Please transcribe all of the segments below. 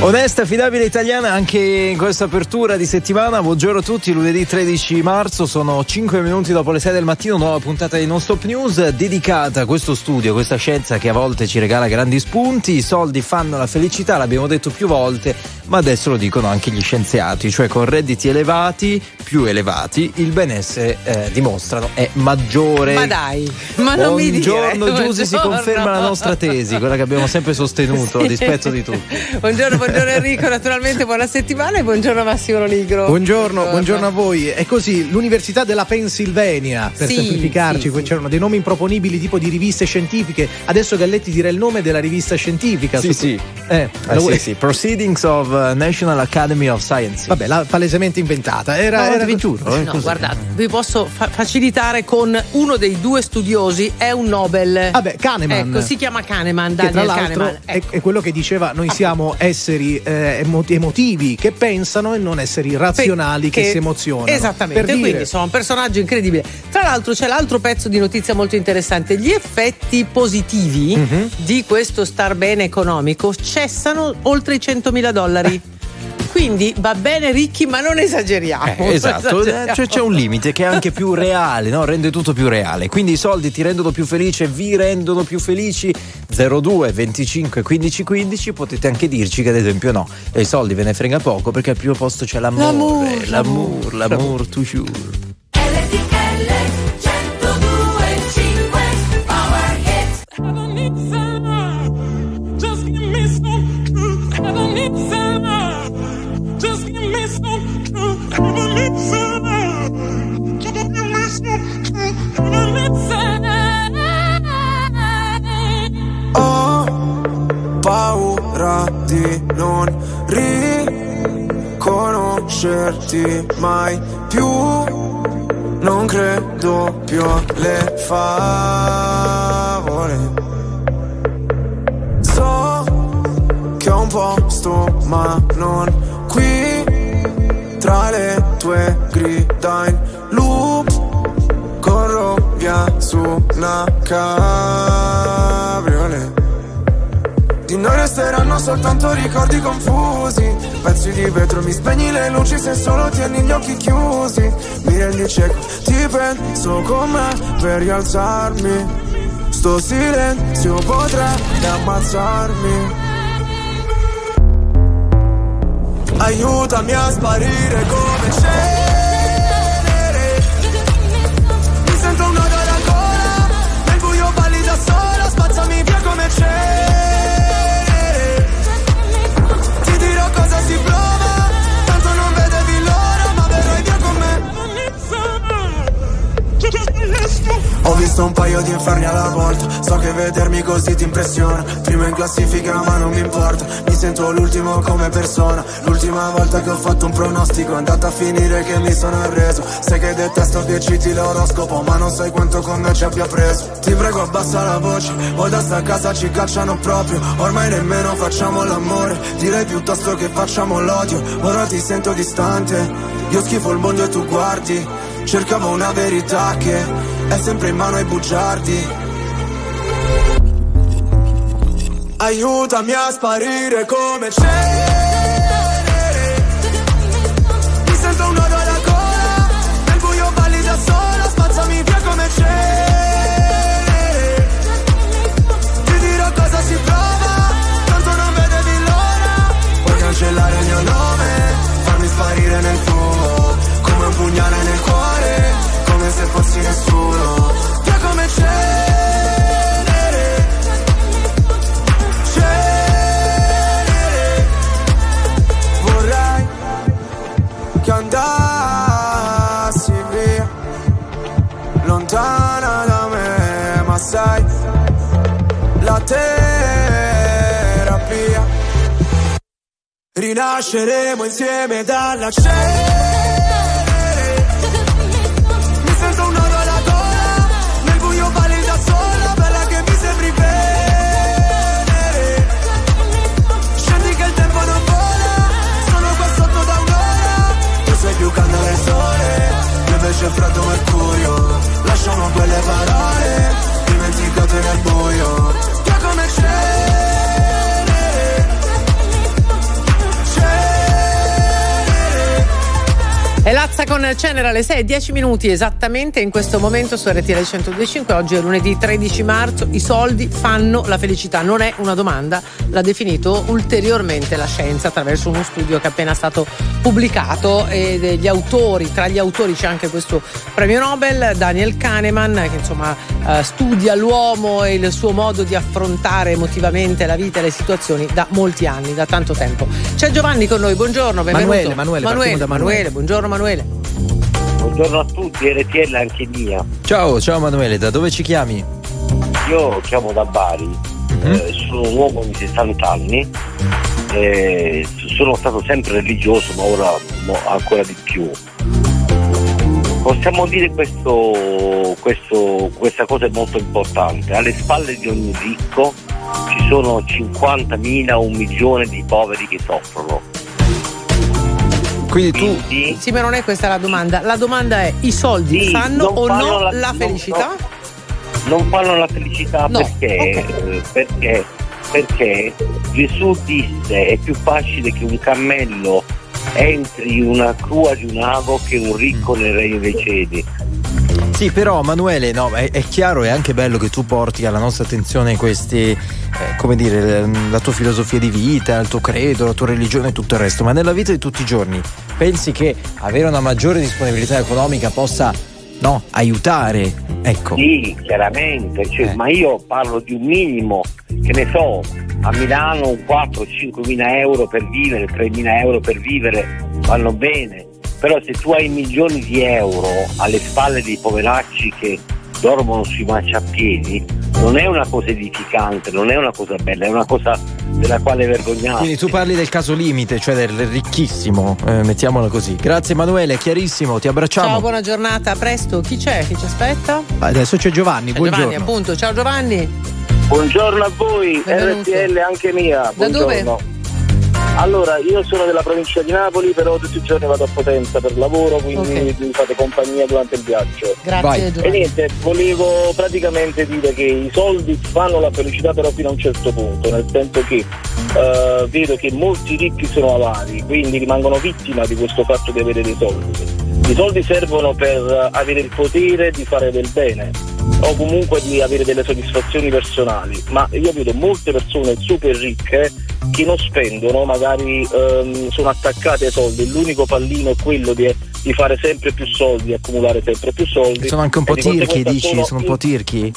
Onesta, affidabile italiana anche in questa apertura di settimana. Buongiorno a tutti, lunedì 13 marzo, sono 5 minuti dopo le 6 del mattino, nuova puntata di Non Stop News dedicata a questo studio, questa scienza che a volte ci regala grandi spunti. I soldi fanno la felicità, l'abbiamo detto più volte, ma adesso lo dicono anche gli scienziati, cioè con redditi elevati, più elevati, il benessere dimostrano è maggiore. Ma dai, ma non mi dire. Buongiorno Giusy, si conferma la nostra tesi, quella che abbiamo sempre sostenuto, sì, a dispetto di tutti. Buongiorno Enrico, naturalmente buona settimana, e buongiorno Massimo Lonigro. Buongiorno a voi. È così, l'Università della Pennsylvania, per semplificarci, sì. C'erano dei nomi improponibili tipo di riviste scientifiche. Adesso Galletti dirà il nome della rivista scientifica. Sì. Proceedings of National Academy of Sciences. Vabbè, l'ha palesemente inventata. Era vi giuro. No, guardate, vi posso facilitare con uno dei due studiosi, è un Nobel. Vabbè, Kahneman. Ecco, si chiama Kahneman, Daniel Daniel Kahneman. Kahneman. È quello che diceva, noi siamo esseri emotivi che pensano e non esseri razionali che si emozionano. Esattamente, quindi sono un personaggio incredibile. Tra l'altro c'è l'altro pezzo di notizia molto interessante: gli effetti positivi di questo star bene economico cessano oltre i $100.000. Quindi va bene ricchi, ma non esageriamo. Esatto, cioè c'è un limite che è anche più reale, no? Rende tutto più reale. Quindi i soldi ti rendono più felice, vi rendono più felici. 02 25 15 15, potete anche dirci che ad esempio no, e i soldi ve ne frega poco perché al primo posto c'è l'amore toujours. Paura di non riconoscerti mai più, non credo più alle favole. So che ho un posto ma non qui, tra le tue grida in loop, corro via su una cabriolet. Di noi resteranno soltanto ricordi confusi, pezzi di vetro, mi spegni le luci se solo tieni gli occhi chiusi. Mi rendi cieco, ti penso con me per rialzarmi, sto silenzio potrebbe ammazzarmi. Aiutami a sparire come cenere, mi sento un nodo alla gola, nel buio balli da sola, spazzami via come cenere. Cosa si prova, tanto non vedevi l'ora, ma verrai via con me. Ho visto un paio di inferni alla volta, so che vedermi così ti impressiona. Primo in classifica ma non mi importa, mi sento l'ultimo come persona. L'ultima volta che ho fatto un pronostico è andata a finire che mi sono arreso. Sai che detesto che citi l'oroscopo, ma non sai quanto con me ci abbia preso. Ti prego abbassa la voce, o da sta casa ci cacciano proprio. Ormai nemmeno facciamo l'amore, direi piuttosto che facciamo l'odio. Ora ti sento distante, io schifo il mondo e tu guardi. Cercavo una verità che è sempre in mano ai bugiardi. Aiutami a sparire come cenere, mi sento un nodo alla gola, nel buio balli da sola, spazzami via come cenere. Ti dirò cosa si prova, tanto non vedevi l'ora. Puoi cancellare il mio nome, farmi sparire nel fumo, come un pugnale nel cuore, come se fossi nessuno. Via come cenere, vorrei che andassi via, lontana da me, ma sai, la terapia. Rinasceremo insieme dalla cenere. Mi sento un nodo alla gola, nel buio balli da sola, bella che mi sembri venere. Scendi che il tempo non vola, sono qua sotto da un'ora. Tu sei più caldo del sole, io invece freddo mercurio. Lasciamo quelle parole dimenticate nel buio. Che come cenere, con Cenere alle 6:10 esattamente in questo momento su RTL 102.5. Oggi è lunedì 13 marzo. I soldi fanno la felicità, non è una domanda, l'ha definito ulteriormente la scienza attraverso uno studio che è appena stato pubblicato, e degli autori, tra gli autori c'è anche questo premio Nobel, Daniel Kahneman, che insomma studia l'uomo e il suo modo di affrontare emotivamente la vita e le situazioni da molti anni, da tanto tempo. C'è Giovanni con noi, buongiorno, benvenuto. Manuele, buongiorno Manuele. Buongiorno a tutti, RTL anche mia. Ciao Manuele, da dove ci chiami? Io chiamo da Bari, sono un uomo di 60 anni, sono stato sempre religioso, ma ora ancora di più. Possiamo dire questa cosa è molto importante. Alle spalle di ogni ricco ci sono 50.000 o 1 milione di poveri che soffrono. Quindi Sì, ma non è questa la domanda. La domanda è: i soldi fanno o no la felicità? Non fanno la felicità, no. Perché Gesù disse: è più facile che un cammello entri in una crua di un ago che un ricco nel regno dei cieli. Sì, però Manuele, no, è chiaro, è anche bello che tu porti alla nostra attenzione questi, come dire, la tua filosofia di vita, il tuo credo, la tua religione e tutto il resto, ma nella vita di tutti i giorni pensi che avere una maggiore disponibilità economica possa, no, aiutare? Ecco. Sì, chiaramente, ma io parlo di un minimo, che ne so, a Milano 4-5 mila euro per vivere, 3 mila euro per vivere vanno bene. Però se tu hai milioni di euro alle spalle dei poveracci che dormono sui marciapiedi, non è una cosa edificante, non è una cosa bella, è una cosa della quale vergognarsi. Quindi tu parli del caso limite, cioè del ricchissimo, mettiamola così. Grazie Emanuele, chiarissimo, ti abbracciamo. Ciao, buona giornata, a presto. Chi c'è? Chi ci aspetta? Adesso c'è Giovanni, buongiorno. Giovanni, appunto. Ciao Giovanni. Buongiorno a voi, benvenuto. RTL anche mia. Buongiorno. Da dove? Allora, io sono della provincia di Napoli, però tutti i giorni vado a Potenza per lavoro, quindi mi fate compagnia durante il viaggio. Grazie. E niente, volevo praticamente dire che i soldi fanno la felicità, però fino a un certo punto, nel senso che vedo che molti ricchi sono avari, quindi rimangono vittima di questo fatto di avere dei soldi. I soldi servono per avere il potere di fare del bene o comunque di avere delle soddisfazioni personali, ma io vedo molte persone super ricche che non spendono, magari sono attaccate ai soldi, l'unico pallino è quello di fare sempre più soldi, accumulare sempre più soldi. Sono anche un po' tirchi, dici? Sono un po' tirchi?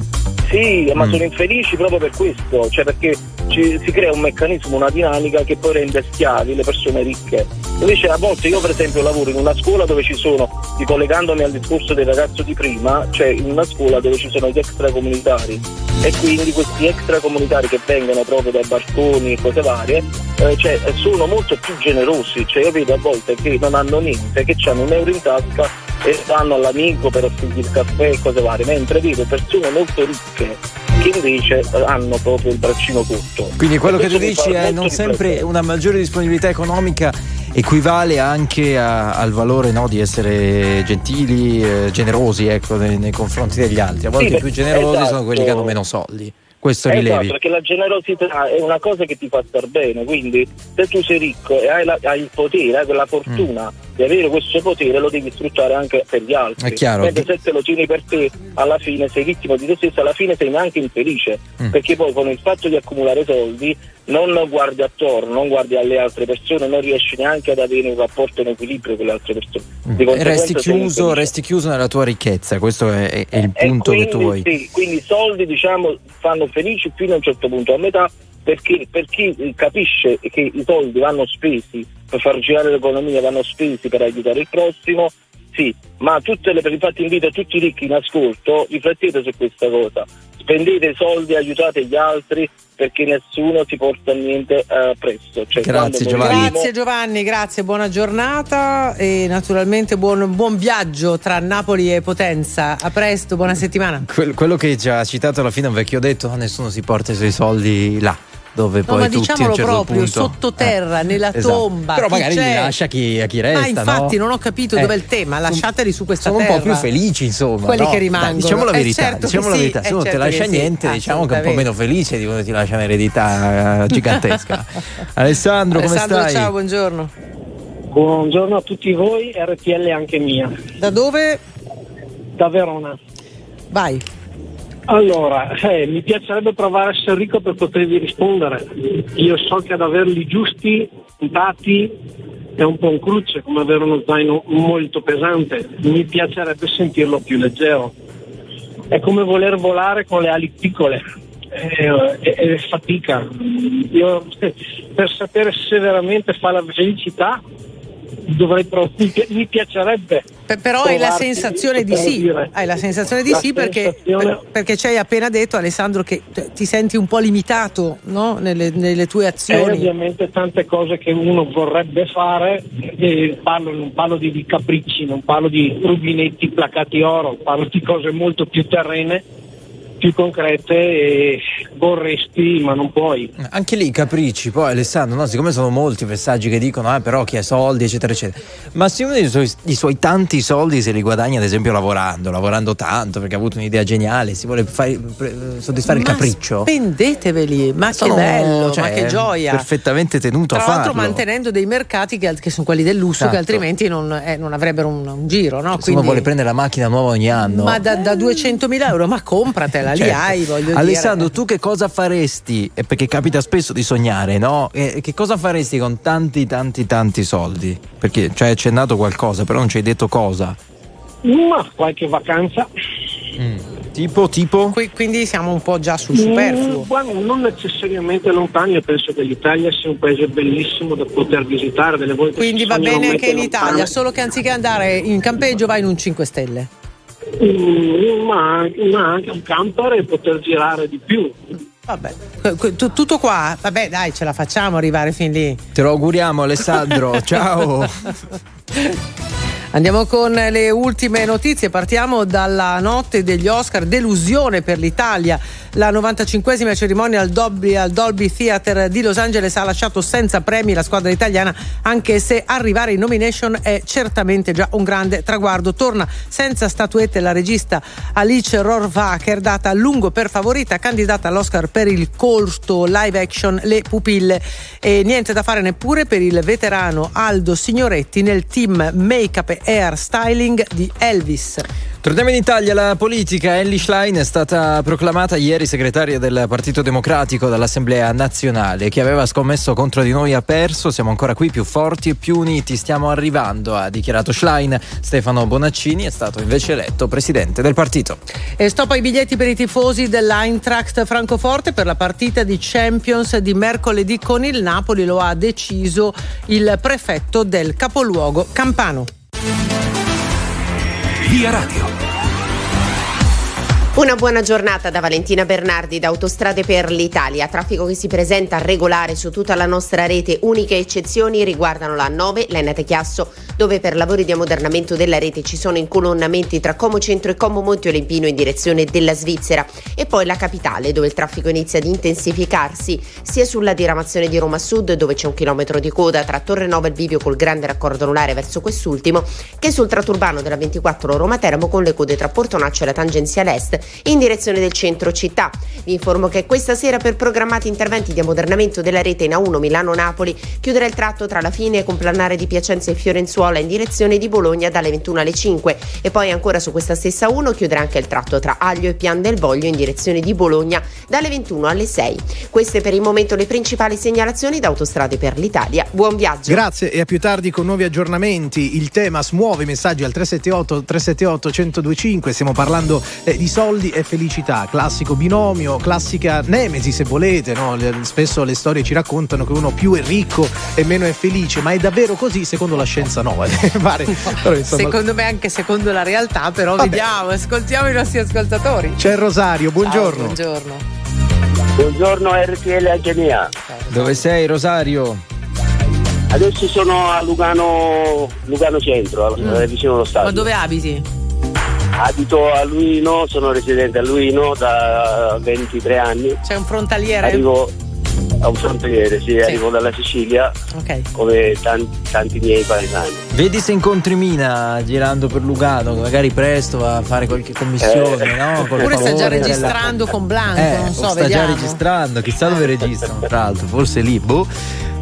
Sì, ma sono infelici proprio per questo, cioè perché si crea un meccanismo, una dinamica che poi rende schiavi le persone ricche. Invece a volte io per esempio lavoro in una scuola dove ci sono, ricollegandomi al discorso del ragazzo di prima, cioè in una scuola dove ci sono gli extracomunitari, e quindi questi extracomunitari che vengono proprio dai barconi e cose varie, cioè sono molto più generosi, cioè io vedo a volte che non hanno niente, che hanno €1 in tasca e vanno all'amico per offrirgli il caffè e cose varie, mentre vedo persone molto ricche che invece hanno proprio il braccino corto. Quindi quello che tu dici è non sempre una maggiore disponibilità economica equivale anche al valore, no, di essere gentili, generosi, ecco, nei confronti degli altri. A volte i più generosi sono quelli che hanno meno soldi. Questo rilevi. Esatto, perché la generosità è una cosa che ti fa star bene, quindi se tu sei ricco e hai il potere, hai quella fortuna di avere questo potere, lo devi sfruttare anche per gli altri. È chiaro. Mentre se te lo tieni per te, alla fine sei vittima di te stesso, alla fine sei neanche infelice, perché poi con il fatto di accumulare soldi non guardi attorno, non guardi alle altre persone, non riesci neanche ad avere un rapporto in equilibrio con le altre persone. Resti chiuso nella tua ricchezza, questo è il punto quindi, che tu vuoi. Sì, quindi i soldi, diciamo, fanno felici fino a un certo punto, a metà, perché per chi capisce che i soldi vanno spesi per far girare l'economia, vanno spesi per aiutare il prossimo, sì, ma infatti invito tutti i ricchi in ascolto, riflettete su questa cosa, spendete i soldi, aiutate gli altri, perché nessuno si porta niente presto. Cioè, grazie Giovanni. Grazie Giovanni, grazie, buona giornata e naturalmente buon viaggio tra Napoli e Potenza. A presto, buona settimana. Quello che ci ha citato alla fine un vecchio detto: nessuno si porta i suoi soldi là. Dove poi ma tutti diciamolo a un certo proprio punto, sottoterra, nella tomba. Però magari li lascia a chi resta. Ma infatti, no? Non ho capito dov'è il tema. Lasciateli su questa sono terra. Un po' più felici, insomma. Quelli no? che rimangono. Dai, diciamo la verità. Certo diciamo la verità. Se non ti lascia niente, diciamo che è un po' meno felice di quando ti lascia un'eredità gigantesca. Alessandro, come stai? Ciao, buongiorno. Buongiorno a tutti voi, RTL anche mia. Da dove? Da Verona. Vai. Allora, mi piacerebbe provare a essere ricco per potervi rispondere. Io so che ad averli giusti, puntati, è un po' un cruccio, come avere uno zaino molto pesante. Mi piacerebbe sentirlo più leggero. È come voler volare con le ali piccole. È fatica. Io per sapere se veramente fa la felicità mi piacerebbe. Però hai la sensazione di sì. Hai la sensazione di sì perché ci hai appena detto, Alessandro, che ti senti un po' limitato, no? nelle tue azioni. Ovviamente tante cose che uno vorrebbe fare, non parlo di capricci, non parlo di rubinetti placati oro, parlo di cose molto più terrene, più concrete, e vorresti ma non puoi. Anche lì capricci, poi Alessandro, no? Siccome sono molti messaggi che dicono però chi ha soldi eccetera eccetera, ma se uno i suoi tanti soldi se li guadagna ad esempio lavorando tanto perché ha avuto un'idea geniale, si vuole soddisfare il capriccio, spendeteveli, ma che bello, ma che gioia, perfettamente tenuto tra a farlo, l'altro mantenendo dei mercati che sono quelli del lusso, che altrimenti non avrebbero un giro, no? Quindi uno vuole prendere la macchina nuova ogni anno, ma da 200.000 euro, ma compratela. Lì hai, voglio Alessandro, dire. tu che cosa faresti? Perché capita spesso di sognare, no? Che cosa faresti con tanti soldi? Perché ci hai accennato qualcosa, però non ci hai detto cosa. Ma qualche vacanza. Tipo? Quindi siamo un po' già sul superfluo. Non necessariamente lontani, io penso che l'Italia sia un paese bellissimo da poter visitare delle volte. Quindi va bene anche in Italia, solo che anziché andare in campeggio vai in un 5 stelle. Ma anche un camper e poter girare di più. Vabbè, tutto qua, vabbè dai, ce la facciamo arrivare fin lì. Te lo auguriamo Alessandro, ciao. Andiamo con le ultime notizie, partiamo dalla notte degli Oscar, delusione per l'Italia. La 95esima cerimonia al Dolby Theatre di Los Angeles ha lasciato senza premi la squadra italiana, anche se arrivare in nomination è certamente già un grande traguardo. Torna senza statuette la regista Alice Rohrwacher, data a lungo per favorita, candidata all'Oscar per il corto live action Le pupille, e niente da fare neppure per il veterano Aldo Signoretti nel team make-up e hair styling di Elvis. Torniamo in Italia, la politica. Elly Schlein è stata proclamata ieri segretaria del Partito Democratico dall'Assemblea Nazionale. Chi aveva scommesso contro di noi ha perso, siamo ancora qui più forti e più uniti, stiamo arrivando, ha dichiarato Schlein. Stefano Bonaccini è stato invece eletto presidente del partito. E stop ai biglietti per i tifosi dell'Eintracht Francoforte per la partita di Champions di mercoledì con il Napoli, lo ha deciso il prefetto del capoluogo campano. Via Radio. Una buona giornata da Valentina Bernardi da Autostrade per l'Italia. Traffico che si presenta regolare su tutta la nostra rete. Uniche eccezioni riguardano la A9, l'Enate Chiasso, dove per lavori di ammodernamento della rete ci sono incolonnamenti tra Como Centro e Como Monte Olimpino in direzione della Svizzera, e poi la Capitale, dove il traffico inizia ad intensificarsi sia sulla diramazione di Roma Sud, dove c'è 1 chilometro di coda tra Torre Nova e Bivio col grande raccordo anulare verso quest'ultimo, che sul tratto urbano della 24 Roma Teramo, con le code tra Portonaccio e la tangenziale est in direzione del centro città. Vi informo che questa sera, per programmati interventi di ammodernamento della rete in A1 Milano-Napoli, chiuderà il tratto tra la fine Complanare di Piacenza e Fiorenzuola in direzione di Bologna dalle 21 alle 5, e poi ancora su questa stessa A1 chiuderà anche il tratto tra Aglio e Pian del Voglio in direzione di Bologna dalle 21 alle 6. Queste per il momento le principali segnalazioni da Autostrade per l'Italia. Buon viaggio. Grazie, e a più tardi con nuovi aggiornamenti. Il tema smuove i messaggi al 378-378-1025. Stiamo parlando di soldi e felicità, classico binomio, classica nemesi se volete, no? Spesso le storie ci raccontano che uno più è ricco e meno è felice, ma è davvero così? Secondo la scienza no. Però, insomma... Secondo me anche secondo la realtà, però vediamo, ascoltiamo i nostri ascoltatori. C'è Rosario, buongiorno. Ciao, buongiorno RTL anche mia. Dove sei Rosario? Adesso sono a Lugano Centro, vicino allo stadio. Ma dove abiti? Abito a Luino, sono residente a Luino da 23 anni. C'è un frontaliere? Arrivo a un frontaliere, sì. Arrivo dalla Sicilia, come tanti miei paesani. Vedi se incontri Mina girando per Lugano, magari presto va a fare qualche commissione, no? Oppure sta già registrando con Blanco, non so, sta vediamo. Già registrando, chissà dove registrano, tra l'altro, forse lì, boh.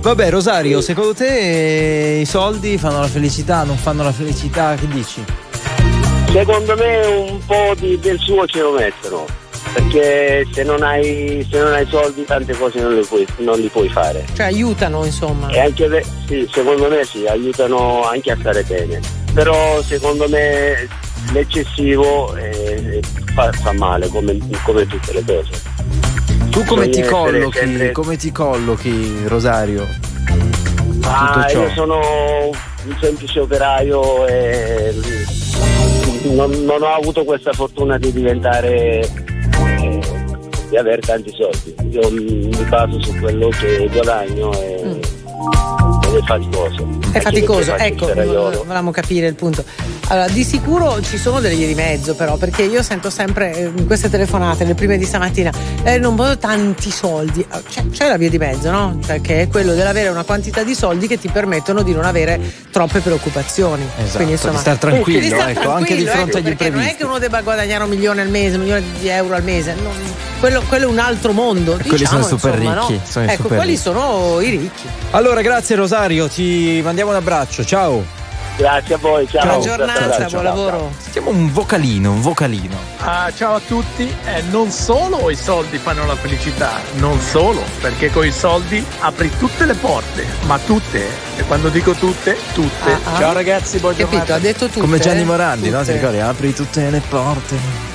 Vabbè, Rosario, secondo te i soldi fanno la felicità, non fanno la felicità? Che dici? Secondo me un po' del suo ce lo mettono, perché se non hai soldi tante cose non li puoi fare. Cioè aiutano, insomma. E anche sì, secondo me sì, aiutano anche a stare bene. Però secondo me l'eccessivo fa male, come tutte le cose. Tu come ti collochi, Rosario? Tutto ciò? Io sono un semplice operaio e non ho avuto questa fortuna di diventare di avere tanti soldi. Io mi baso su quello che guadagno ed è faticoso. È faticoso, ecco, volevamo capire il punto. Allora, di sicuro ci sono delle vie di mezzo, però, perché io sento sempre in queste telefonate, le prime di stamattina, non voglio tanti soldi. C'è la via di mezzo, no? Cioè, che è quello dell'avere una quantità di soldi che ti permettono di non avere troppe preoccupazioni. Esatto, quindi, insomma, di star tranquillo, anche di fronte agli imprevisti. Non è che uno debba guadagnare 1 milione al mese, 1 milione di euro al mese. Quello è un altro mondo. Quelli sono super ricchi. No? Ecco, quelli sono i ricchi. Allora, grazie Rosario, ti mandiamo un abbraccio, ciao. Grazie a voi, ciao. Buona giornata, buon lavoro. Sentiamo un vocalino. Ciao a tutti. Non solo i soldi fanno la felicità, non solo, perché con i soldi apri tutte le porte, ma tutte. E quando dico tutte. Ciao ragazzi, buona giornata. Capito, ha detto tutte. Come Gianni Morandi, no? Ti ricordi? Apri tutte le porte.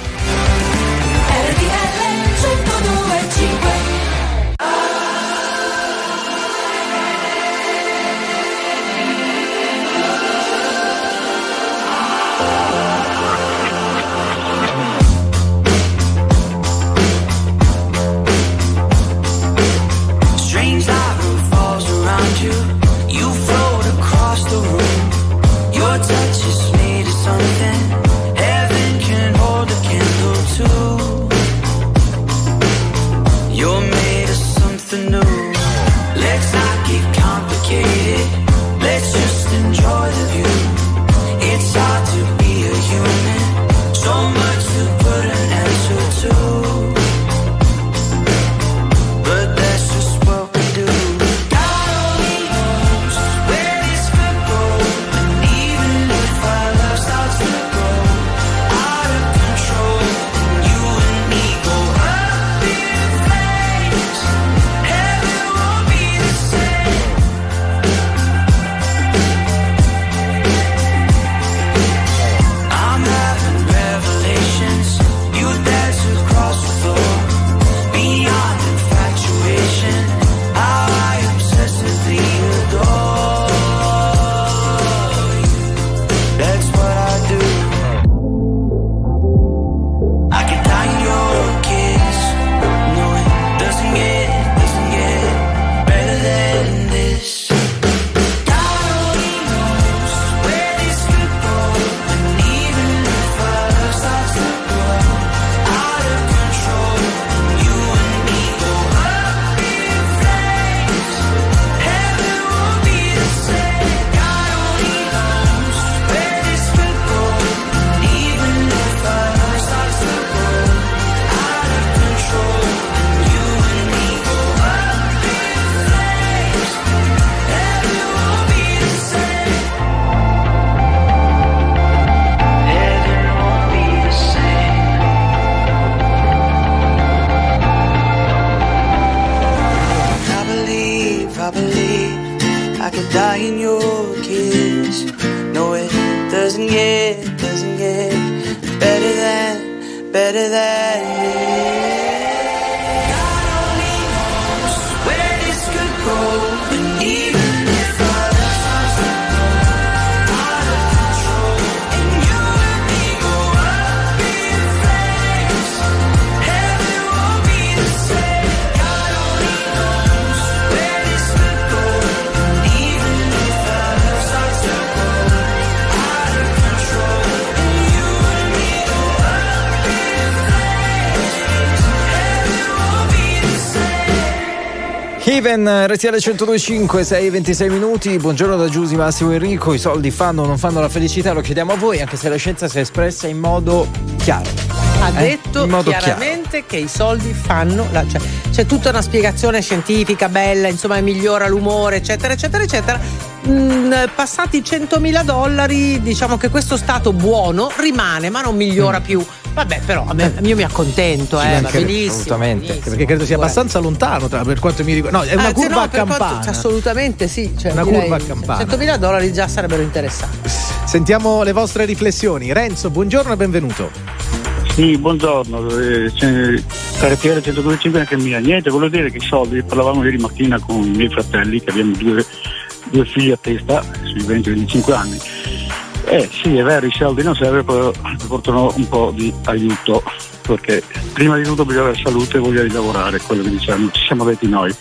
Even, RTL 102.5, 6:26 minuti. Buongiorno da Giusy, Massimo, Enrico. I soldi fanno o non fanno la felicità? Lo chiediamo a voi, anche se la scienza si è espressa in modo chiaro. Ha detto in modo chiaramente gente che i soldi fanno cioè c'è tutta una spiegazione scientifica bella, insomma, migliora l'umore, eccetera eccetera eccetera. Passati $100.000, diciamo che questo stato buono rimane, ma non migliora più. Vabbè, però io mi accontento, va benissimo. Assolutamente. Benissimo. Perché credo sia abbastanza lontano per quanto mi riguarda. No, è una curva a campana. Assolutamente sì. Cioè, una curva a campana. $100.000 già sarebbero interessanti. Sentiamo le vostre riflessioni. Renzo, buongiorno e benvenuto. Sì, buongiorno. RTL 125 anche mia. Niente, volevo dire che i soldi, parlavamo ieri mattina con i miei fratelli, che abbiamo due figli a testa, sui 20-25 anni. Sì, è vero, i soldi non servono, portano un po' di aiuto, perché prima di tutto bisogna avere salute e voglia di lavorare, quello che diciamo, ci siamo detti noi.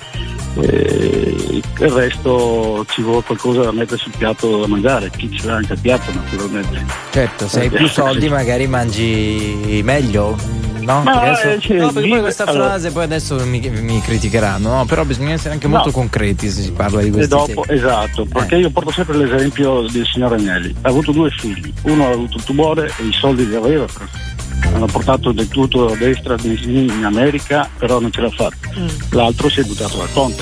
Il resto ci vuole qualcosa da mettere sul piatto da mangiare, chi ce l'ha anche al piatto naturalmente. Certo, se hai più soldi magari mangi meglio, no? Perché poi questa frase poi adesso mi criticheranno, no? Però bisogna essere anche molto concreti se si parla di questi temi. Esatto, perché io porto sempre l'esempio del signor Agnelli. Ha avuto 2 figli, uno ha avuto il tumore e i soldi li aveva, hanno portato del tutto a destra in America, però non ce l'ha fatta. L'altro si è buttato dal ponte.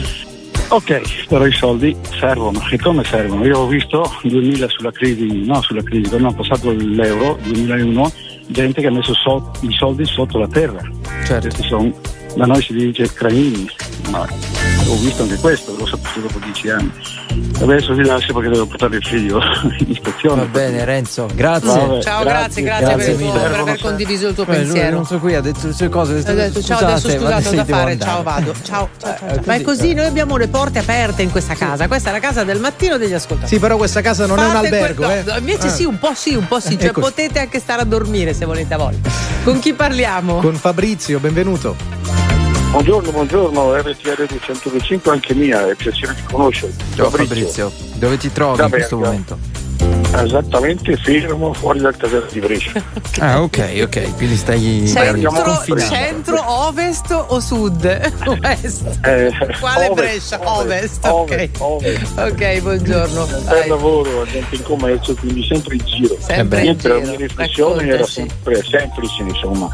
Ok, però i soldi servono. E come servono? Io ho visto 2000 sulla crisi, quando hanno passato l'euro 2001, gente che ha messo i soldi sotto la terra. Certo. Questi sono, da noi si dice cranini, ma ho visto anche questo, l'ho saputo dopo 10 anni. Adesso vi lascio perché devo portare il figlio in ispezione. Va bene, Renzo, grazie. Vabbè, ciao, grazie per aver condiviso il tuo pensiero. Non so qui, ha detto le sue cose. Ha detto ciao, adesso scusate, ho da fare, ciao, vado. Ciao. Ma è così, noi abbiamo le porte aperte in questa casa. Questa è la casa del mattino degli ascoltatori. Sì, però questa casa non è un albergo. Invece sì, un po' sì. Cioè potete anche stare a dormire se volete a volte. Con chi parliamo? Con Fabrizio, benvenuto. Buongiorno, RTL 225 anche mia, è piacere di conoscerti. Ciao Fabrizio, dove ti trovi in questo momento? Esattamente, fermo fuori dal casello di Brescia. Ah, ok, quindi stai centro, ovest o sud? Ovest. Quale ovest, Brescia? Ovest. Ok, buongiorno. Per lavoro, gente in commercio, quindi sempre in giro. Sempre la mia riflessione era sempre semplice, insomma.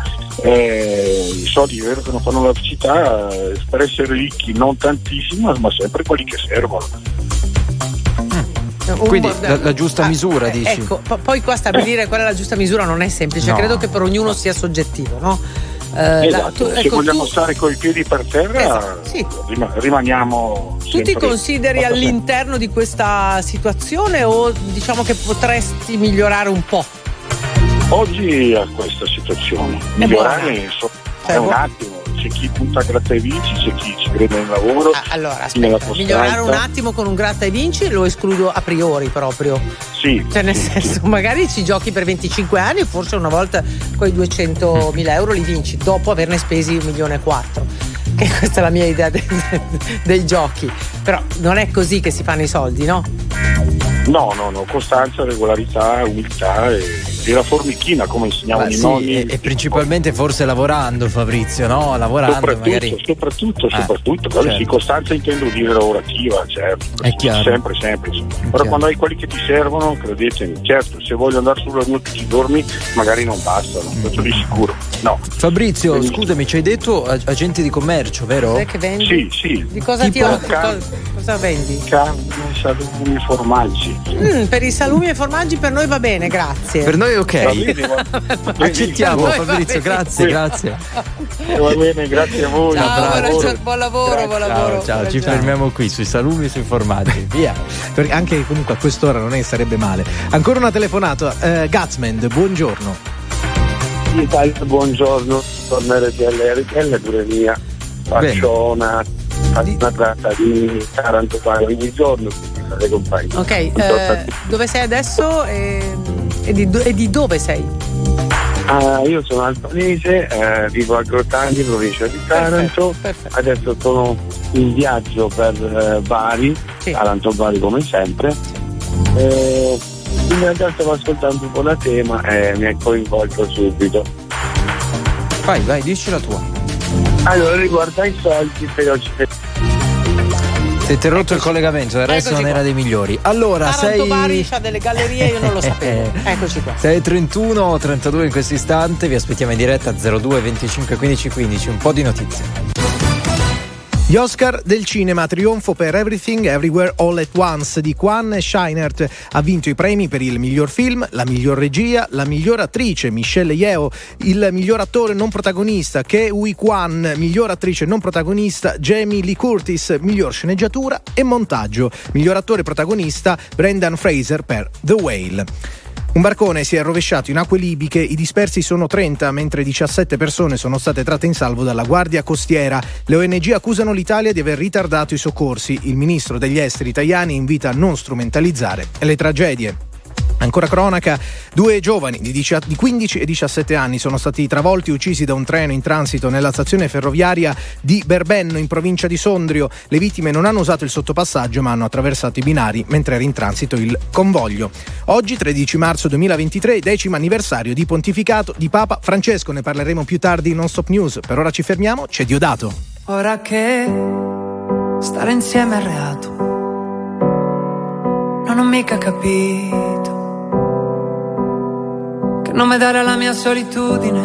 I soldi è vero che non fanno la felicità, per essere ricchi non tantissimo, ma sempre quelli che servono. Quindi la giusta misura, dici? Ecco, poi qua stabilire qual è la giusta misura non è semplice, credo che per ognuno sia soggettivo, no? Esatto, se vogliamo stare coi piedi per terra, sì. Rimaniamo. Tu ti consideri all'interno di questa situazione o diciamo che potresti migliorare un po'? Oggi a questa situazione migliorare è un attimo. C'è chi punta a gratta e vinci, c'è chi ci crede nel lavoro. Allora, aspetta, migliorare un attimo con un gratta e vinci lo escludo a priori proprio. Sì. Cioè nel senso, magari ci giochi per 25 anni, forse una volta quei 200.000 euro li vinci, dopo averne spesi 1,4 milioni. Che questa è la mia idea dei giochi. Però non è così che si fanno i soldi, no? No, costanza, regolarità, umiltà e la formichina, come insegnavano i nonni. E principalmente forse lavorando, Fabrizio, no? Lavorando soprattutto, certo. Sì, costanza intendo dire lavorativa, certo. È chiaro. Sempre. Però quando hai quelli che ti servono, credetemi, certo, se voglio andare sulla luna tutti i giorni, magari non bastano, questo di sicuro. No. Fabrizio, scusami, ci hai detto agente di commercio, vero? Sai che vendi? Sì. Di cosa ti occupi? Cosa vendi? Carne, salumi, formaggi. Per i salumi e formaggi per noi va bene, grazie. Per noi ok. Accettiamo, noi Fabrizio, grazie. Va bene, grazie a voi. Ciao, buon lavoro. Ciao, ci fermiamo qui sui salumi e sui formaggi. Via. Perché anche comunque a quest'ora non sarebbe male. Ancora una telefonata. Gatsman, buongiorno. Buongiorno, torno RTL pure mia. Faccio una tratta di Taranto ogni giorno con le compagne. Ok, dove sei adesso e di dove sei? Io sono albanese, vivo a Grottaglie, provincia di Taranto. Perfetto. Adesso sono in viaggio per Bari, Taranto Bari come sempre. In realtà stavo ascoltando un po' la tema e mi ha coinvolto subito. Vai, dici la tua. Allora, riguarda i soldi, però Si è interrotto il collegamento, del resto non era dei migliori. Allora, Taranto Bari c'ha delle gallerie, io non lo sapevo. Eccoci qua. 6:31, 32 in questo istante, vi aspettiamo in diretta 02 25 15 15, un po' di notizie. Gli Oscar del cinema, trionfo per Everything Everywhere All at Once di Kwan Scheinert. Ha vinto i premi per il miglior film, la miglior regia, la miglior attrice Michelle Yeoh, il miglior attore non protagonista Ke Huy Quan, miglior attrice non protagonista Jamie Lee Curtis, miglior sceneggiatura e montaggio, miglior attore protagonista Brendan Fraser per The Whale. Un barcone si è rovesciato in acque libiche, i dispersi sono 30, mentre 17 persone sono state tratte in salvo dalla Guardia Costiera. Le ONG accusano l'Italia di aver ritardato i soccorsi. Il ministro degli esteri Tajani invita a non strumentalizzare le tragedie. Ancora cronaca, 2 giovani di 15 e 17 anni sono stati travolti e uccisi da un treno in transito nella stazione ferroviaria di Berbenno in provincia di Sondrio. Le vittime non hanno usato il sottopassaggio ma hanno attraversato i binari mentre era in transito il convoglio. Oggi, 13 marzo 2023, 10° anniversario di pontificato di Papa Francesco. Ne parleremo più tardi in Non Stop News. Per ora ci fermiamo, c'è Diodato. Ora che stare insieme è reato, non ho mica capito che nome dare alla mia solitudine,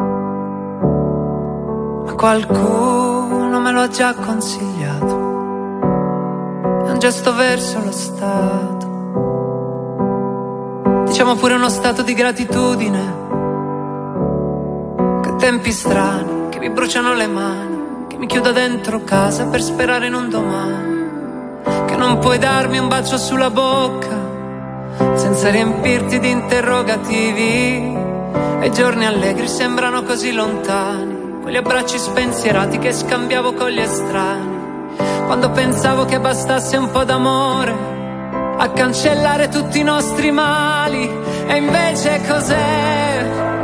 ma qualcuno me lo ha già consigliato. È un gesto verso lo Stato, diciamo pure uno stato di gratitudine. Che tempi strani, che mi bruciano le mani, che mi chiudo dentro casa per sperare in un domani, che non puoi darmi un bacio sulla bocca senza riempirti di interrogativi, e i giorni allegri sembrano così lontani, quegli abbracci spensierati che scambiavo con gli estranei, quando pensavo che bastasse un po' d'amore a cancellare tutti i nostri mali. E invece cos'è?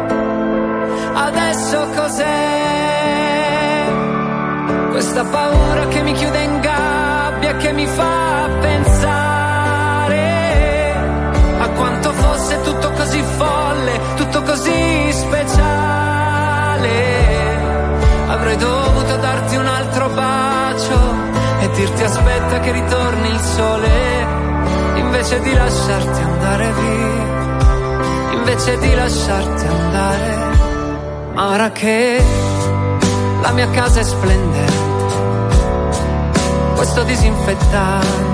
Adesso cos'è? Questa paura che mi chiude in gabbia, che mi fa pensare a quanto fosse tutto così folle, tutto così speciale. Avrei dovuto darti un altro bacio e dirti aspetta che ritorni il sole, invece di lasciarti andare via, invece di lasciarti andare. Ma ora che la mia casa è splendente, questo disinfettante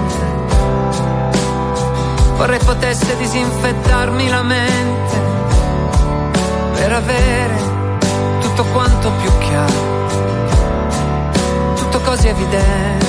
vorrei potesse disinfettarmi la mente per avere tutto quanto più chiaro, tutto così evidente,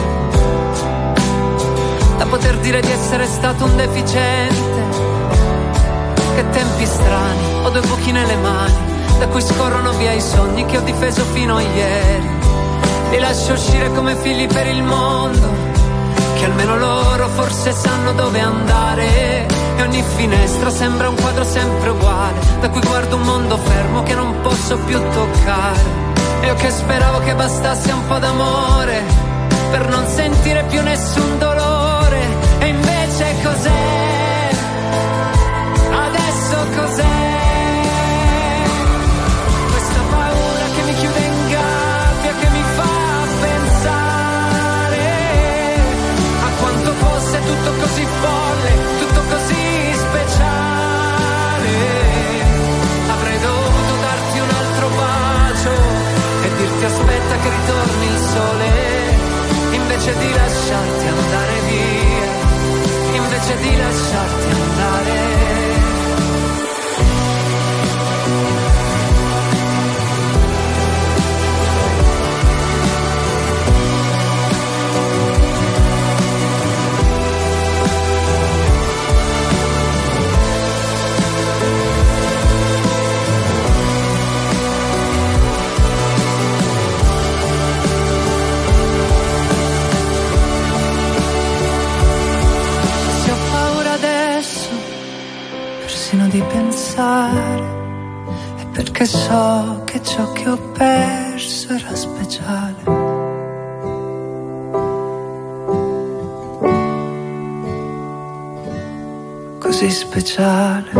da poter dire di essere stato un deficiente. Che tempi strani, ho 2 buchi nelle mani da cui scorrono via i sogni che ho difeso fino a ieri. Li lascio uscire come figli per il mondo, che almeno loro forse sanno dove andare. E ogni finestra sembra un quadro sempre uguale, da cui guardo un mondo fermo che non posso più toccare. E io che speravo che bastasse un po' d'amore per non sentire più nessun dolore. E invece cos'è? Adesso cos'è? Questa paura che mi chiude in gabbia, che mi fa tutto così folle, tutto così speciale. Avrei dovuto darti un altro bacio e dirti aspetta che ritorni il sole, invece di lasciarti andare via, invece di lasciarti andare. Di pensare, è perché so che ciò che ho perso era speciale. Così speciale.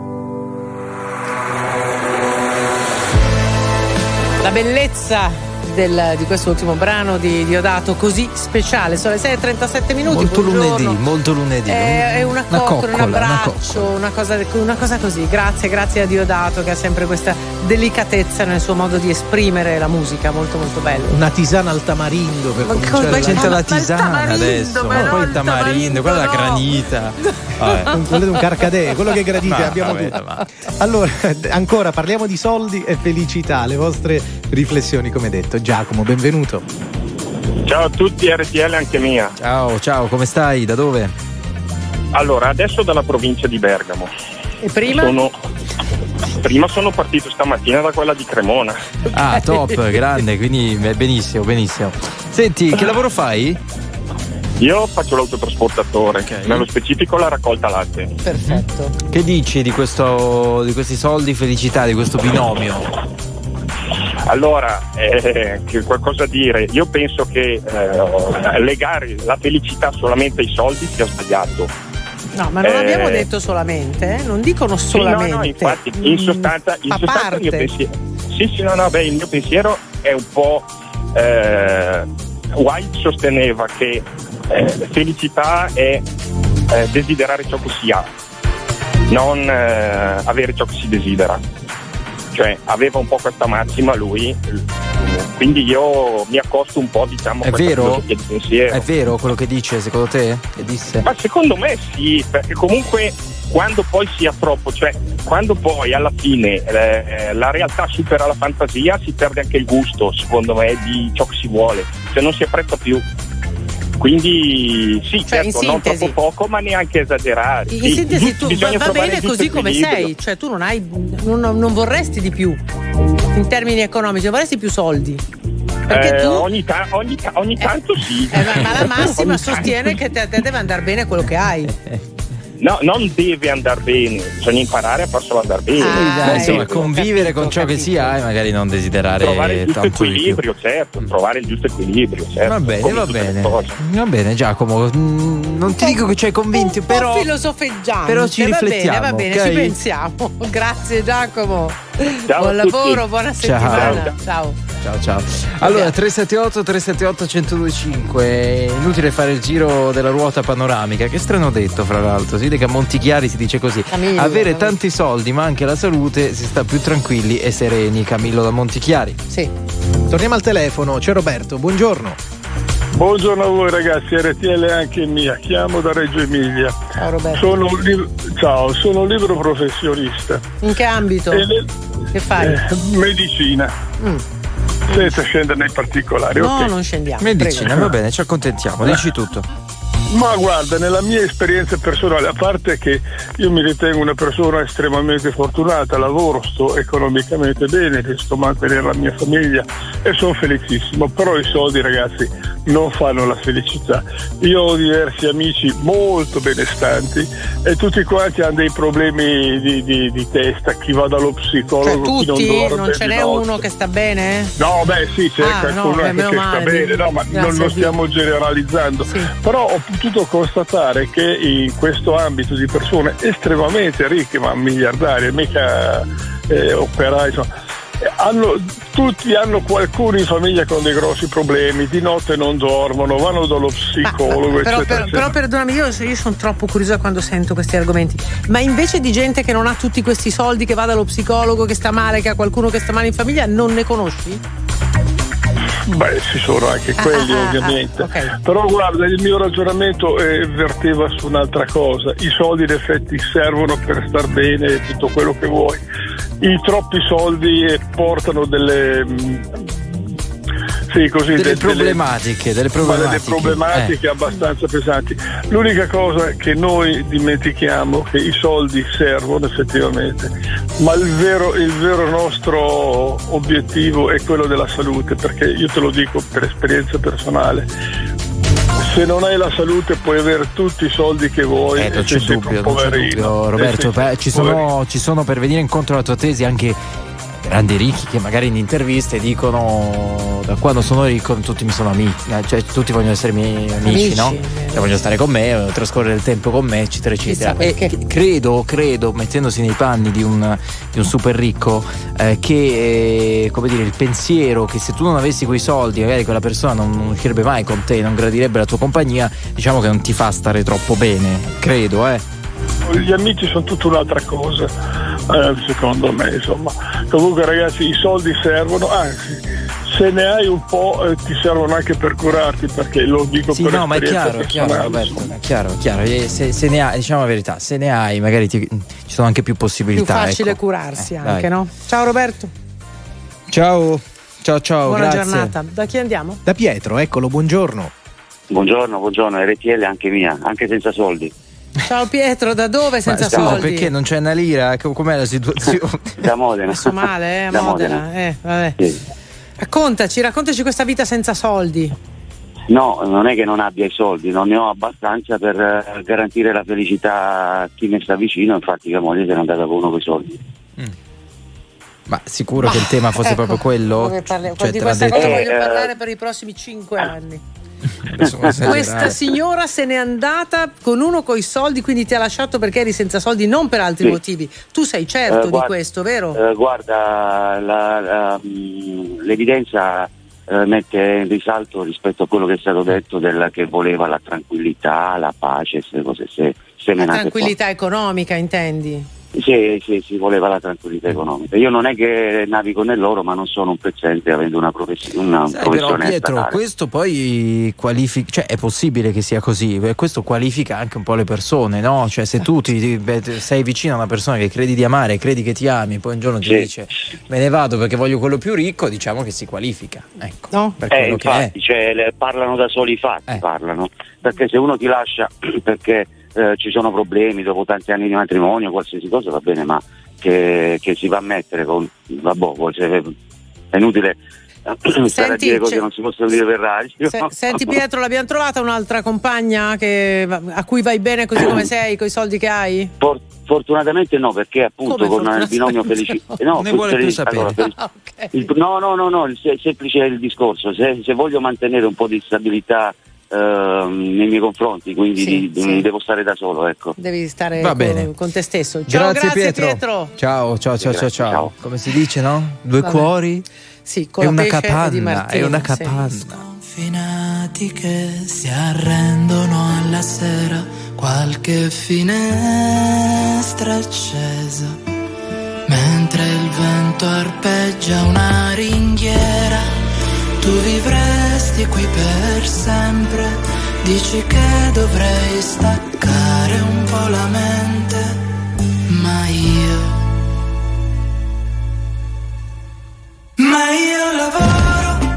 La bellezza di questo ultimo brano di Diodato, così speciale. Sono le 6:37 minuti. Molto lunedì. È una coccola, un abbraccio, una cosa così. Grazie a Diodato, che ha sempre questa delicatezza nel suo modo di esprimere la musica, molto molto bello. Una tisana al tamarindo per cominciare. C'entra la tisana adesso, ma poi il tamarindo, quella è la granita. Quello è un carcadè, quello che è granita abbiamo tutto. Allora, ancora parliamo di soldi e felicità, le vostre riflessioni, come detto. Giacomo, benvenuto. Ciao a tutti, RTL anche mia. Ciao, come stai? Da dove? Allora, adesso dalla provincia di Bergamo. E prima? Prima sono partito stamattina da quella di Cremona. Ah, top, grande, quindi benissimo. Senti, che lavoro fai? Io faccio l'autotrasportatore, nello specifico la raccolta latte. Perfetto. Che dici di questi soldi felicità, di questo binomio? Allora, che qualcosa dire? Io penso che legare la felicità solamente ai soldi sia sbagliato. No, ma non abbiamo detto solamente, non dicono solamente. Sì, no, infatti, in sostanza il mio pensiero. Il mio pensiero è un po'. White sosteneva che felicità è desiderare ciò che si ha, non avere ciò che si desidera. Cioè, aveva un po' questa massima lui, quindi io mi accosto un po', diciamo, a questa filosofia di pensiero. È vero quello che dice, secondo te? Che disse? Ma secondo me sì, perché comunque quando poi sia troppo, cioè quando poi alla fine la realtà supera la fantasia, si perde anche il gusto, secondo me, di ciò che si vuole, cioè non si apprezza più. Quindi sì, cioè, certo, non troppo poco, ma neanche esagerare. In sintesi, tu va bene così come sei, cioè tu non vorresti di più in termini economici, non vorresti più soldi. Perché tu ogni tanto sì. Ma la massima sostiene che te deve andare bene quello che hai. No, non deve andare bene, bisogna imparare a farselo andare bene. Insomma, convivere con ciò che si ha e magari non desiderare trovare il giusto tanto equilibrio, certo, trovare il giusto equilibrio, certo. Va bene, Giacomo, non ti dico che ci hai convinti, però filosofeggiante, però ci riflettiamo, va bene, okay? Ci pensiamo. Grazie Giacomo. Ciao, buon lavoro, buona settimana. Ciao. Allora, 378-378-1025. È inutile fare il giro della ruota panoramica. Che strano detto, fra l'altro. Si vede che a Montichiari si dice così: avere tanti soldi ma anche la salute, si sta più tranquilli e sereni. Camillo da Montichiari. Sì. Torniamo al telefono, c'è Roberto, buongiorno. Buongiorno a voi ragazzi, RTL anche mia, chiamo da Reggio Emilia. Ciao Roberto. Sono un libero professionista. In che ambito? Che fai? Medicina. Senza scendere nei particolari. No, okay. Non scendiamo. Medicina, prego. va bene, ci accontentiamo, dici tutto. Ma guarda, nella mia esperienza personale, a parte che io mi ritengo una persona estremamente fortunata, lavoro, sto economicamente bene, riesco a mantenere la mia famiglia e sono felicissimo, però i soldi, ragazzi, non fanno la felicità. Io ho diversi amici molto benestanti e tutti quanti hanno dei problemi di testa, chi va dallo psicologo, cioè, chi non dorme, non ce n'è uno che sta bene? No, beh sì, c'è qualcuno che sta bene, no, ma non stiamo generalizzando, sì. Però ho potuto constatare che in questo ambito di persone estremamente ricche, ma miliardarie, mica operai, insomma, tutti hanno qualcuno in famiglia con dei grossi problemi, di notte non dormono, vanno dallo psicologo, però perdonami, io sono troppo curiosa quando sento questi argomenti, ma invece di gente che non ha tutti questi soldi, che va dallo psicologo, che sta male, che ha qualcuno che sta male in famiglia, non ne conosci? Beh, ci sono anche quelli ovviamente, okay. Però guarda, il mio ragionamento verteva su un'altra cosa. I soldi in effetti servono per star bene e tutto quello che vuoi. I troppi soldi portano delle problematiche abbastanza pesanti. L'unica cosa che noi dimentichiamo è che i soldi servono effettivamente, ma il vero nostro obiettivo è quello della salute, perché io te lo dico per esperienza personale, se non hai la salute puoi avere tutti i soldi che vuoi non c'è dubbio, Roberto. Ci sono per venire incontro alla tua tesi anche grandi ricchi che magari in interviste dicono: da quando sono ricco tutti mi sono amici, cioè tutti vogliono essere miei amici, no? Cioè, vogliono stare con me, trascorrere il tempo con me, eccetera eccetera. E credo, mettendosi nei panni di un super ricco, che come dire, il pensiero che se tu non avessi quei soldi magari quella persona non uscirebbe mai con te, non gradirebbe la tua compagnia, diciamo che non ti fa stare troppo bene, credo. Gli amici sono tutta un'altra cosa, secondo me, insomma. Comunque ragazzi, i soldi servono, anzi se ne hai un po' ti servono anche per curarti, perché lo dico per no, ma è chiaro, Roberto, è chiaro. Se ne hai, diciamo la verità, se ne hai magari ci sono anche più possibilità. Più facile curarsi anche, dai. No? Ciao Roberto. Ciao, buona grazie. giornata. Da chi andiamo? Da Pietro, eccolo, buongiorno. Buongiorno, RTL anche mia, anche senza soldi. Ciao Pietro, da dove senza soldi? Perché non c'è una lira? Com'è la situazione? Da Modena. Messo male, a Da Modena. Vabbè. Sì. Raccontaci questa vita senza soldi. No, non è che non abbia i soldi, non ne ho abbastanza per garantire la felicità a chi mi sta vicino, infatti mia moglie se n'è andata con uno con i soldi. Ma sicuro che il tema fosse proprio quello? Di Cioè, questa cosa voglio parlare per i prossimi 5 anni. Questa signora se n'è andata con uno coi soldi, quindi ti ha lasciato perché eri senza soldi, non per altri motivi. Tu sei certo di questo, vero? Guarda, l'evidenza mette in risalto rispetto a quello che è stato detto che voleva la tranquillità, la pace, queste cose. La tranquillità economica, intendi? Sì, voleva la tranquillità economica. Io non è che navigo nell'oro, ma non sono un pezzente avendo una professione. Però Pietro, questo poi qualifica, cioè è possibile che sia così, questo qualifica anche un po' le persone, no? Cioè se tu sei vicino a una persona che credi di amare, credi che ti ami, poi un giorno ti dice me ne vado perché voglio quello più ricco, diciamo che si qualifica, ecco. No? Per quello infatti, che è. Parlano da soli i fatti, perché se uno ti lascia perché ci sono problemi dopo tanti anni di matrimonio, qualsiasi cosa va bene, ma che si va a mettere con è inutile stare a dire cose che non si possono dire per radio. Senti Pietro, l'abbiamo trovata un'altra compagna a cui vai bene così come sei, con i soldi che hai? Fortunatamente no, perché appunto con il binomio felicità ne vuole più sapere. Il semplice è il discorso, se voglio mantenere un po' di stabilità nei miei confronti, quindi devo stare da solo, ecco. Devi stare con te stesso. Grazie Pietro. Ciao. Come si dice, no? Due cuori? Sì, con è una pesce capanna, è una capanna. Sconfinati che si arrendono alla sera, qualche finestra accesa, mentre il vento arpeggia una ringhiera. Tu vivresti qui per sempre, dici che dovrei staccare un po' la mente, ma io lavoro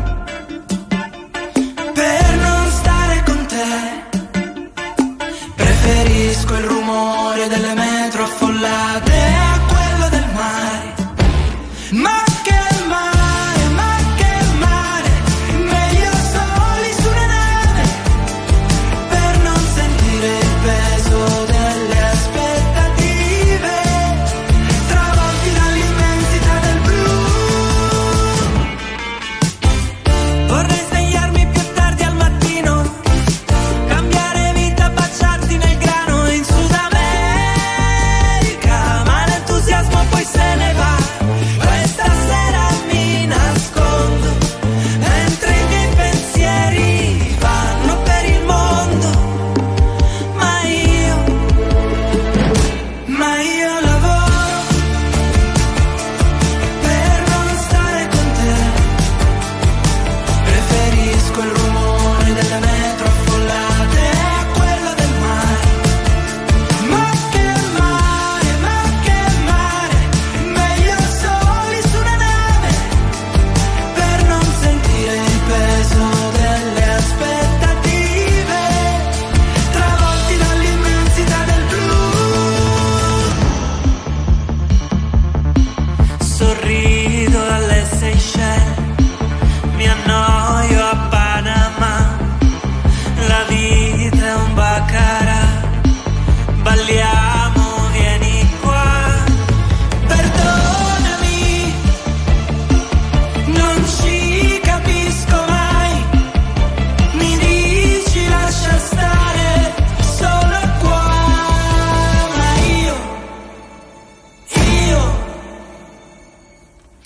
per non stare con te, preferisco il rumore delle metro affollate a quello del mare, ma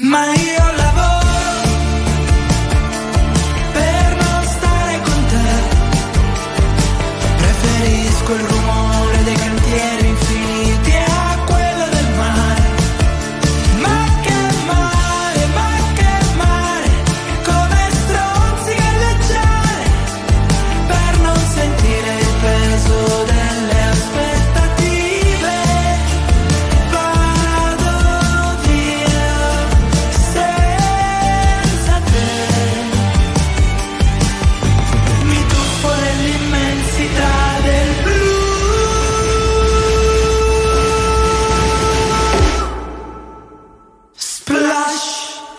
ma io lavoro per non stare con te. Preferisco il rumore dei cantieri infiniti a quello del mare. Ma che mare, come stronzi galleggiare per non sentire il peso delle aspettative. Vado via senza te, mi tuffo nell'immensità del blu. Splash.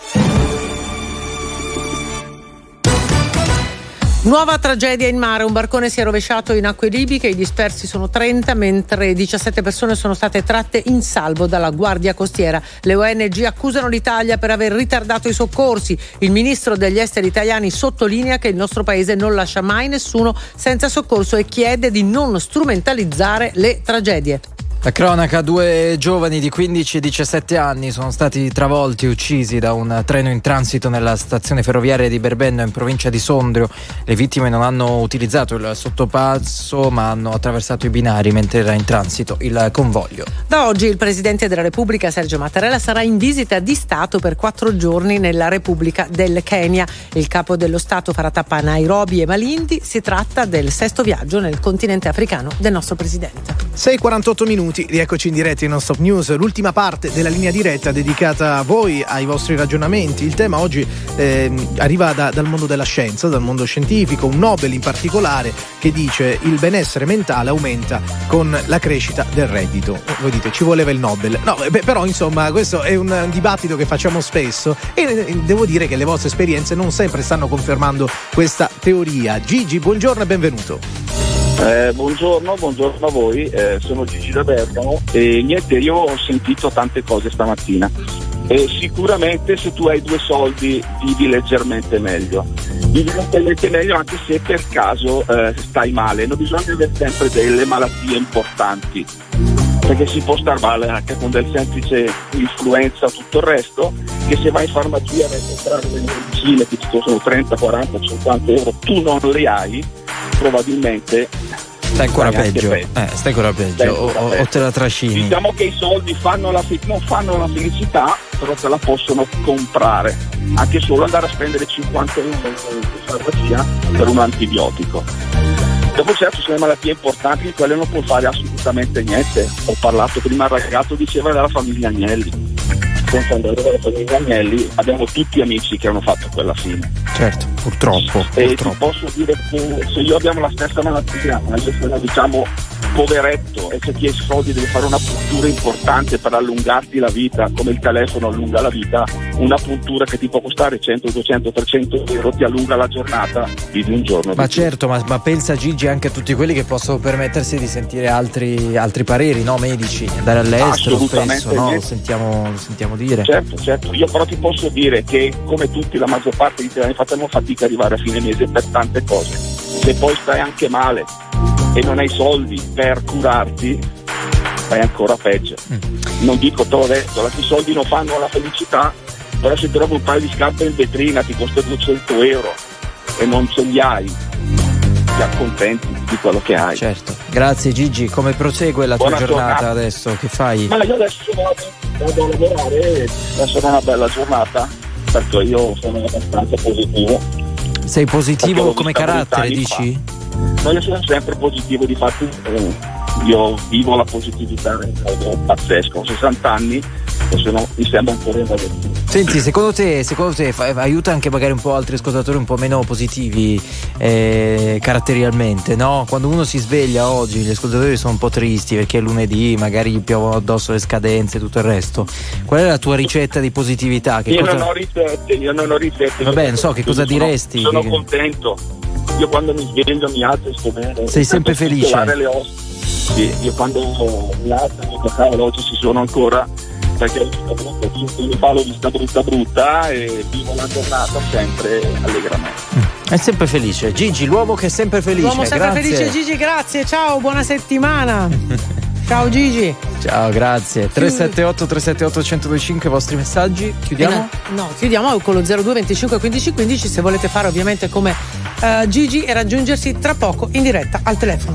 Nuova tragedia in mare, un barcone si è rovesciato in acque libiche, i dispersi sono 30 mentre 17 persone sono state tratte in salvo dalla Guardia Costiera. Le ONG accusano l'Italia per aver ritardato i soccorsi. Il ministro degli esteri italiani sottolinea che il nostro paese non lascia mai nessuno senza soccorso e chiede di non strumentalizzare le tragedie. La cronaca: 2 giovani di 15 e 17 anni sono stati travolti e uccisi da un treno in transito nella stazione ferroviaria di Berbendo in provincia di Sondrio. Le vittime non hanno utilizzato il sottopasso ma hanno attraversato i binari mentre era in transito il convoglio. Da oggi il Presidente della Repubblica Sergio Mattarella sarà in visita di Stato per 4 giorni nella Repubblica del Kenya. Il capo dello Stato farà tappa a Nairobi e Malindi. Si tratta del 6° viaggio nel continente africano del nostro Presidente. 6:48 minuti, rieccoci in diretta in Non Stop News, l'ultima parte della linea diretta dedicata a voi, ai vostri ragionamenti. Il tema oggi arriva dal mondo della scienza, dal mondo scientifico, un Nobel in particolare che dice il benessere mentale aumenta con la crescita del reddito. Voi dite ci voleva il Nobel, no, però insomma questo è un dibattito che facciamo spesso e devo dire che le vostre esperienze non sempre stanno confermando questa teoria. Gigi, buongiorno e benvenuto. Buongiorno a voi, sono Gigi da Bergamo e niente, io ho sentito tante cose stamattina e sicuramente se tu hai 2 soldi vivi leggermente meglio anche se per caso stai male. Non bisogna avere sempre delle malattie importanti, perché si può star male anche con del semplice influenza o tutto il resto, che se vai in farmacia vai a comprare delle medicine che ti costano 30, 40, 50 euro, tu non le hai, probabilmente stai ancora peggio, o te la trascini. Diciamo che i soldi non fanno la felicità, però te la possono comprare, anche solo andare a spendere 50 euro in farmacia per un antibiotico. Dopo certo sono malattie importanti, di quelle non può fare assolutamente niente. Ho parlato prima, il ragazzo diceva della famiglia Agnelli. Senza andare dalla famiglia Agnelli abbiamo tutti amici che hanno fatto quella fine. Certo, purtroppo. Ti posso dire che se io abbiamo la stessa malattia, ma io sono diciamo poveretto e se ti hai soldi devi fare una puntura importante per allungarti la vita, come il telefono allunga la vita, una puntura che ti può costare 100, 200, 300 euro ti allunga la giornata di un giorno. Ma certo, ma pensa Gigi anche a tutti quelli che possono permettersi di sentire altri pareri, no, medici, andare all'estero spesso, no? Lo sentiamo dire. Certo, io però ti posso dire che come tutti la maggior parte di italiani facciamo fatica ad arrivare a fine mese per tante cose. Se poi stai anche male e non hai soldi per curarti, vai ancora peggio. Non dico, te l'ho detto, i soldi non fanno la felicità, però se trovi un paio di scarpe in vetrina ti costa 200 euro e non ce li hai, ti accontenti di quello che hai. Certo. Grazie Gigi, come prosegue la tua giornata adesso? Che fai? Ma io adesso vado a lavorare, adesso è una bella giornata perché io sono abbastanza positivo. Sei positivo come carattere, dici? No, io sono sempre positivo, difatti io vivo la positività in modo pazzesco, ho 60 anni e mi sembra ancora in valore. Senti, secondo te aiuta anche magari un po' altri ascoltatori un po' meno positivi caratterialmente, no? Quando uno si sveglia oggi, gli ascoltatori sono un po' tristi perché è lunedì, magari gli piovono addosso le scadenze e tutto il resto. Qual è la tua ricetta di positività? Io non ho ricette. Vabbè, non so, che cosa diresti? Sono contento. Io quando mi sveglio mi alzo e sto bene. Sei sempre felice? Le ossa. Sì, io quando mi alzo mi dico cavolo, oggi ci sono ancora, perché 5 fa l'ho vista brutta e vivo la giornata sempre allegramente. È sempre felice. Gigi, l'uomo che è sempre felice. L'uomo sempre felice, Gigi, grazie, ciao, buona settimana. Ciao Gigi. Ciao, grazie. 378 378 1025 i vostri messaggi. Chiudiamo? No, chiudiamo con lo 02 25 15 15 se volete fare ovviamente come Gigi e raggiungersi tra poco in diretta al telefono.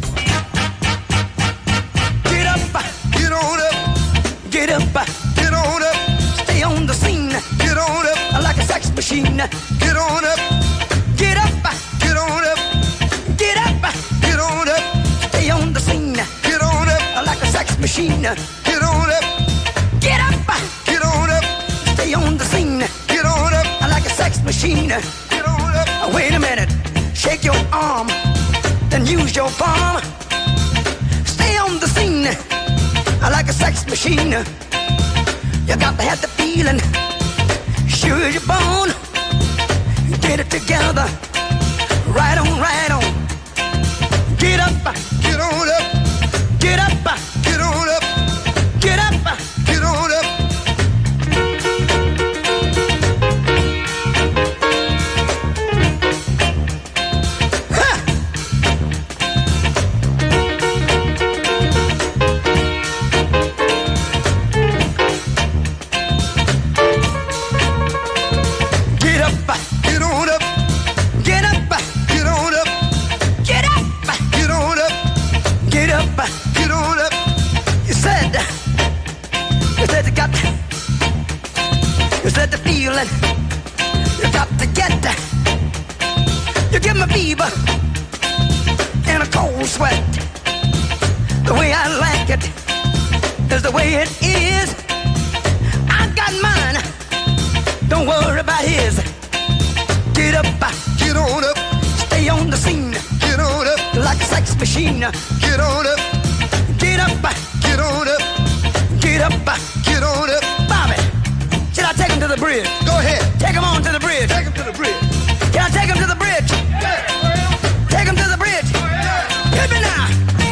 Get up, get on up, get up, get on up, stay on the scene, get on up, like a sex machine, get on up, get up, get on up, get up, get on up, stay on the scene, get on up, like a sex machine, get on up, get up, get on up, stay on the scene, get on up, like a sex machine, get on up, wait a minute, shake your arm, then use your palm. Stay on the scene, like a sex machine. You got to have the feeling, sure as you're born. Get it together, right on, right on. Get up, get on up, get up, get on up, get up, get on up. You got to get that. You give me fever and a cold sweat. The way I like it is the way it is. I got mine, don't worry about his. Get up, get on up, stay on the scene. Get on up, like a sex machine. Get on up, get up, get on up, get up, get on up. Bobby, should I take him to the bridge? Go ahead. Take him on to the bridge. Take him to the bridge. Can I take him to the bridge? Yeah. Take him to the bridge. Yeah. Hit me now.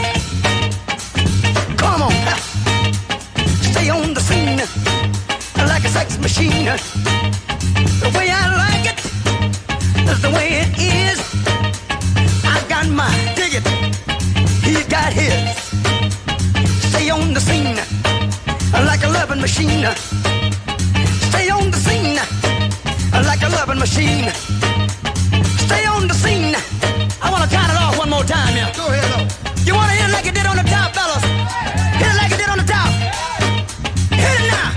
Come on. Stay on the scene like a sex machine. The way I like it is the way it is. I got mine. Dig it. He's got his. Stay on the scene like a loving machine. Stay on the scene like a loving machine. Stay on the scene. I want to count it off one more time, yeah. Go ahead, though. You want to hit it like you did on the top, fellas? Hit it like you did on the top. Hit it now.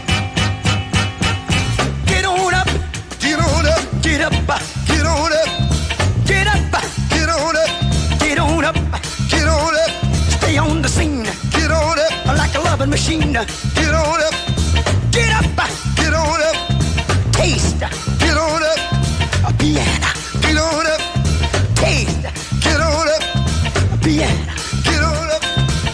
Get on up. Get on up. Get up. Get on up. Get up. Get on up. Get on up. Get on up. Stay on the scene. Get on up. Like a loving machine. Get on up. Get up. Get on up. Taste. Get on up. A piano. Get on up. Taste. Get on up. A piano. Get on up.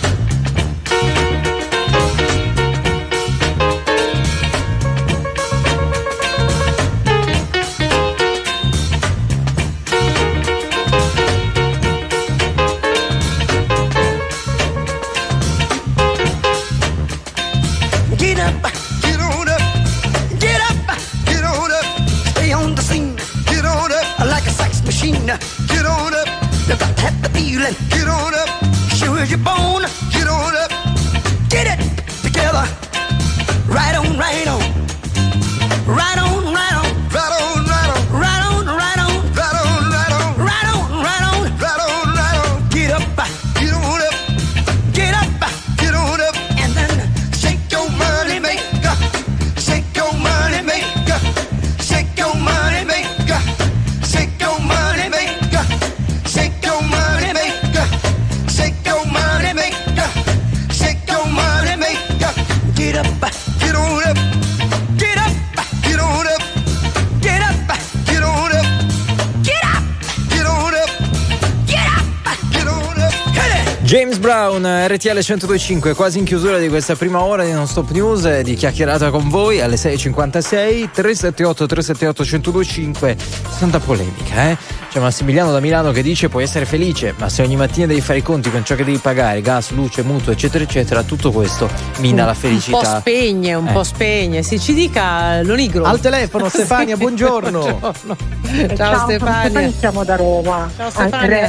Get up. Get on up. Get up. Get on up. Stay on the scene. Get on up. Like a sex machine. Get on up. You got to have the feeling. Get on up. Sure as you're born. Get on up. Get it together. Right on, right on. Right on, right on. Right on, right on. Right on, right on. Right on, right on. Right on, right on. Right on, right on. Get up. Get on up. Get up. Get on up. And then shake your money maker. Shake your money maker. Shake your money maker. Shake your money maker. Shake your money maker. Shake your money maker. Shake your money maker. Get up. Get on up. Get up. Get on up. Get up. Get on up. Get up. Get on up. Get up. Get on up. Hit it. James Brown, RTL 102.5, quasi in chiusura di questa prima ora di Non Stop News, di chiacchierata con voi alle 6.56. 378 378 1025. Tanta polemica, C'è Massimiliano da Milano che dice: puoi essere felice, ma se ogni mattina devi fare i conti con ciò che devi pagare, gas, luce, mutuo, eccetera eccetera, tutto questo mina la felicità. Un po' spegne. Si ci dica lo Nigro. Al telefono Stefania, buongiorno. Ciao Stefania. Siamo da Roma. Ciao Stefania.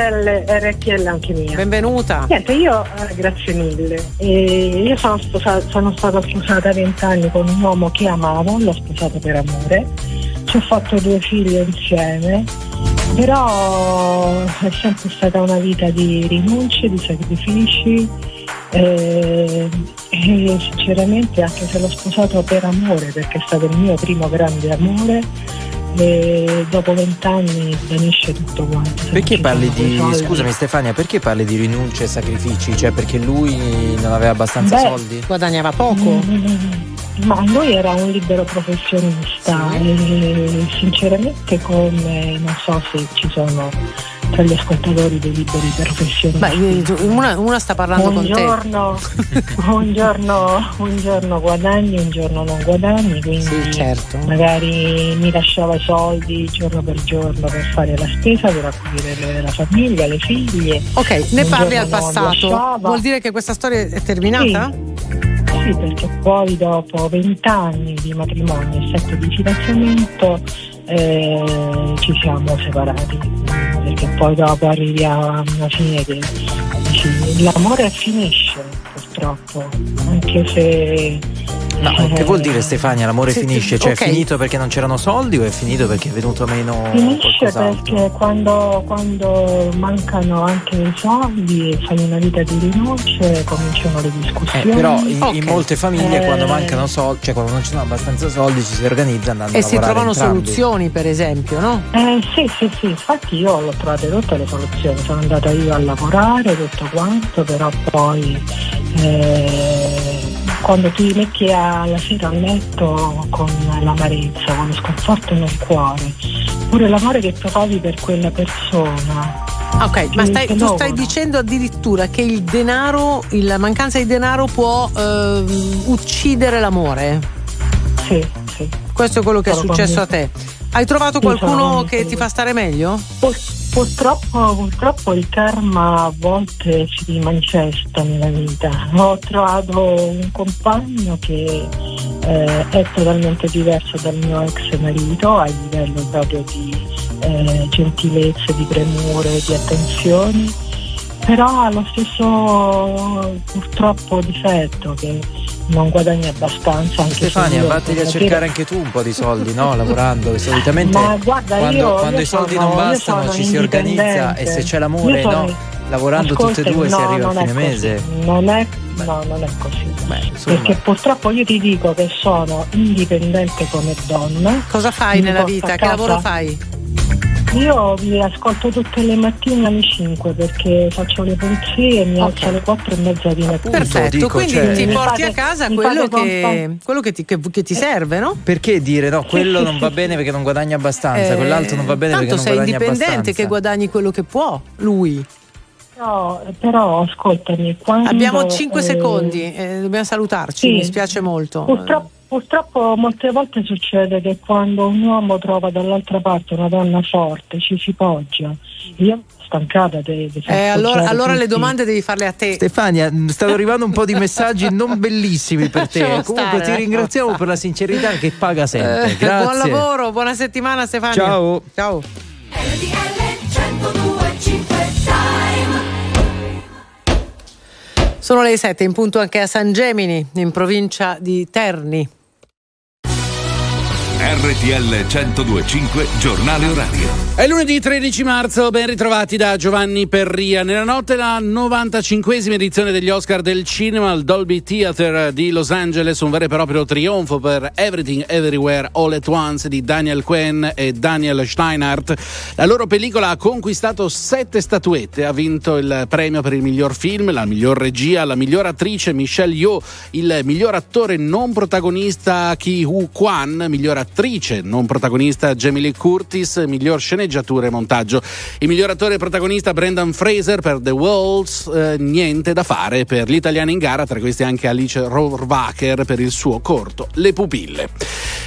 RTL anche mia. Benvenuta. Niente, io grazie mille. Io sono stata sposata 20 anni con un uomo che amavo, l'ho sposato per amore. Ci ho fatto 2 figli insieme, però è sempre stata una vita di rinunce, di sacrifici e sinceramente, anche se l'ho sposato per amore, perché è stato il mio primo grande amore, e dopo 20 anni svanisce tutto quanto. Perché parli di, scusami Stefania, perché parli di rinunce e sacrifici? Cioè perché lui non aveva abbastanza soldi? Guadagnava poco? Ma lui era un libero professionista e sinceramente, come non so se ci sono tra gli ascoltatori dei liberi professionisti. Una sta parlando con te. Un giorno guadagni, un giorno non guadagni, quindi certo. Magari mi lasciava i soldi giorno per giorno per fare la spesa, per accudire la famiglia, le figlie. Ok, ne parli al passato. Vuol dire che questa storia è terminata? Sì, perché poi dopo 20 anni di matrimonio e 7 di fidanzamento ci siamo separati, perché poi dopo arrivi a una fine che dici, l'amore finisce purtroppo, anche se no, che vuol dire Stefania l'amore finisce? Cioè okay. È finito perché non c'erano soldi o è finito perché è venuto meno finisce qualcos'altro? Perché quando mancano anche i soldi e fai una vita di rinunce cominciano le discussioni. Però in molte famiglie quando mancano soldi, cioè quando non ci sono abbastanza soldi, ci si organizza andando a lavorare si trovano entrambi. Soluzioni, per esempio, no? Sì, infatti io l'ho trovate tutte le soluzioni, sono andata io a lavorare tutto quanto, però poi quando ti metti alla sera a letto con l'amarezza, con lo sconforto nel cuore, pure l'amore che provavi per quella persona. Ok, ma tu stai dicendo addirittura che il denaro, la mancanza di denaro può uccidere l'amore? Sì. Questo è quello che è successo a te. Hai trovato qualcuno che ti fa stare meglio? Purtroppo il karma a volte si manifesta nella vita. Ho trovato un compagno che è totalmente diverso dal mio ex marito a livello proprio di gentilezze, di premure, di attenzioni, però ha lo stesso purtroppo difetto che non guadagni abbastanza. Anche Stefania, vattene a cercare anche tu un po' di soldi, no? Lavorando, che solitamente quando i soldi non bastano ci si organizza, e se c'è l'amore, lavorando tutte e due si arriva a fine mese. Non è così. Perché purtroppo io ti dico che sono indipendente come donna. Cosa fai nella vita? Che lavoro fai? Io vi ascolto tutte le mattine alle 5 perché faccio le pulizie e mi alzo alle 4:30 di mattina. Perfetto, quindi ti porti a casa quello che ti serve, no? Perché dire no, quello non va bene perché non guadagna abbastanza, quell'altro non va bene perché non guadagna abbastanza. Tanto sei indipendente, che guadagni quello che può lui. No, però ascoltami, quando abbiamo 5 secondi, dobbiamo salutarci, mi spiace molto. Purtroppo molte volte succede che quando un uomo trova dall'altra parte una donna forte ci si poggia. Io stancata di allora le domande devi farle a te. Stefania, stanno arrivando un po' di messaggi non bellissimi per te. Comunque ti ringraziamo per la sincerità che paga sempre. Grazie. Buon lavoro, buona settimana Stefania. Ciao. Sono le 7 in punto anche a San Gemini, in provincia di Terni. RTL 102.5 Giornale Orario. È lunedì 13 marzo, ben ritrovati da Giovanni Perria. Nella notte la 95esima edizione degli Oscar del cinema al Dolby Theatre di Los Angeles, un vero e proprio trionfo per Everything Everywhere All at Once di Daniel Kwan e Daniel Steinhardt. La loro pellicola ha conquistato 7 statuette, ha vinto il premio per il miglior film, la miglior regia, la miglior attrice Michelle Yeoh, il miglior attore non protagonista Ki-Woo Kwan, miglior attrice non protagonista Jamie Lee Curtis, miglior sceneggiatura e montaggio. Il miglior attore protagonista Brendan Fraser per The Walls, niente da fare per gli italiani in gara, tra questi anche Alice Rohrwacher per il suo corto Le pupille.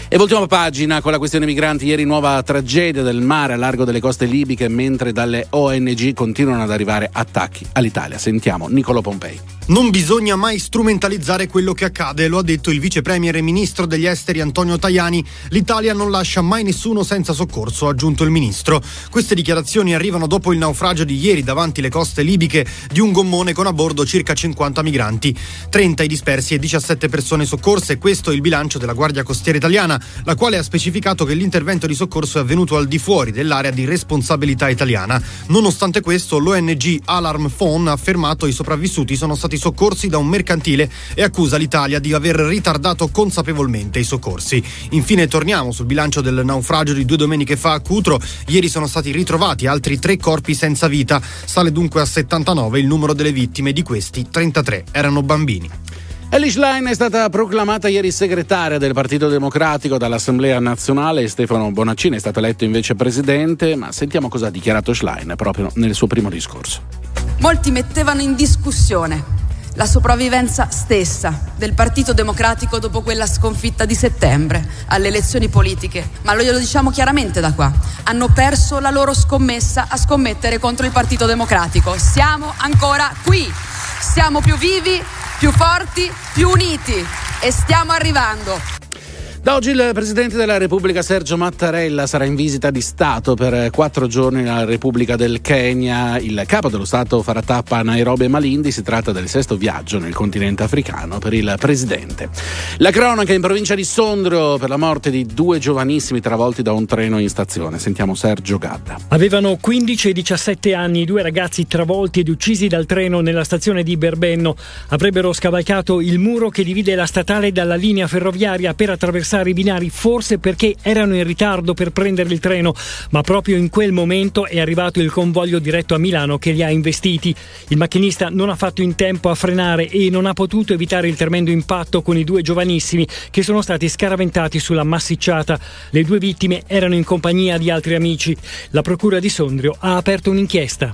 E voltiamo pagina con la questione migranti. Ieri nuova tragedia del mare a largo delle coste libiche, mentre dalle ONG continuano ad arrivare attacchi all'Italia. Sentiamo Niccolò Pompei. Non bisogna mai strumentalizzare quello che accade, lo ha detto il vice premier e ministro degli esteri Antonio Tajani. L'Italia non lascia mai nessuno senza soccorso, ha aggiunto il ministro. Queste dichiarazioni arrivano dopo il naufragio di ieri davanti le coste libiche di un gommone con a bordo circa 50 migranti. 30 i dispersi e 17 persone soccorse. Questo è il bilancio della Guardia Costiera Italiana, la quale ha specificato che l'intervento di soccorso è avvenuto al di fuori dell'area di responsabilità italiana. Nonostante questo, l'ONG Alarm Phone ha affermato che i sopravvissuti sono stati soccorsi da un mercantile e accusa l'Italia di aver ritardato consapevolmente i soccorsi. Infine torniamo sul bilancio del naufragio di 2 domeniche fa a Cutro. Ieri sono stati ritrovati altri 3 corpi senza vita. Sale dunque a 79 il numero delle vittime, di questi 33 erano bambini. Elly Schlein è stata proclamata ieri segretaria del Partito Democratico dall'Assemblea Nazionale e Stefano Bonaccini è stato eletto invece presidente, ma sentiamo cosa ha dichiarato Schlein proprio nel suo primo discorso. Molti mettevano in discussione la sopravvivenza stessa del Partito Democratico dopo quella sconfitta di settembre alle elezioni politiche, ma lo diciamo chiaramente da qua: hanno perso la loro scommessa a scommettere contro il Partito Democratico. Siamo ancora qui, siamo più vivi, più forti, più uniti e stiamo arrivando. Da oggi il Presidente della Repubblica Sergio Mattarella sarà in visita di Stato per 4 giorni nella Repubblica del Kenya. Il capo dello Stato farà tappa a Nairobi e Malindi. Si tratta del 6º viaggio nel continente africano per il Presidente. La cronaca in provincia di Sondrio per la morte di 2 giovanissimi travolti da un treno in stazione. Sentiamo Sergio Gadda. Avevano 15 e 17 anni, 2 ragazzi travolti ed uccisi dal treno nella stazione di Berbenno. Avrebbero scavalcato il muro che divide la statale dalla linea ferroviaria per attraversare i binari, forse perché erano in ritardo per prendere il treno, ma proprio in quel momento è arrivato il convoglio diretto a Milano che li ha investiti. Il macchinista non ha fatto in tempo a frenare e non ha potuto evitare il tremendo impatto con i 2 giovanissimi che sono stati scaraventati sulla massicciata. Le 2 vittime erano in compagnia di altri amici. La procura di Sondrio ha aperto un'inchiesta.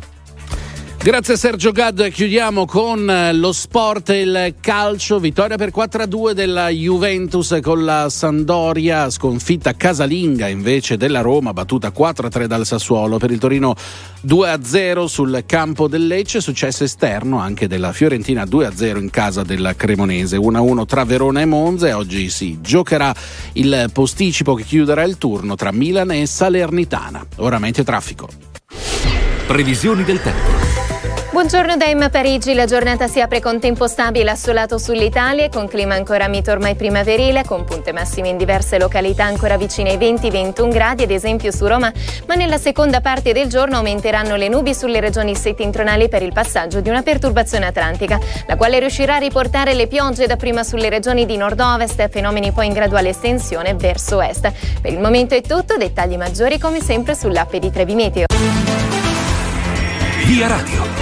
Grazie Sergio Gadd. Chiudiamo con lo sport e il calcio. Vittoria per 4-2 della Juventus con la Sampdoria, sconfitta casalinga invece della Roma, battuta 4-3 dal Sassuolo. Per il Torino 2-0 sul campo del Lecce, successo esterno anche della Fiorentina 2-0 in casa della Cremonese, 1-1 tra Verona e Monza e oggi si giocherà il posticipo che chiuderà il turno tra Milan e Salernitana. Ora mente traffico. Previsioni del tempo. Buongiorno da Emma Parigi, la giornata si apre con tempo stabile assolato sull'Italia e con clima ancora mite ormai primaverile, con punte massime in diverse località ancora vicine ai 20-21 gradi, ad esempio su Roma, ma nella seconda parte del giorno aumenteranno le nubi sulle regioni settentrionali per il passaggio di una perturbazione atlantica, la quale riuscirà a riportare le piogge dapprima sulle regioni di nord-ovest, fenomeni poi in graduale estensione verso est. Per il momento è tutto, dettagli maggiori come sempre sull'app di Trebi Meteo. Via Radio.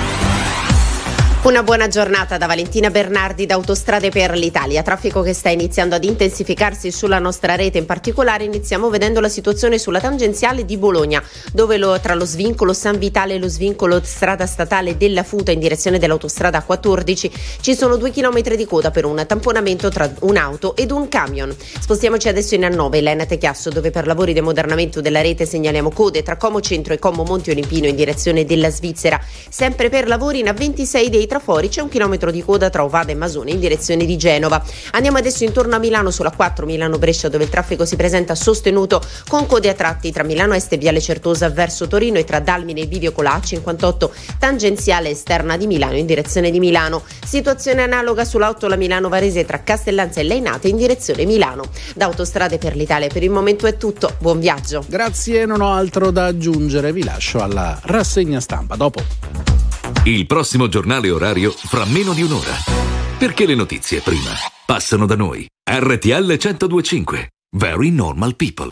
Una buona giornata da Valentina Bernardi da Autostrade per l'Italia. Traffico che sta iniziando ad intensificarsi sulla nostra rete. In particolare iniziamo vedendo la situazione sulla tangenziale di Bologna, dove tra lo svincolo San Vitale e lo svincolo strada statale della Futa in direzione dell'autostrada 14 ci sono 2 chilometri di coda per un tamponamento tra un'auto ed un camion. Spostiamoci adesso in A9, Lenate Chiasso, dove per lavori di ammodernamento della rete segnaliamo code tra Como Centro e Como Monte Olimpino in direzione della Svizzera. Sempre per lavori in A26 dei trafori c'è 1 chilometro di coda tra Ovada e Masone in direzione di Genova. Andiamo adesso intorno a Milano sulla 4 Milano-Brescia, dove il traffico si presenta sostenuto con code a tratti tra Milano Est e Viale Certosa verso Torino e tra Dalmine e Bivio con la A58 tangenziale esterna di Milano in direzione di Milano. Situazione analoga sull'auto la Milano-Varese tra Castellanza e Leinate in direzione Milano. Da Autostrade per l'Italia per il momento è tutto, buon viaggio. Grazie, non ho altro da aggiungere, vi lascio alla rassegna stampa. Dopo. Il prossimo giornale orario fra meno di un'ora. Perché le notizie prima passano da noi. RTL 102.5. Very Normal People.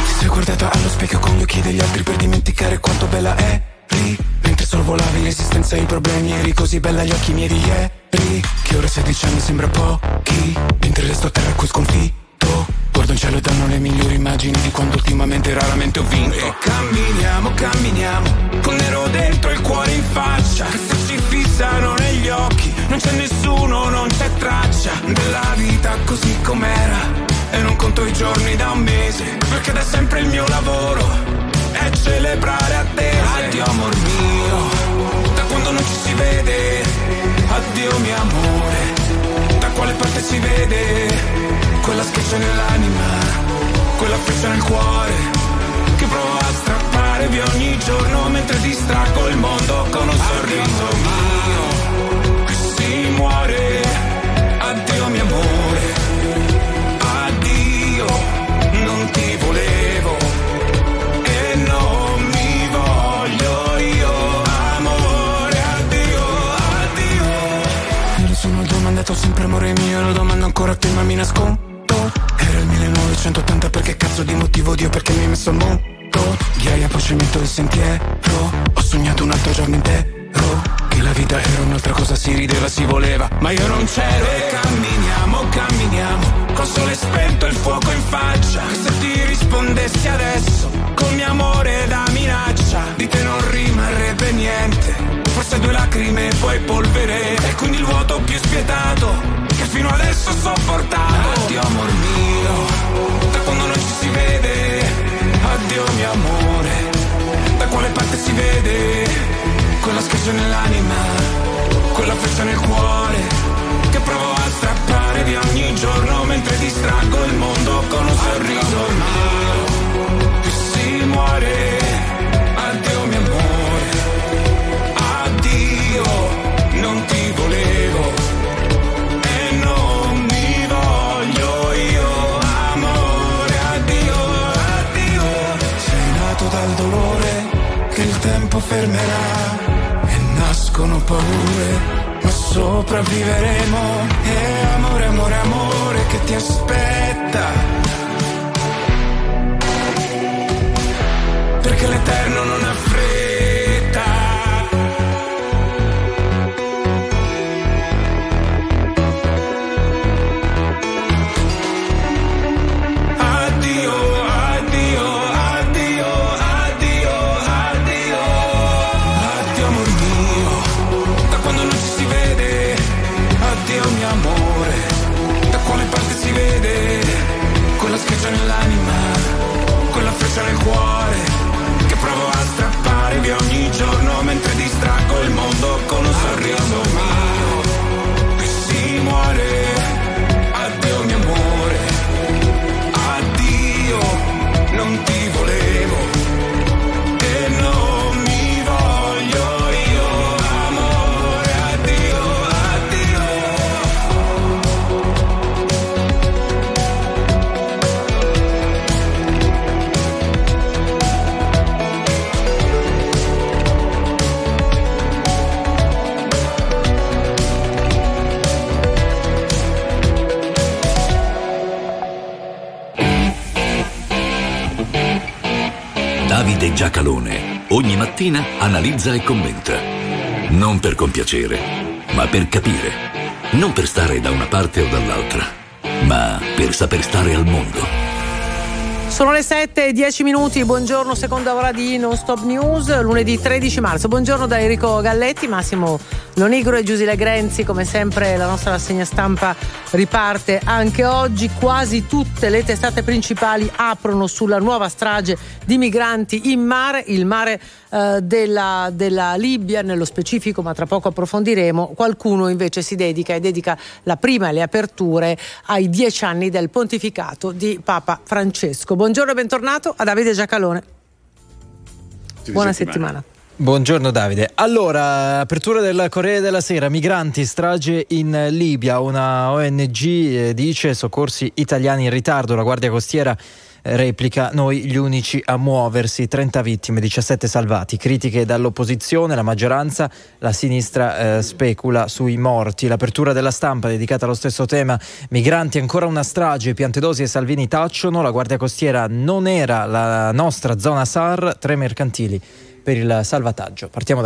Degli altri per dimenticare quanto bella eri, mentre sorvolavi l'esistenza sei problemi, eri così bella agli occhi miei di ieri, che ora 16 anni sembra pochi, mentre resto a terra qui sconfitto, guardo in cielo e danno le migliori immagini di quando ultimamente raramente ho vinto. E camminiamo, camminiamo, con nero dentro e il cuore in faccia, che se ci fissano negli occhi non c'è nessuno, non c'è traccia della vita così com'era, e non conto i giorni da un mese, perché da sempre il mio lavoro è celebrare attese. Addio amor mio, da quando non ci si vede, addio mio amore, da quale parte si vede quella schiaccia nell'anima, quella freccia nel cuore, che provo a strappare via ogni giorno mentre distraggo il mondo con un sorriso mio, che si muore. Addio mio amore, addio, non ti volevo e non mi voglio io, amore, addio, addio. Me lo sono domandato sempre amore mio, lo domando ancora a te ma mi nascondo. Era il 1980, perché cazzo di motivo Dio, perché mi hai messo al mondo? Ghiaia, poi cemento il sentiero, ho sognato un altro giorno intero, che la vita era un'altra cosa, si rideva, si voleva, ma io non c'ero. E camminiamo, camminiamo, col sole spento e il fuoco in faccia, che se ti rispondessi adesso, con mio amore da minaccia, di te non rimarrebbe niente, forse 2 lacrime e poi polvere, e quindi il vuoto più spietato, che fino adesso ho sopportato. Addio amor mio, da quando non ci si vede, addio mio amore, da quale parte si vede quella schiaccia nell'anima, quella freccia nel cuore, che provo a strappare via ogni giorno mentre distraggo il mondo con un sorriso mio, che si muore. Addio mio amore, addio, non ti volevo e non mi voglio io, amore, addio, addio. Sei nato dal dolore che il tempo fermerà, nascono paure, ma sopravviveremo. E amore, amore, amore che ti aspetta, perché l'eterno non ha fretta. Addio, addio, addio, addio, addio, addio amor mio, da quando non ci si vede, addio mio amore, da quale parte si vede quella schiaccia nell'anima, quella freccia nel cuore, che provo a strappare via ogni giorno mentre distraggo il mondo con un sorriso mio, che si muore. Addio mio amore, addio, non ti volevo e non mi voglio io, amore, addio, addio. Davide Giacalone ogni mattina analizza e commenta. Non per compiacere, ma per capire. Non per stare da una parte o dall'altra, ma per saper stare al mondo. Sono le 7:10, buongiorno, seconda ora di Non Stop News, lunedì 13 marzo. Buongiorno da Enrico Galletti, Massimo Lonigro e Giusile Grenzi. Come sempre la nostra rassegna stampa riparte anche oggi. Quasi tutte le testate principali aprono sulla nuova strage di migranti in mare, il mare della Libia nello specifico, ma tra poco approfondiremo. Qualcuno invece si dedica la prima e le aperture ai 10 anni del pontificato di Papa Francesco. Buongiorno e bentornato a Davide Giacalone. Buona settimana. Buongiorno Davide. Allora, apertura del Corriere della Sera, migranti, strage in Libia, una ONG dice soccorsi italiani in ritardo, la Guardia Costiera replica noi gli unici a muoversi, 30 vittime, 17 salvati, critiche dall'opposizione, la maggioranza, la sinistra specula sui morti. L'apertura della Stampa dedicata allo stesso tema, migranti ancora una strage, Piantedosi e Salvini tacciono, la Guardia Costiera non era la nostra zona SAR, 3 mercantili per il salvataggio. Partiamo da qui.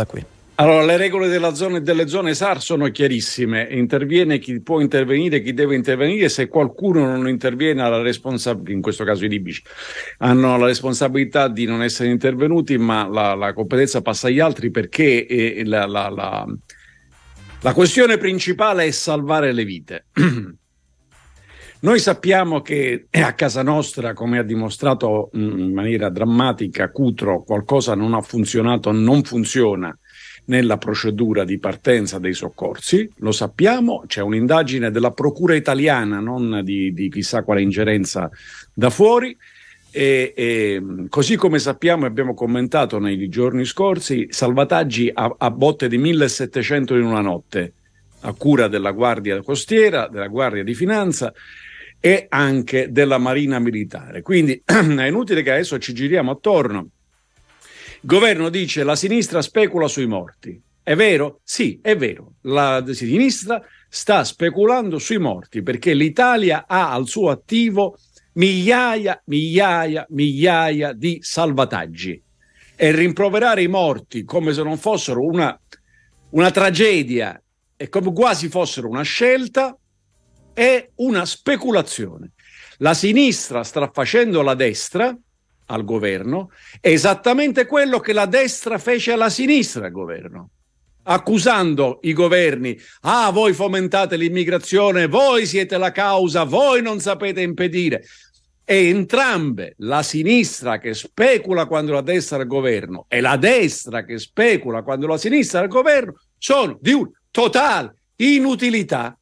Allora, le regole delle zone SAR sono chiarissime. Interviene chi può intervenire, chi deve intervenire. Se qualcuno non interviene, in questo caso i libici hanno la responsabilità di non essere intervenuti, ma la competenza passa agli altri, perché la questione principale è salvare le vite. Noi sappiamo che a casa nostra, come ha dimostrato in maniera drammatica Cutro, qualcosa non ha funzionato, non funziona nella procedura di partenza dei soccorsi. Lo sappiamo, c'è un'indagine della Procura italiana, non di chissà quale ingerenza da fuori, e così come sappiamo e abbiamo commentato nei giorni scorsi, salvataggi a botte di 1.700 in una notte, a cura della Guardia Costiera, della Guardia di Finanza e anche della Marina Militare. Quindi è inutile che adesso ci giriamo attorno. Il governo dice la sinistra specula sui morti. È vero? Sì, è vero. La sinistra sta speculando sui morti, perché l'Italia ha al suo attivo migliaia di salvataggi, e rimproverare i morti come se non fossero una tragedia e come quasi fossero una scelta è una speculazione. La sinistra sta facendo la destra al governo esattamente quello che la destra fece alla sinistra al governo, accusando i governi: voi fomentate l'immigrazione, voi siete la causa, voi non sapete impedire. E entrambe, la sinistra che specula quando la destra è al governo e la destra che specula quando la sinistra è al governo, sono di un totale inutilità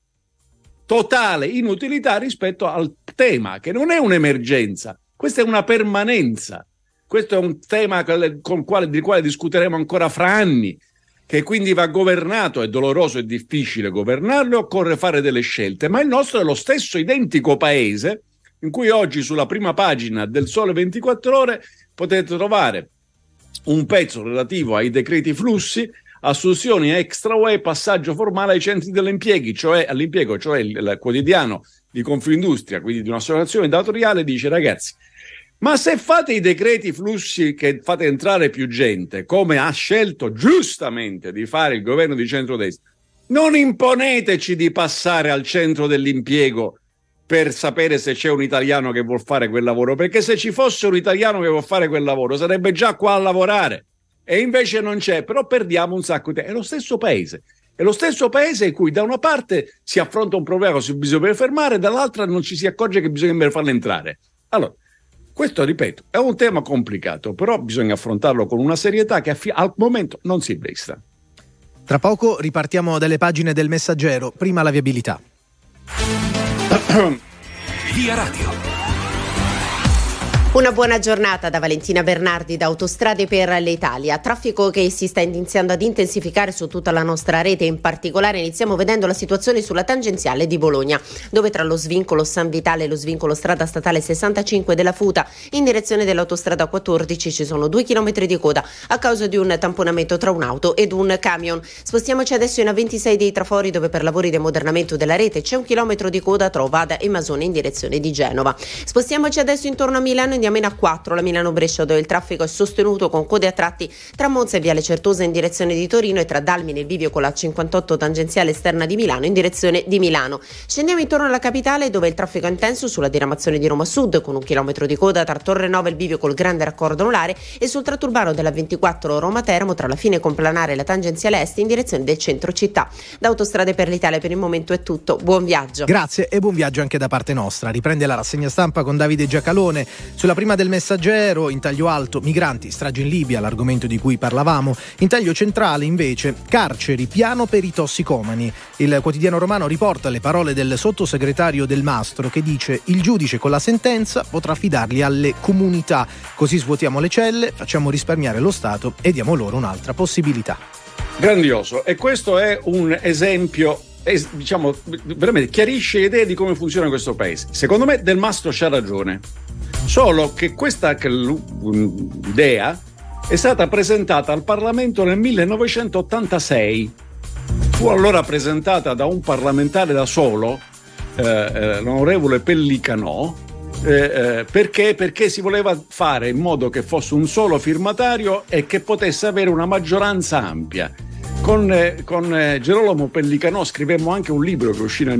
rispetto al tema, che non è un'emergenza. Questa è una permanenza, questo è un tema del quale discuteremo ancora fra anni, che quindi va governato. È doloroso e difficile governarlo, occorre fare delle scelte, ma il nostro è lo stesso identico paese in cui oggi sulla prima pagina del Sole 24 Ore potete trovare un pezzo relativo ai decreti flussi, assunzioni extra UE, passaggio formale ai centri dell'impiego, cioè il quotidiano di Confindustria, quindi di un'associazione datoriale, dice: ragazzi, ma se fate i decreti flussi che fate entrare più gente, come ha scelto giustamente di fare il governo di centrodestra, non imponeteci di passare al centro dell'impiego per sapere se c'è un italiano che vuol fare quel lavoro, perché se ci fosse un italiano che vuol fare quel lavoro sarebbe già qua a lavorare, e invece non c'è. Però perdiamo un sacco di tempo. È lo stesso paese in cui da una parte si affronta un problema che bisogna fermare, dall'altra non ci si accorge che bisogna farlo entrare. Allora, questo, ripeto, è un tema complicato, però bisogna affrontarlo con una serietà che al momento non si presta. Tra poco ripartiamo dalle pagine del Messaggero, prima la viabilità. Via Radio. Una buona giornata da Valentina Bernardi da Autostrade per l'Italia. Traffico che si sta iniziando ad intensificare su tutta la nostra rete, in particolare iniziamo vedendo la situazione sulla tangenziale di Bologna, dove tra lo svincolo San Vitale e lo svincolo strada statale 65 della Futa in direzione dell'autostrada 14 ci sono 2 chilometri di coda a causa di un tamponamento tra un'auto ed un camion. Spostiamoci adesso in A26 dei Trafori, dove per lavori di ammodernamento della rete c'è 1 chilometro di coda tra Ovada e Masone in direzione di Genova. Spostiamoci adesso intorno a Milano, andiamo in A4, la Milano-Brescia, dove il traffico è sostenuto con code a tratti tra Monza e Viale Certosa in direzione di Torino e tra Dalmine e Bivio con la 58 tangenziale esterna di Milano in direzione di Milano. Scendiamo intorno alla capitale, dove il traffico è intenso sulla diramazione di Roma Sud con 1 chilometro di coda tra Torre Nova e il Bivio col grande raccordo anulare e sul tratto urbano della 24 Roma Teramo tra la fine complanare e la tangenziale est in direzione del centro città. Da Autostrade per l'Italia per il momento è tutto, buon viaggio. Grazie e buon viaggio anche da parte nostra. Riprende la rassegna stampa con Davide Giacalone. Sulla prima del Messaggero, in taglio alto, migranti, strage in Libia, l'argomento di cui parlavamo. In taglio centrale invece, carceri, piano per i tossicomani. Il quotidiano romano riporta le parole del sottosegretario Del Mastro, che dice: il giudice con la sentenza potrà affidarli alle comunità, così svuotiamo le celle, facciamo risparmiare lo Stato e diamo loro un'altra possibilità. Grandioso, e questo è un esempio, diciamo, veramente chiarisce l'idea di come funziona questo paese. Secondo me Del Mastro c'ha ragione, solo che questa idea è stata presentata al Parlamento nel 1986. Fu allora presentata da un parlamentare da solo, l'onorevole Pellicanò, perché si voleva fare in modo che fosse un solo firmatario e che potesse avere una maggioranza ampia. Con Gerolamo Pellicanò scrivemmo anche un libro che uscì nel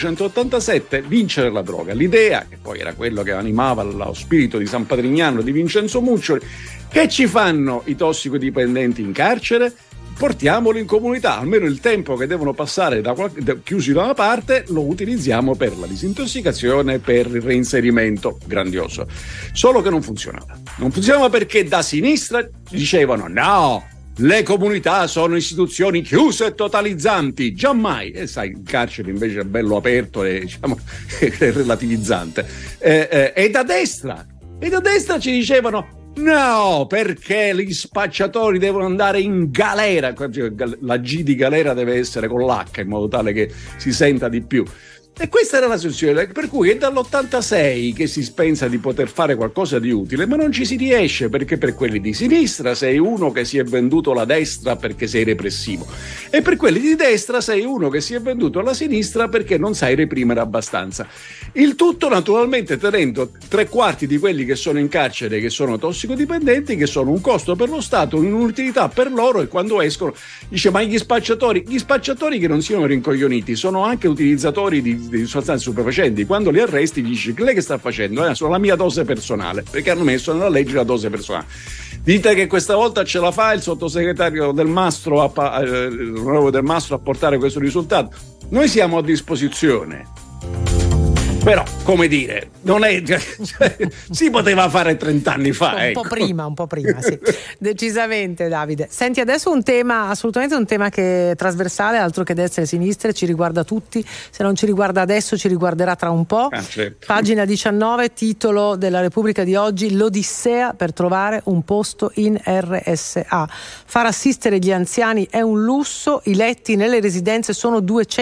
1987, Vincere la droga. L'idea, che poi era quello che animava lo spirito di San Patrignano di Vincenzo Muccioli, che ci fanno i tossicodipendenti in carcere? Portiamoli in comunità, almeno il tempo che devono passare chiusi da una parte lo utilizziamo per la disintossicazione, per il reinserimento. Grandioso. Solo che non funzionava. Non funzionava perché da sinistra dicevano no, le comunità sono istituzioni chiuse e totalizzanti, giammai. E sai, il carcere invece è bello aperto e diciamo è relativizzante. E da destra ci dicevano no, perché gli spacciatori devono andare in galera. La G di galera deve essere con l'H in modo tale che si senta di più. E questa era la situazione, per cui è dall'86 che si pensa di poter fare qualcosa di utile, ma non ci si riesce, perché per quelli di sinistra sei uno che si è venduto alla destra perché sei repressivo, e per quelli di destra sei uno che si è venduto alla sinistra perché non sai reprimere abbastanza. Il tutto naturalmente tenendo 3/4 di quelli che sono in carcere, che sono tossicodipendenti, che sono un costo per lo Stato, un'utilità per loro, e quando escono dice ma gli spacciatori che non siano rincoglioniti sono anche utilizzatori di sostanze stupefacenti. Quando li arresti gli dici lei che sta facendo? Sono la mia dose personale, perché hanno messo nella legge la dose personale. Dite che questa volta ce la fa il sottosegretario Del Mastro l'onorevole Del Mastro a portare questo risultato? Noi siamo a disposizione, però come dire, non è si poteva fare 30 anni fa, un po' prima sì. Decisamente, Davide. Senti, adesso un tema che è trasversale, altro che destra e sinistra, ci riguarda tutti. Se non ci riguarda adesso ci riguarderà tra un po'. Certo. Pagina 19, titolo della Repubblica di oggi: l'odissea per trovare un posto in RSA. Far assistere gli anziani è un lusso, i letti nelle residenze sono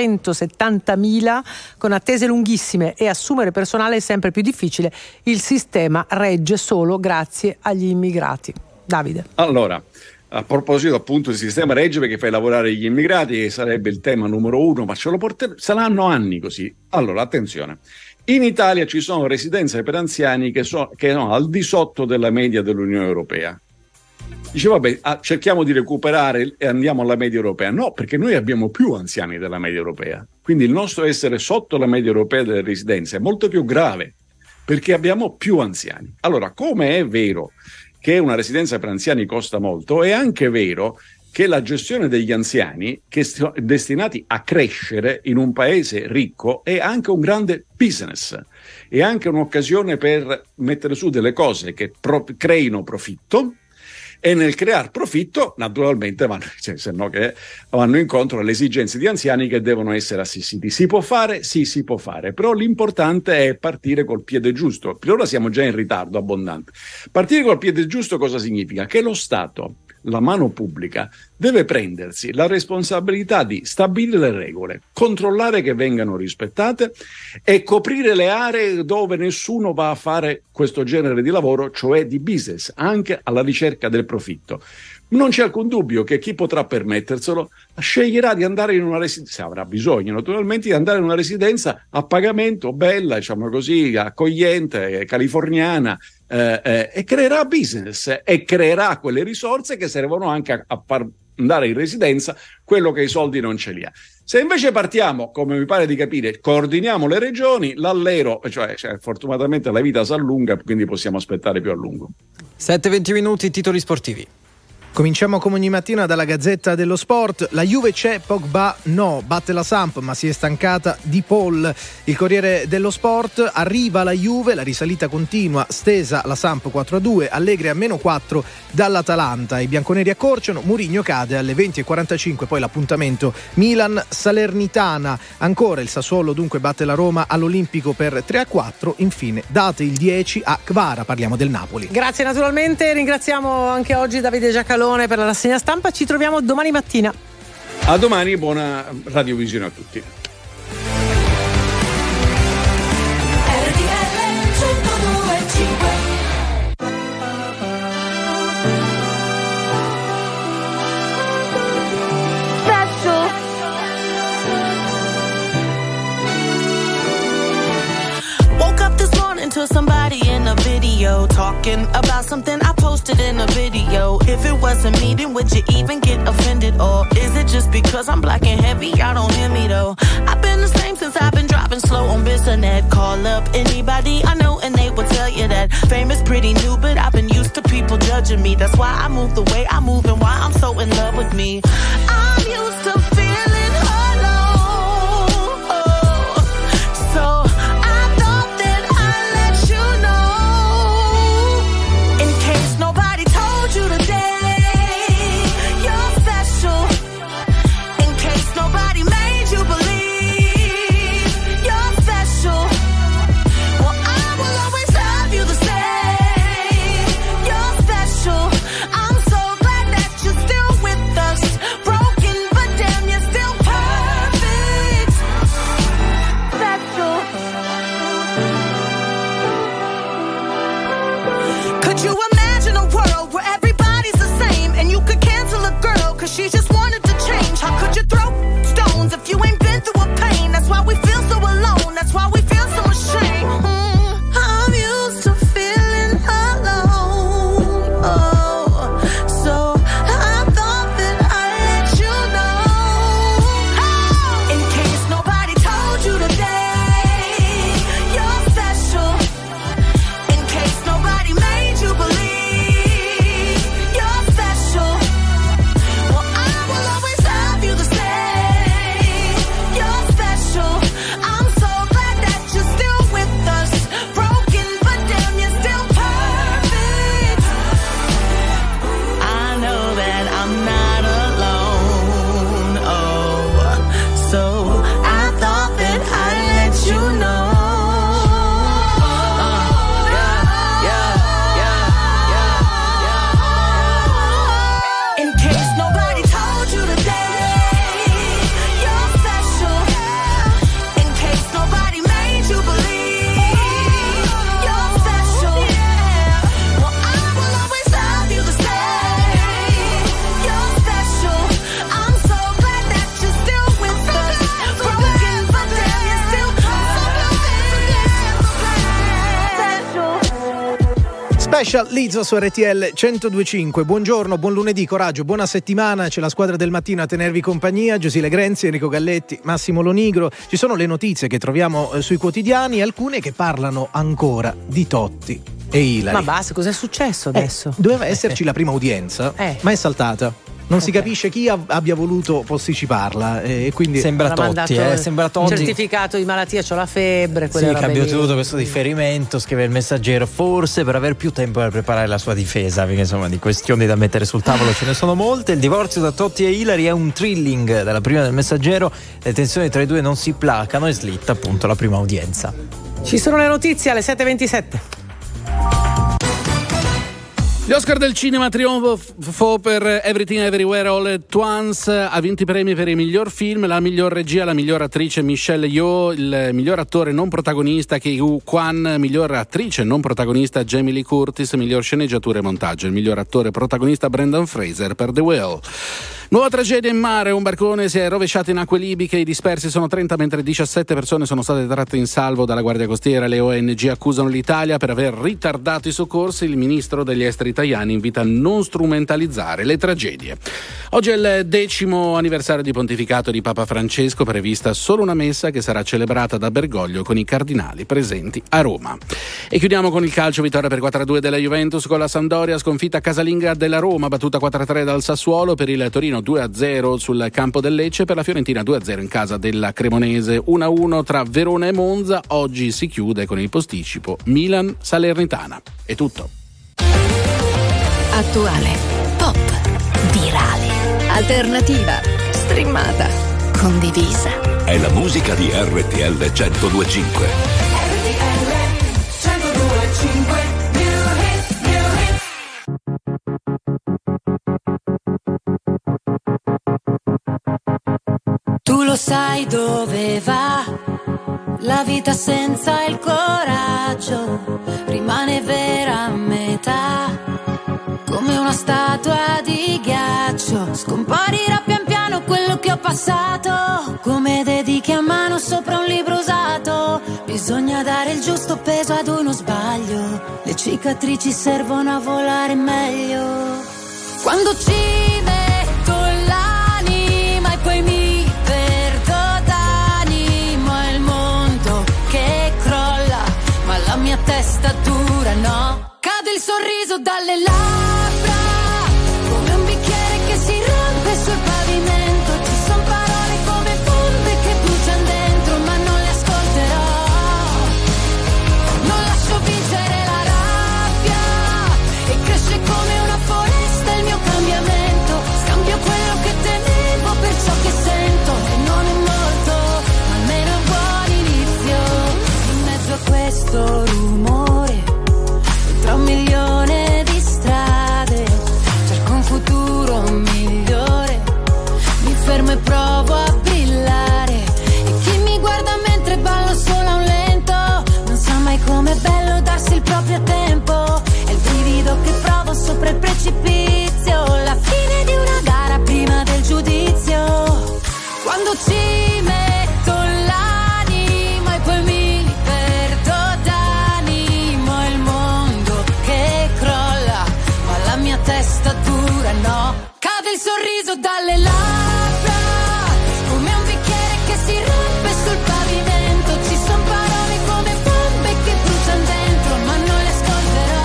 270.000 con attese lunghissime e assumere personale è sempre più difficile. Il sistema regge solo grazie agli immigrati. Davide. Allora, a proposito appunto del sistema regge perché fai lavorare gli immigrati, che sarebbe il tema numero uno, ma saranno anni così. Allora, attenzione. In Italia ci sono residenze per anziani che sono al di sotto della media dell'Unione Europea. Dice vabbè, cerchiamo di recuperare e andiamo alla media europea. No, perché noi abbiamo più anziani della media europea. Quindi il nostro essere sotto la media europea delle residenze è molto più grave, perché abbiamo più anziani. Allora, come è vero che una residenza per anziani costa molto, è anche vero che la gestione degli anziani, che sono destinati a crescere in un paese ricco, è anche un grande business, è anche un'occasione per mettere su delle cose che creino profitto, e nel creare profitto naturalmente vanno incontro alle esigenze di anziani che devono essere assistiti. Si può fare? Sì, si può fare, però l'importante è partire col piede giusto. Per ora siamo già in ritardo abbondante. Partire col piede giusto cosa significa? Che lo Stato, la mano pubblica, deve prendersi la responsabilità di stabilire le regole, controllare che vengano rispettate e coprire le aree dove nessuno va a fare questo genere di lavoro, cioè di business, anche alla ricerca del profitto. Non c'è alcun dubbio che chi potrà permetterselo sceglierà di andare in una residenza, se avrà bisogno naturalmente, di andare in una residenza a pagamento, bella, diciamo così, accogliente, californiana, e creerà business e creerà quelle risorse che servono anche a far andare in residenza quello che i soldi non ce li ha. Se invece partiamo, come mi pare di capire, coordiniamo le regioni, l'allero, cioè fortunatamente la vita si allunga, quindi possiamo aspettare più a lungo. 7:20 minuti, titoli sportivi. Cominciamo come ogni mattina dalla Gazzetta dello Sport. La Juve c'è, Pogba no, batte la Samp ma si è stancata di Paul. Il Corriere dello Sport: arriva la Juve, la risalita continua, stesa la Samp 4-2, Allegri a -4 dall'Atalanta. I bianconeri accorciano, Mourinho cade alle 20:45, poi l'appuntamento Milan-Salernitana. Ancora il Sassuolo dunque batte la Roma all'Olimpico per 3-4. Infine date il 10 a Kvara, parliamo del Napoli. Grazie naturalmente, ringraziamo anche oggi Davide Giacalone per la rassegna stampa. Ci troviamo domani mattina. A domani, buona radiovisione a tutti. Woke up this morning to somebody in a video talking about something I posted posted in a video. If it wasn't me, then would you even get offended? Or is it just because I'm black and heavy? Y'all don't hear me though. I've been the same since I've been dropping slow on Bissonnet. Call up anybody I know and they will tell you that fame is pretty new, but I've been used to people judging me. That's why I move the way I move and why I'm so in love with me. I'm used to feeling alone, so I thought that I'd let you know. In case nobody told you today, you're special. In case nobody made you believe you're special. Well, I will always love you the same. You're special. I'm so glad that you're still with us. Broken, but damn, you're still perfect. Special. Could you imagine a world where everybody's the same and you could cancel a girl cause she just wanted to change? How could you throw stones if you ain't been through a pain? That's why we feel so alone. That's why we feel so ashamed. I'm used to feeling alone. So I thought that I'd let you know. In case nobody told you today, you're special. In case nobody made you believe you're special. Well, I will always love you the same. You're special. I'm so glad that you're still with us. Broken, but damn, you're still perfect. I know that I'm not alone. So I thought that I'd let you know. In case nobody told you today, you're special. In case nobody made you believe you're special. Well, I will always love you the same. You're special. I'm so glad that you're still with us. Broken, but damn, you're still Special Lizzo su RTL 102.5. Buongiorno, buon lunedì, coraggio, buona settimana. C'è la squadra del mattino a tenervi compagnia. Giusile Grenzi, Enrico Galletti, Massimo Lonigro. Ci sono le notizie che troviamo sui quotidiani, alcune che parlano ancora di Totti e Ilari. Ma basta, cos'è successo adesso? Doveva esserci la prima udienza, ma è saltata. Non si capisce chi abbia voluto posticiparla e quindi Sembra Avrà Totti, mandato sembra Totti. certificato di malattia, c'ho la febbre, Sì, quelle che robe abbia lì. ottenuto questo differimento, scrive il Messaggero, forse per aver più tempo per preparare la sua difesa, perché insomma di questioni da mettere sul tavolo ce ne sono molte. Il divorzio da Totti e Ilari è un thrilling dalla prima del Messaggero, le tensioni tra i due non si placano e slitta appunto la prima udienza. Ci sono le notizie alle 7:27. Gli Oscar del cinema, trionfo per Everything Everywhere All at Once, ha vinto i premi per il miglior film, la miglior regia, la miglior attrice Michelle Yeoh, il miglior attore non protagonista Ke-Huy Quan, miglior attrice non protagonista Jamie Lee Curtis, miglior sceneggiatura e montaggio, il miglior attore protagonista Brendan Fraser per The Whale. Nuova tragedia in mare, un barcone si è rovesciato in acque libiche, i dispersi sono 30 mentre 17 persone sono state tratte in salvo dalla Guardia Costiera. Le ONG accusano l'Italia per aver ritardato i soccorsi, il ministro degli esteri italiani invita a non strumentalizzare le tragedie. Oggi è il 10° anniversario di pontificato di Papa Francesco, prevista solo una messa che sarà celebrata da Bergoglio con i cardinali presenti a Roma. E chiudiamo con il calcio, vittoria per 4-2 della Juventus con la Sampdoria, sconfitta casalinga della Roma, battuta 4-3 dal Sassuolo, per il Torino 2-0 sul campo del Lecce, per la Fiorentina 2-0 in casa della Cremonese, 1-1 tra Verona e Monza. Oggi si chiude con il posticipo Milan-Salernitana. È tutto. Attuale, pop, virale, alternativa, streamata, condivisa. È la musica di RTL 102.5. Tu lo sai dove va la vita senza il coraggio, rimane vera a metà, come una statua di ghiaccio. Scomparirà pian piano quello che ho passato, come dediche a mano sopra un libro usato. Bisogna dare il giusto peso ad uno sbaglio, le cicatrici servono a volare meglio. Quando ci metto l'anima e poi mi perdo d'animo, è il mondo che crolla, ma la mia testa dura no. Cade il sorriso dalle labbra, come un bicchiere che si rompe sul pavimento. Ci son parole come bombe che bruciano dentro, ma non le ascolterò. Non lascio vincere la rabbia, e cresce come una foresta il mio cambiamento. Scambio quello che temevo per ciò che sento, e non è molto, ma almeno è un buon inizio. In mezzo a questo rumore, tra 1 milione di strade, cerco un futuro migliore, mi fermo e provo a brillare. E chi mi guarda mentre ballo solo a un lento, non sa mai com'è bello darsi il proprio tempo. È il brivido che provo sopra il precipizio, la fine di una gara prima del giudizio. Quando ci metto l'anima e poi mi perdo d'animo, è il mondo che crolla, ma la mia testa dura no. Cade il sorriso dalle labbra, come un bicchiere che si rompe sul pavimento. Ci son parole come bombe che bruciano dentro, ma non le ascolterò.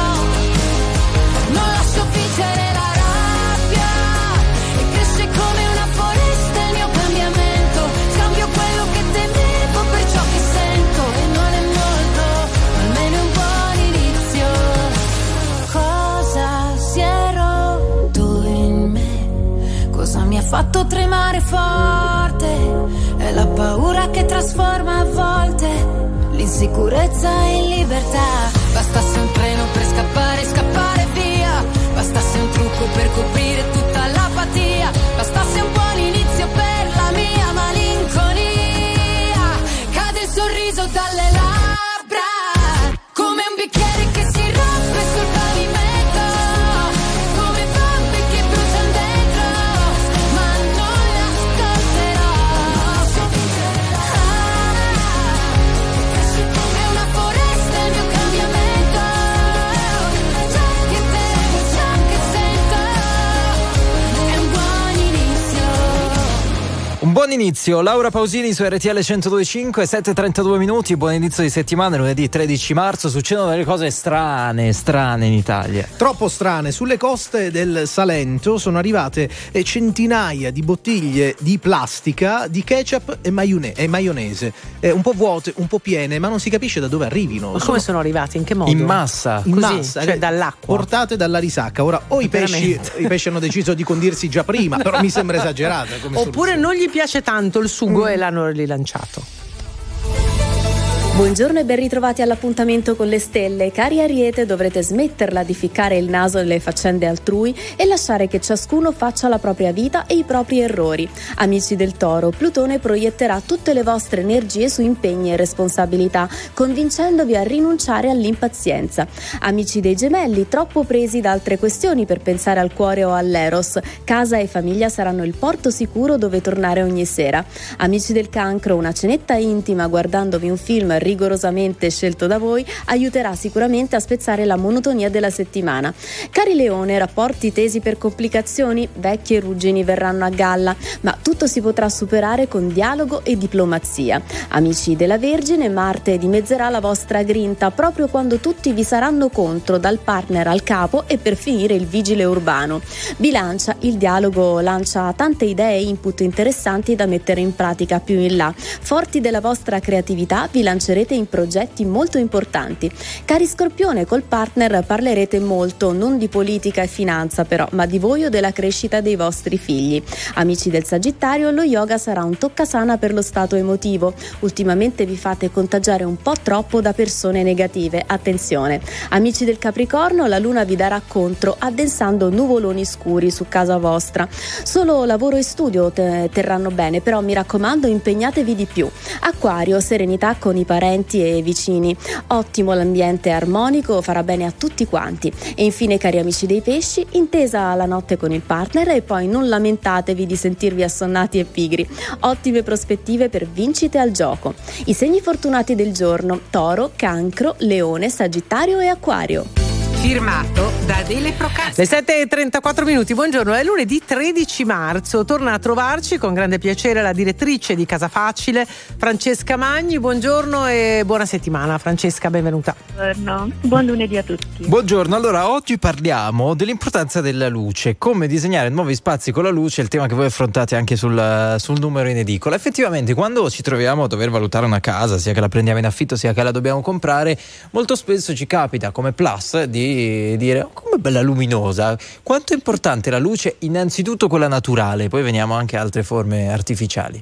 Non lascio vincere la rabbia, e cresce come una foresta il mio cambiamento. Scambio quello che temevo per ciò che sento, e non è molto, ma almeno è un buon inizio. Cosa si è rotto in me? Cosa mi ha fatto tremare forte? È la paura che trasforma a volte l'insicurezza in libertà. Bastasse un treno per scappare, scappare via. Bastasse un trucco per coprire tutta l'apatia. Bastasse un buon inizio per la mia malinconia. Cade il sorriso dalle labbra, come un bicchiere che si rompe sul pavimento, come bombe che bruciano dentro, ma non le ascolterò. È una foresta il mio cambiamento, ciò che devo, ciò che sento, è un buon inizio. Un buon inizio, Laura Pausini su RTL 102.5, 7:32 minuti, buon inizio di settimana, lunedì 13 marzo, succedono delle cose strane in Italia. Troppo strane. Sulle coste del Salento sono arrivate centinaia di bottiglie di plastica di ketchup e maionese, un po' vuote, un po' piene, ma non si capisce da dove arrivino. Ma come sono arrivate? In che modo? In massa. In Così, massa, cioè dall'acqua. portate dalla risacca. Ora o i pesci hanno deciso di condirsi già prima, però mi sembra esagerata come Oppure non gli piace tanto il sugo e l'hanno rilanciato. Buongiorno e ben ritrovati all'appuntamento con le stelle. Cari Ariete, dovrete smetterla di ficcare il naso nelle faccende altrui e lasciare che ciascuno faccia la propria vita e i propri errori. Amici del Toro, Plutone proietterà tutte le vostre energie su impegni e responsabilità, convincendovi a rinunciare all'impazienza. Amici dei Gemelli, troppo presi da altre questioni per pensare al cuore o all'eros. Casa e famiglia saranno il porto sicuro dove tornare ogni sera. Amici del Cancro, una cenetta intima guardandovi un film rigorosamente scelto da voi aiuterà sicuramente a spezzare la monotonia della settimana. Cari Leone, rapporti tesi per complicazioni, vecchie ruggini verranno a galla, ma tutto si potrà superare con dialogo e diplomazia. Amici della Vergine, Marte dimezzerà la vostra grinta proprio quando tutti vi saranno contro, dal partner al capo e per finire il vigile urbano. Bilancia, il dialogo lancia tante idee e input interessanti da mettere in pratica più in là. Forti della vostra creatività vi lancerete in progetti molto importanti. Cari Scorpione, col partner parlerete molto, non di politica e finanza però, ma di voi o della crescita dei vostri figli. Amici del Sagittario, lo yoga sarà un toccasana per lo stato emotivo. Ultimamente vi fate contagiare un po' troppo da persone negative, attenzione. Amici del Capricorno, la luna vi darà contro, addensando nuvoloni scuri su casa vostra. Solo lavoro e studio terranno bene, però mi raccomando impegnatevi di più. Acquario, serenità con i parenti parenti e vicini. Ottimo l'ambiente armonico, farà bene a tutti quanti. E infine, cari amici dei pesci, intesa la notte con il partner e poi non lamentatevi di sentirvi assonnati e pigri. Ottime prospettive per vincite al gioco. I segni fortunati del giorno: Toro, Cancro, Leone, Sagittario e Acquario. Firmato da Adele Procacci. Le 7:34 minuti, buongiorno, è lunedì 13 marzo, torna a trovarci con grande piacere la direttrice di Casa Facile, Francesca Magni. Buongiorno e buona settimana. Francesca, benvenuta. Buongiorno, buon lunedì a tutti. Buongiorno, allora oggi parliamo dell'importanza della luce, come disegnare nuovi spazi con la luce, il tema che voi affrontate anche sul numero in edicola. Effettivamente quando ci troviamo a dover valutare una casa, sia che la prendiamo in affitto sia che la dobbiamo comprare, molto spesso ci capita come plus di dire: oh, come bella luminosa. Quanto è importante la luce, innanzitutto quella naturale, poi veniamo anche a altre forme artificiali.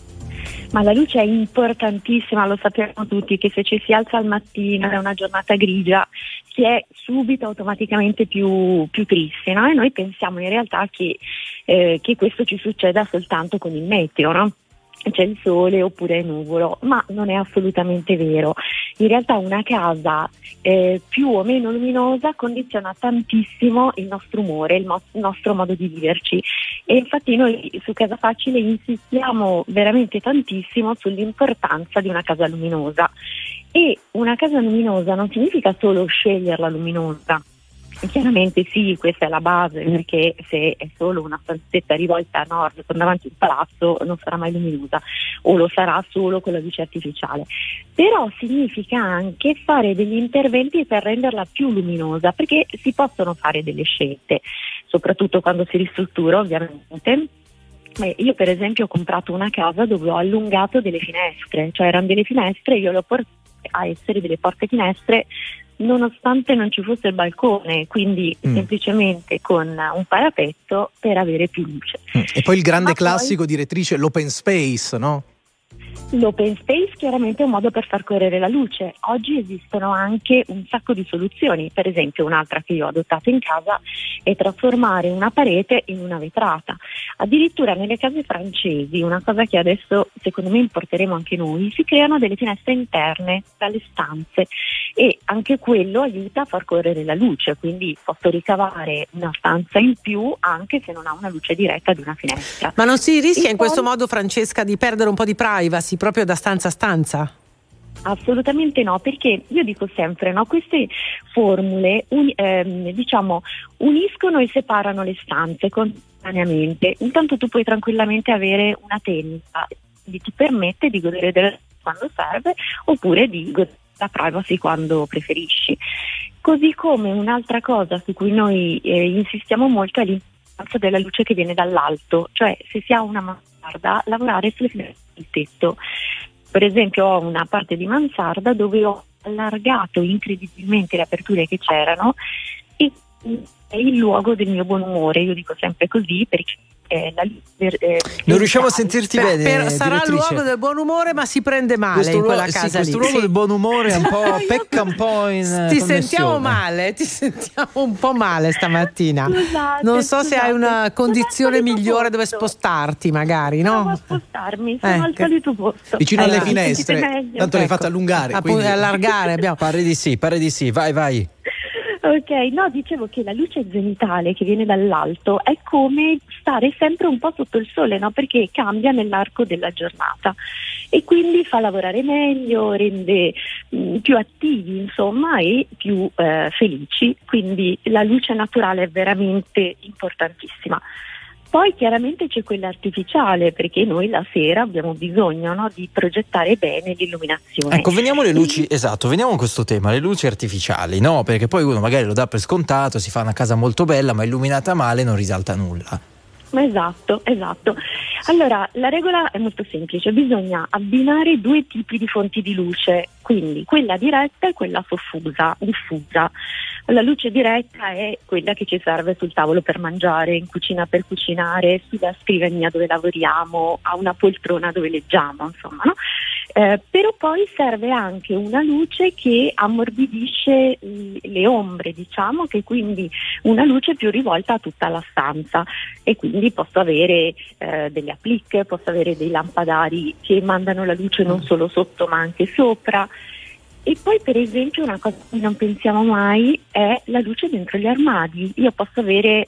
Ma la luce è importantissima, lo sappiamo tutti, che se ci si alza al mattino è una giornata grigia, si è subito automaticamente più tristi, no? E noi pensiamo in realtà che questo ci succeda soltanto con il meteo, no? C'è il sole oppure è nuvolo, ma non è assolutamente vero. In realtà una casa più o meno luminosa condiziona tantissimo il nostro umore, il nostro modo di viverci, e infatti noi su Casa Facile insistiamo veramente tantissimo sull'importanza di una casa luminosa. E una casa luminosa non significa solo sceglierla luminosa. Chiaramente sì, questa è la base, perché se è solo una stanzetta rivolta a nord con davanti un palazzo non sarà mai luminosa, o lo sarà solo con la luce artificiale. Però significa anche fare degli interventi per renderla più luminosa, perché si possono fare delle scelte, soprattutto quando si ristruttura, ovviamente. Io per esempio ho comprato una casa dove ho allungato delle finestre, cioè erano delle finestre, io le ho portate a essere delle porte finestre nonostante non ci fosse il balcone, quindi semplicemente con un parapetto per avere più luce. E poi il grande classico, direttrice, l'open space, no? L'open space chiaramente è un modo per far correre la luce. Oggi esistono anche un sacco di soluzioni, per esempio un'altra che io ho adottato in casa è trasformare una parete in una vetrata. Addirittura nelle case francesi, una cosa che adesso secondo me importeremo anche noi, si creano delle finestre interne dalle stanze, e anche quello aiuta a far correre la luce, quindi posso ricavare una stanza in più anche se non ha una luce diretta di una finestra. Ma non si rischia in questo modo, Francesca, di perdere un po' di privacy proprio da stanza a stanza? Assolutamente no, perché io dico sempre, no, queste formule uniscono e separano le stanze contemporaneamente. Intanto tu puoi tranquillamente avere una tenda che ti permette di godere della quando serve, oppure di godere la privacy quando preferisci. Così come un'altra cosa su cui noi insistiamo molto è l'importanza della luce che viene dall'alto, cioè se si ha una mansarda, lavorare sulle finestre del tetto. Per esempio ho una parte di mansarda dove ho allargato incredibilmente le aperture che c'erano, e è il luogo del mio buon umore, io dico sempre così perché non riusciamo a sentirti bene. Sarà il luogo del buon umore, ma si prende male in quella casa. Questo luogo del buon umore è un po' pecca un po' in ti sentiamo un po' male stamattina. Scusate, non so se hai una condizione migliore dove spostarti, magari, no? Provo a spostarmi, sono al solito posto. Vicino alle finestre, tanto l'hai fatta allungare. Quindi allargare abbiamo. Pare di sì, vai. Ok, no, dicevo che la luce zenitale che viene dall'alto è come stare sempre un po' sotto il sole, no? Perché cambia nell'arco della giornata e quindi fa lavorare meglio, rende più attivi, insomma, e più felici. Quindi la luce naturale è veramente importantissima. Poi chiaramente c'è quella artificiale, perché noi la sera abbiamo bisogno, no, di progettare bene l'illuminazione. Ecco, veniamo alle luci, veniamo a questo tema, le luci artificiali, no? Perché poi uno magari lo dà per scontato, si fa una casa molto bella, ma illuminata male non risalta nulla. Esatto. Allora, la regola è molto semplice, bisogna abbinare due tipi di fonti di luce, quindi quella diretta e quella diffusa. La luce diretta è quella che ci serve sul tavolo per mangiare, in cucina per cucinare, sulla scrivania dove lavoriamo, a una poltrona dove leggiamo, insomma, no? Però poi serve anche una luce che ammorbidisce le ombre, diciamo, che quindi una luce più rivolta a tutta la stanza, e quindi posso avere delle applique, posso avere dei lampadari che mandano la luce non solo sotto ma anche sopra. E poi per esempio una cosa a cui non pensiamo mai è la luce dentro gli armadi. Io posso avere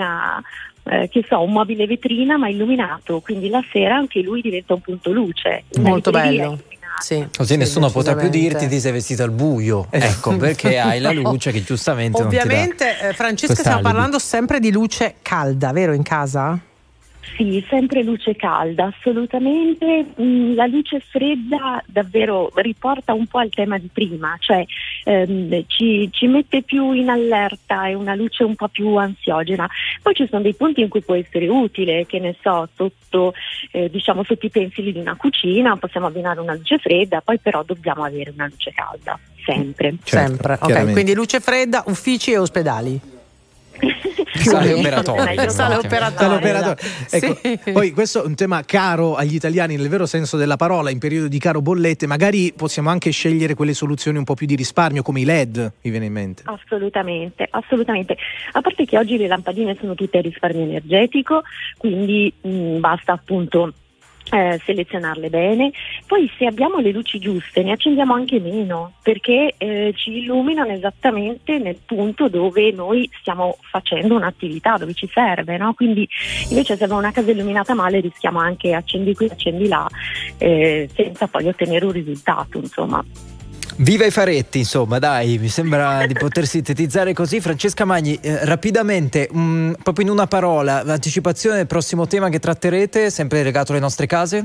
un mobile vetrina ma illuminato, quindi la sera anche lui diventa un punto luce. Molto bello. Sì, così nessuno potrà più dirti ti sei vestito al buio, ecco, perché hai la luce che giustamente ovviamente non ti dà Francesca, stiamo parlando sempre di luce calda, vero, in casa? Sì, sempre luce calda, assolutamente. La luce fredda davvero riporta un po' al tema di prima, cioè ci mette più in allerta, è una luce un po' più ansiogena. Poi ci sono dei punti in cui può essere utile, che ne so, sotto i pensili di una cucina possiamo abbinare una luce fredda, poi però dobbiamo avere una luce calda, sempre. Sempre, ok, quindi luce fredda, uffici e ospedali. Sale operatorio. Ecco, Sì. poi questo è un tema caro agli italiani nel vero senso della parola. In periodo di caro bollette magari possiamo anche scegliere quelle soluzioni un po' più di risparmio, come i LED, mi viene in mente. Assolutamente. A parte che oggi le lampadine sono tutte a risparmio energetico, quindi basta appunto selezionarle bene. Poi se abbiamo le luci giuste ne accendiamo anche meno, perché ci illuminano esattamente nel punto dove noi stiamo facendo un'attività, dove ci serve, no? Quindi invece se abbiamo una casa illuminata male rischiamo anche accendi qui, accendi là, senza poi ottenere un risultato, insomma. Viva i faretti, insomma, dai, mi sembra di poter sintetizzare così. Francesca Magni, rapidamente, proprio in una parola, l'anticipazione del prossimo tema che tratterete, sempre legato alle nostre case?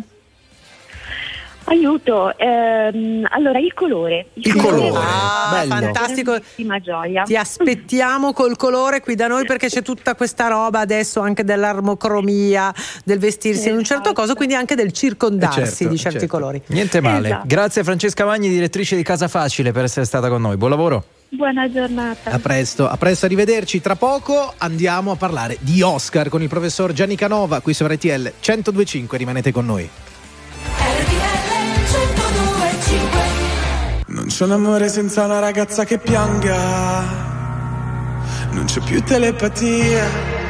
Aiuto, allora il colore. Il colore, bello. Fantastico. Gioia. Ti aspettiamo col colore qui da noi, perché c'è tutta questa roba adesso anche dell'armocromia, del vestirsi in un certo coso, quindi anche del circondarsi di certi colori. Niente male. Esatto. Grazie Francesca Magni, direttrice di Casa Facile, per essere stata con noi. Buon lavoro. Buona giornata. A presto, arrivederci. Tra poco andiamo a parlare di Oscar con il professor Gianni Canova qui su RTL 102.5. Rimanete con noi. Non c'è un amore senza una ragazza che pianga, non c'è più telepatia.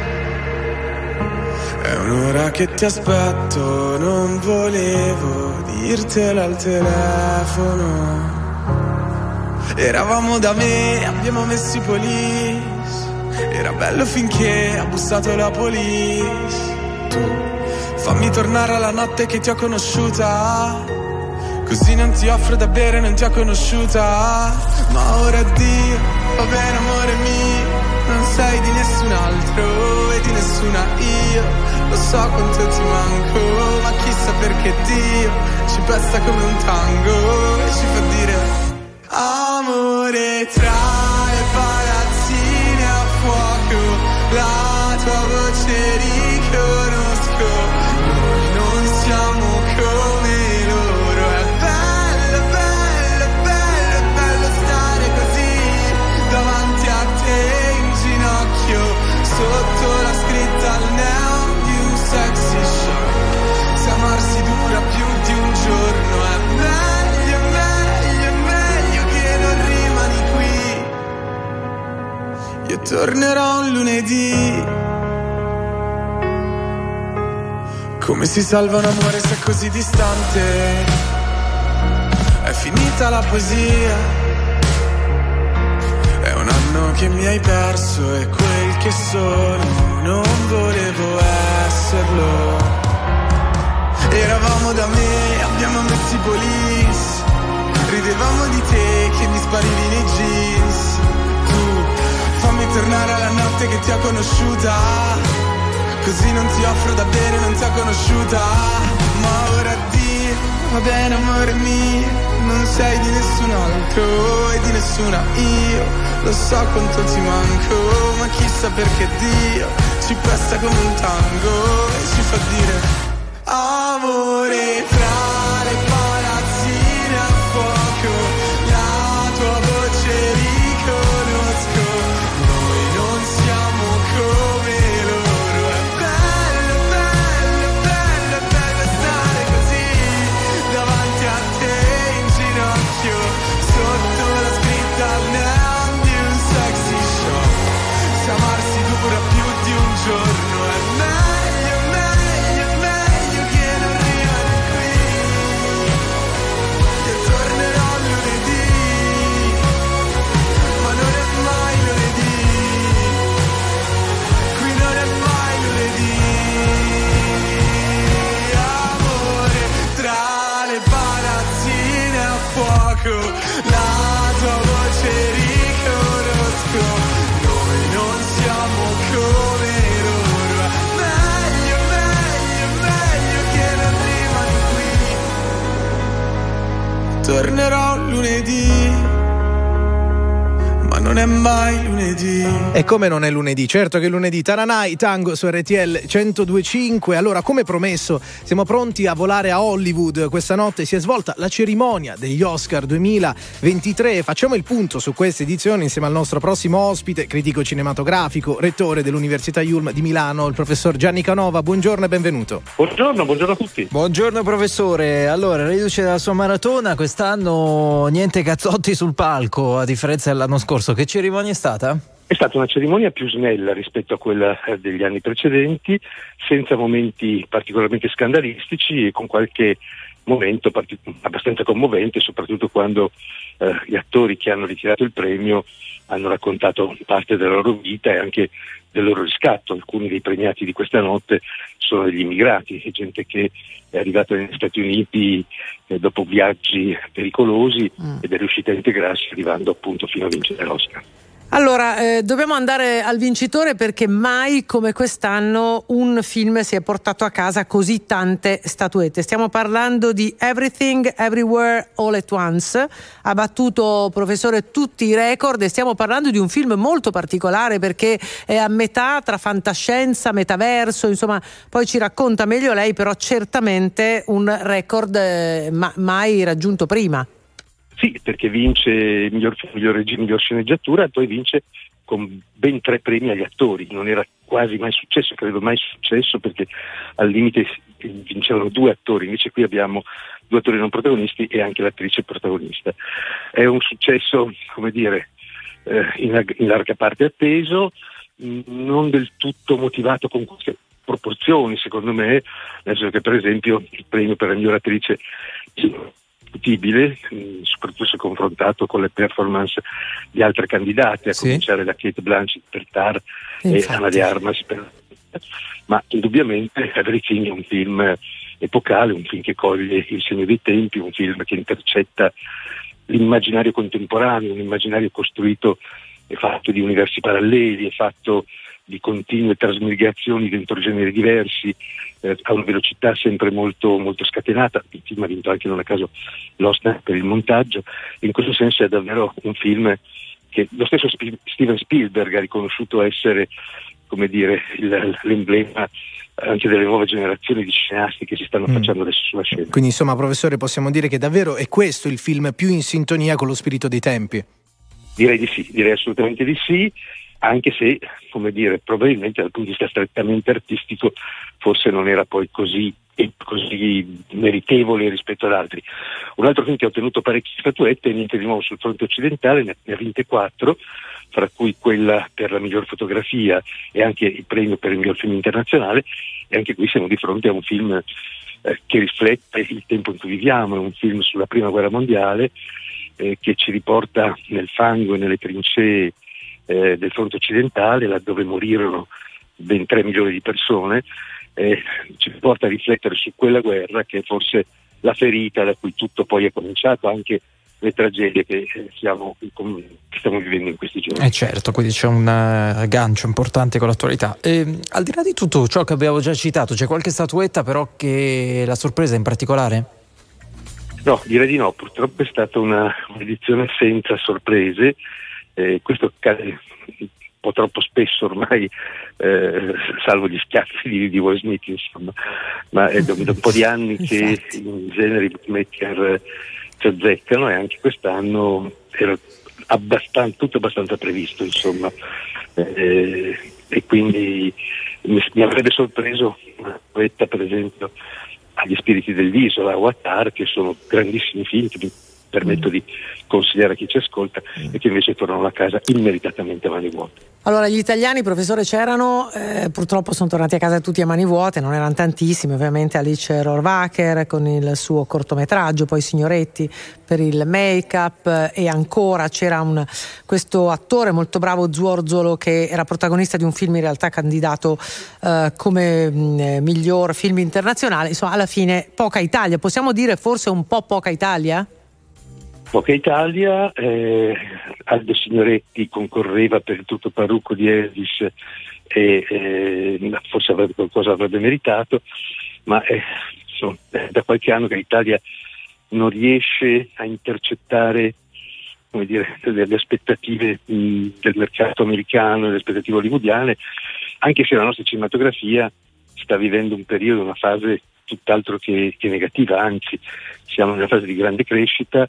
È un'ora che ti aspetto, non volevo dirtelo al telefono. Eravamo da me, abbiamo messo i police. Era bello finché ha bussato la police. Tu fammi tornare alla notte che ti ho conosciuta, così non ti offro da bere, non ti ho conosciuta. Ma ora addio, va bene amore mio, non sei di nessun altro e di nessuna io. Lo so quanto ti manco, ma chissà perché Dio ci pesta come un tango e ci fa dire amore tra le palazzine a fuoco. La tua voce riconosco, noi non siamo come loro. È bello, bello, bello, bello stare così davanti a te in ginocchio, sotto la scritta al neon di un sexy show. Se amarsi dura più di un giorno è meglio, meglio, meglio che non rimani qui. Io tornerò un lunedì. Come si salva un amore se è così distante? È finita la poesia. È un anno che mi hai perso e quel che sono non volevo esserlo. Eravamo da me, abbiamo messo i police. Ridevamo di te che mi sparivi nei jeans. Tu fammi tornare alla notte che ti ho conosciuta, così non ti offro da bere, non ti ho conosciuta. Ma ora addio, va bene amore mio, non sei di nessun altro e di nessuna io. Lo so quanto ti manco, ma chissà perché Dio ci pesta come un tango e ci fa dire amore fra le palazzine a fuoco. La tua voce riconosco, noi non siamo come loro. È bello, bello, bello, bello stare così davanti a te tocco, la tua voce riconosco. Noi non siamo come loro, meglio, meglio, meglio che non rimani qui. Tornerò lunedì, ma non è mai lunedì. E come non è lunedì? Certo che è lunedì. Taranai, Tango su RTL 102.5. Allora, come promesso, siamo pronti a volare a Hollywood. Questa notte si è svolta la cerimonia degli Oscar 2023. Facciamo il punto su questa edizione insieme al nostro prossimo ospite, critico cinematografico, rettore dell'Università Yulm di Milano, il professor Gianni Canova. Buongiorno e benvenuto. Buongiorno a tutti. Buongiorno professore. Allora, riduce dalla sua maratona, quest'anno niente cazzotti sul palco, a differenza dell'anno scorso. Che cerimonia è stata? È stata una cerimonia più snella rispetto a quella degli anni precedenti, senza momenti particolarmente scandalistici e con qualche momento abbastanza commovente, soprattutto quando gli attori che hanno ritirato il premio hanno raccontato parte della loro vita e anche del loro riscatto. Alcuni dei premiati di questa notte sono degli immigrati, gente che è arrivata negli Stati Uniti dopo viaggi pericolosi ed è riuscita a integrarsi arrivando appunto fino a vincere l'Oscar. Allora, dobbiamo andare al vincitore perché mai come quest'anno un film si è portato a casa così tante statuette. Stiamo parlando di Everything, Everywhere, All at Once. Ha battuto, professore, tutti i record e stiamo parlando di un film molto particolare perché è a metà tra fantascienza, metaverso, insomma, poi ci racconta meglio lei, però certamente un record mai raggiunto prima. Sì, perché vince miglior regia, miglior sceneggiatura e poi vince con ben 3 premi agli attori. Non era quasi mai successo, credo mai successo, perché al limite vincevano 2 attori, invece qui abbiamo 2 attori non protagonisti e anche l'attrice protagonista. È un successo, come dire, in larga parte atteso, non del tutto motivato con queste proporzioni, secondo me, nel senso che per esempio il premio per la miglior attrice discutibile, soprattutto se confrontato con le performance di altre candidate, a cominciare da Cate Blanchett per Tar e Ana de Armas ma indubbiamente Everything è un film epocale, un film che coglie il segno dei tempi, un film che intercetta l'immaginario contemporaneo, un immaginario costruito e fatto di universi paralleli, è fatto di continue trasmigrazioni dentro generi diversi, a una velocità sempre molto, molto scatenata. Il film ha vinto anche non a caso l'Oscar per il montaggio, e in questo senso è davvero un film che lo stesso Steven Spielberg ha riconosciuto essere, come dire, l'emblema anche delle nuove generazioni di cineasti che si stanno facendo adesso sulla scena. Quindi insomma, professore, possiamo dire che davvero è questo il film più in sintonia con lo spirito dei tempi? Direi di sì, direi assolutamente di sì, anche se, come dire, probabilmente dal punto di vista strettamente artistico forse non era poi così meritevole rispetto ad altri. Un altro film che ha ottenuto parecchie statuette, niente di nuovo sul fronte occidentale, ne ha vinte 4, fra cui quella per la miglior fotografia e anche il premio per il miglior film internazionale, e anche qui siamo di fronte a un film che riflette il tempo in cui viviamo, è un film sulla prima guerra mondiale che ci riporta nel fango e nelle trincee del fronte occidentale, laddove morirono ben 3 milioni di persone, ci porta a riflettere su quella guerra che è forse la ferita da cui tutto poi è cominciato, anche le tragedie che stiamo vivendo in questi giorni. Certo, quindi c'è un aggancio importante con l'attualità. Al di là di tutto ciò che abbiamo già citato, c'è qualche statuetta però che la sorpresa in particolare? No, direi di no, purtroppo è stata un'edizione senza sorprese. Questo accade un po' troppo spesso ormai, salvo gli schiaffi di Will Smith, insomma, ma è da un po' di anni che in genere i bookmaker ci azzeccano, e anche quest'anno era tutto abbastanza previsto, insomma, e quindi mi avrebbe sorpreso una poeta, per esempio, agli Spiriti dell'Isola, Avatar, che sono grandissimi film che mi permetto di consigliare a chi ci ascolta, e che invece tornano a casa immeritatamente a mani vuote. Allora, gli italiani, professore, c'erano, purtroppo sono tornati a casa tutti a mani vuote, non erano tantissimi, ovviamente Alice Rohrwacher con il suo cortometraggio, poi Signoretti per il make-up, e ancora c'era questo attore molto bravo, Zuorzolo, che era protagonista di un film in realtà candidato come miglior film internazionale. Insomma, alla fine poca Italia, possiamo dire forse un po' poca Italia? Poca Italia, Aldo Signoretti concorreva per il tutto parrucco di Elvis e forse qualcosa avrebbe meritato, ma da qualche anno che l'Italia non riesce a intercettare, come dire, le aspettative del mercato americano, le aspettative hollywoodiane, anche se la nostra cinematografia sta vivendo un periodo, una fase tutt'altro che negativa, anzi siamo in una fase di grande crescita,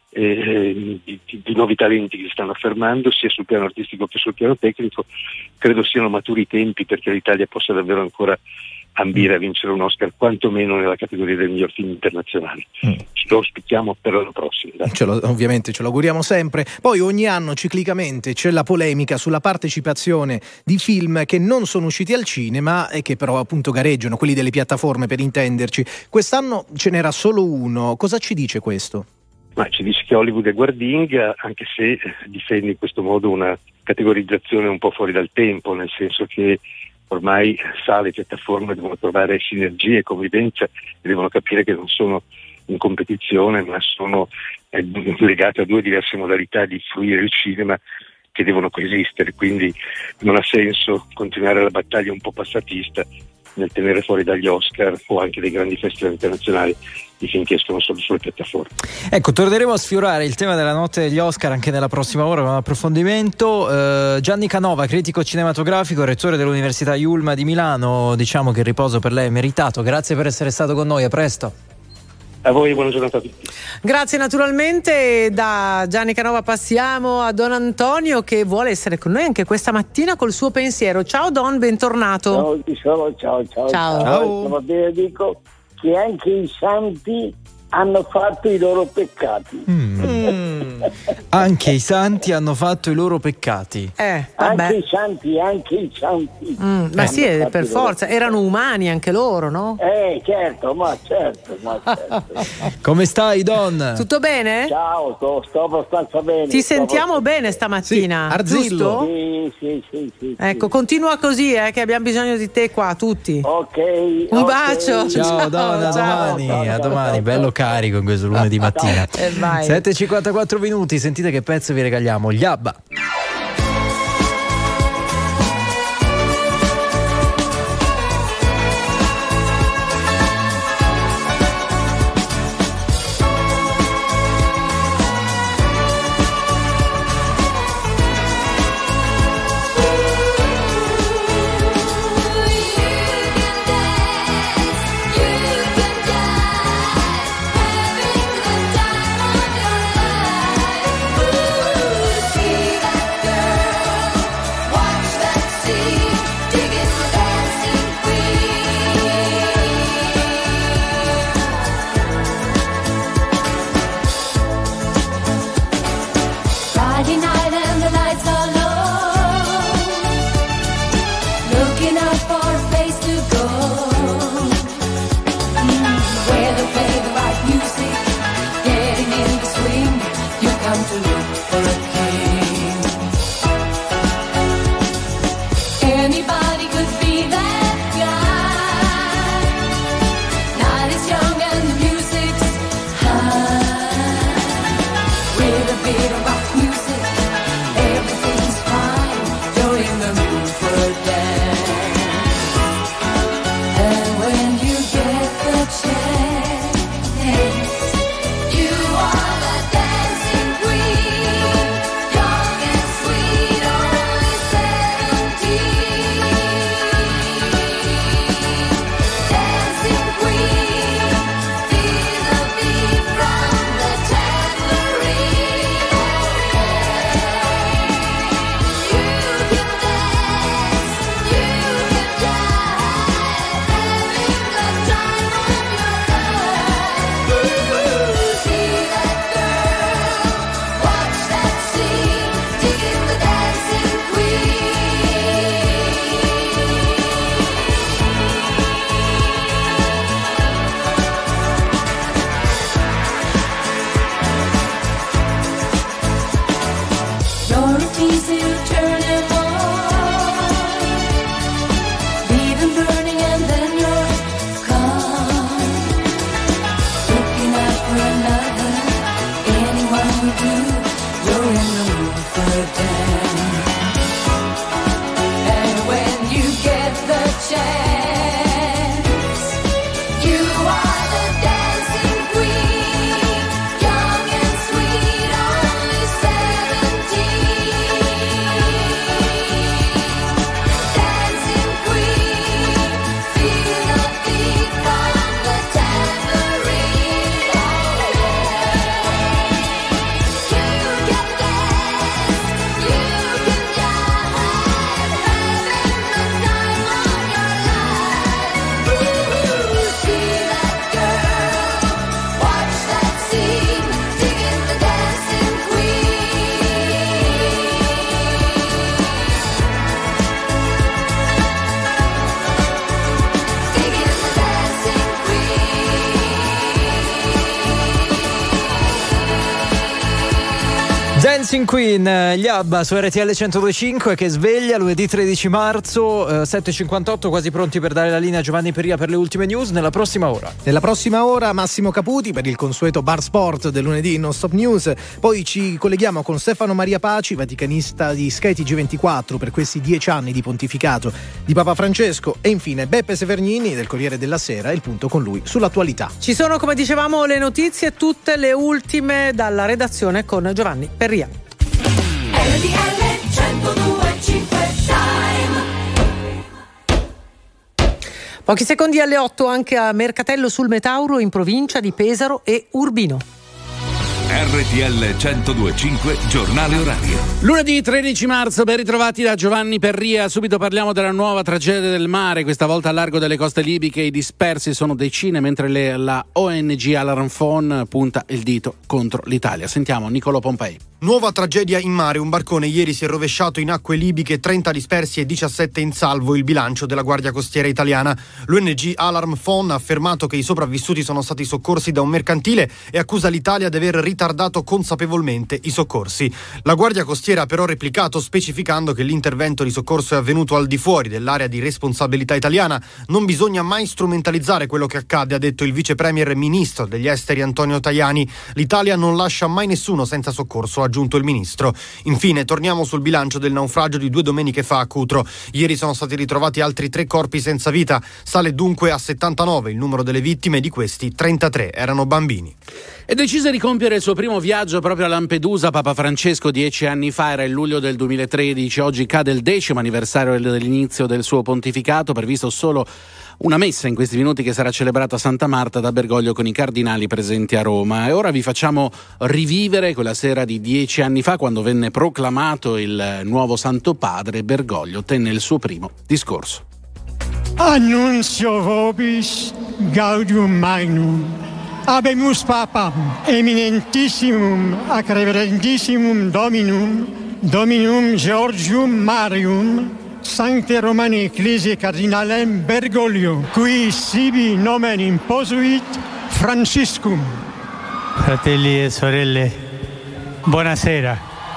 di nuovi talenti che si stanno affermando sia sul piano artistico che sul piano tecnico. Credo siano maturi i tempi perché l'Italia possa davvero ancora ambire a vincere un Oscar, quantomeno nella categoria del miglior film internazionale. Lo auspichiamo per l'anno prossimo. Ovviamente ce lo auguriamo sempre. Poi ogni anno ciclicamente c'è la polemica sulla partecipazione di film che non sono usciti al cinema e che però appunto gareggiano, quelli delle piattaforme per intenderci. Quest'anno ce n'era solo uno. Cosa ci dice questo? Ma ci dice che Hollywood è guardinga, anche se difende in questo modo una categorizzazione un po' fuori dal tempo, nel senso che ormai sale e piattaforme devono trovare sinergie e convivenza e devono capire che non sono in competizione, ma sono legate a due diverse modalità di fruire il cinema che devono coesistere, quindi non ha senso continuare la battaglia un po' passatista nel tenere fuori dagli Oscar o anche dei grandi festival internazionali i film che escono solo sulle piattaforme. Ecco, torneremo a sfiorare il tema della notte degli Oscar anche nella prossima ora con un approfondimento. Gianni Canova, critico cinematografico, rettore dell'Università Iulma di Milano, diciamo che il riposo per lei è meritato. Grazie per essere stato con noi, a presto. A voi, buona giornata a tutti. Grazie naturalmente. Da Gianni Canova passiamo a Don Antonio che vuole essere con noi anche questa mattina col suo pensiero. Ciao Don, bentornato. Ciao. Stamattina dico che anche i santi hanno fatto i loro peccati. Anche i santi hanno fatto i loro peccati. Anche i santi. Ma sì, per forza, erano umani anche loro, no? Certo. Come stai, Don? Tutto bene? Ciao, sto abbastanza bene. Ti sentiamo bene stamattina, sì, Arzillo. Sì. Ecco, continua così, che abbiamo bisogno di te qua, tutti. Ok. Un bacio. Ciao Don, a domani. Bello carico in questo lunedì mattina. 7:54 minuti, sentite che pezzo vi regaliamo, gli ABBA. See that Dancing Queen, gli ABBA su RTL 102.5 che sveglia lunedì 13 marzo, 7.58, quasi pronti per dare la linea a Giovanni Perria per le ultime news. Nella prossima ora Massimo Caputi per il consueto Bar Sport del lunedì in Non Stop News. Poi ci colleghiamo con Stefano Maria Paci, vaticanista di Sky TG24 per questi 10 anni di pontificato di Papa Francesco, e infine Beppe Severnini del Corriere della Sera, il punto con lui sull'attualità. Ci sono, come dicevamo, le notizie, tutte le ultime dalla redazione con Giovanni Perria. Pochi secondi alle 8 anche a Mercatello sul Metauro in provincia di Pesaro e Urbino. RTL 102.5 giornale orario. Lunedì 13 marzo, ben ritrovati da Giovanni Perria. Subito parliamo della nuova tragedia del mare, questa volta a largo delle coste libiche. I dispersi sono decine, mentre la ONG Alarm Phone punta il dito contro l'Italia. Sentiamo Niccolò Pompei. Nuova tragedia in mare, un barcone ieri si è rovesciato in acque libiche, 30 dispersi e 17 in salvo, il bilancio della Guardia Costiera italiana. L'ONG Alarm Phone ha affermato che i sopravvissuti sono stati soccorsi da un mercantile e accusa l'Italia di aver ritardato consapevolmente i soccorsi. La Guardia Costiera ha però replicato, specificando che l'intervento di soccorso è avvenuto al di fuori dell'area di responsabilità italiana. Non bisogna mai strumentalizzare quello che accade, ha detto il vice premier e ministro degli esteri Antonio Tajani. L'Italia non lascia mai nessuno senza soccorso, ha aggiunto il ministro. Infine torniamo sul bilancio del naufragio di 2 domeniche fa a Cutro. Ieri sono stati ritrovati altri 3 corpi senza vita, sale dunque a 79 il numero delle vittime, di questi 33 erano bambini. È deciso di compiere il suo primo viaggio proprio a Lampedusa Papa Francesco 10 anni fa, era il luglio del 2013, oggi cade il 10° anniversario dell'inizio del suo pontificato, previsto solo una messa in questi minuti che sarà celebrata a Santa Marta da Bergoglio con i cardinali presenti a Roma. E ora vi facciamo rivivere quella sera di 10 anni fa, quando venne proclamato il nuovo Santo Padre. Bergoglio tenne il suo primo discorso. Annuncio vobis gaudium magnum, habemus papam eminentissimum ac reverendissimum dominum Georgium Marium, Sancte Romani Ecclesiae Cardinalem Bergoglio, qui sibi nomen imposuit Franciscum. Fratelli e sorelle, buonasera.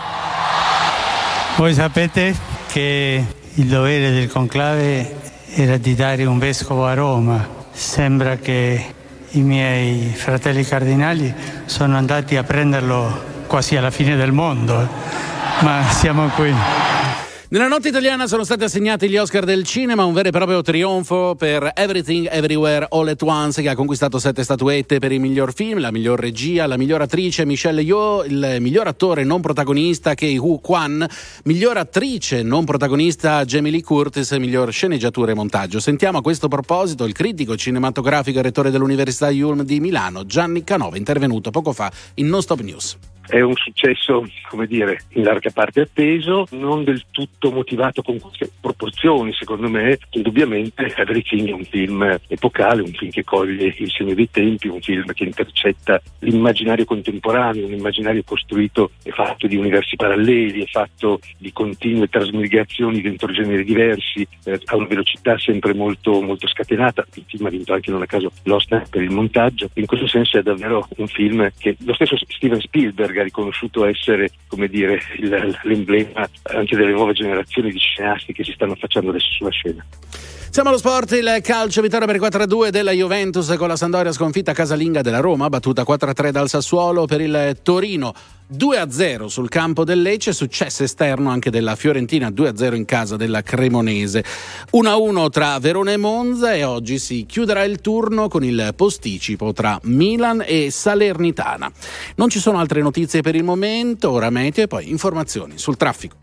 Voi sapete che il dovere del conclave era di dare un vescovo a Roma. Sembra che i miei fratelli cardinali sono andati a prenderlo quasi alla fine del mondo, ma siamo qui. Nella notte italiana sono stati assegnati gli Oscar del cinema, un vero e proprio trionfo per Everything Everywhere All at Once, che ha conquistato 7 statuette per il miglior film, la miglior regia, la miglior attrice Michelle Yeoh, il miglior attore non protagonista Ke-Huy Quan, miglior attrice non protagonista Jamie Lee Curtis e miglior sceneggiatura e montaggio. Sentiamo a questo proposito il critico cinematografico e rettore dell'Università Yulm di Milano, Gianni Canova, intervenuto poco fa in Non Stop News. È un successo, come dire, in larga parte atteso, non del tutto motivato con queste proporzioni, secondo me. Indubbiamente Everything è un film epocale, un film che coglie il segno dei tempi, un film che intercetta l'immaginario contemporaneo, un immaginario costruito e fatto di universi paralleli, è fatto di continue trasmigrazioni dentro generi diversi, a una velocità sempre molto, molto scatenata. Il film ha vinto anche non a caso l'Oscar per il montaggio. In questo senso è davvero un film che lo stesso Steven Spielberg ha riconosciuto essere, come dire, l'emblema anche delle nuove generazioni di cineasti che si stanno affacciando adesso sulla scena. Siamo allo sport, il calcio, vittoria per 4-2 della Juventus con la Sampdoria sconfitta casalinga della Roma, battuta 4-3 dal Sassuolo. Per il Torino 2-0 sul campo del Lecce, successo esterno anche della Fiorentina, 2-0 in casa della Cremonese, 1-1 tra Verona e Monza, e oggi si chiuderà il turno con il posticipo tra Milan e Salernitana. Non ci sono altre notizie per il momento, ora meteo e poi informazioni sul traffico.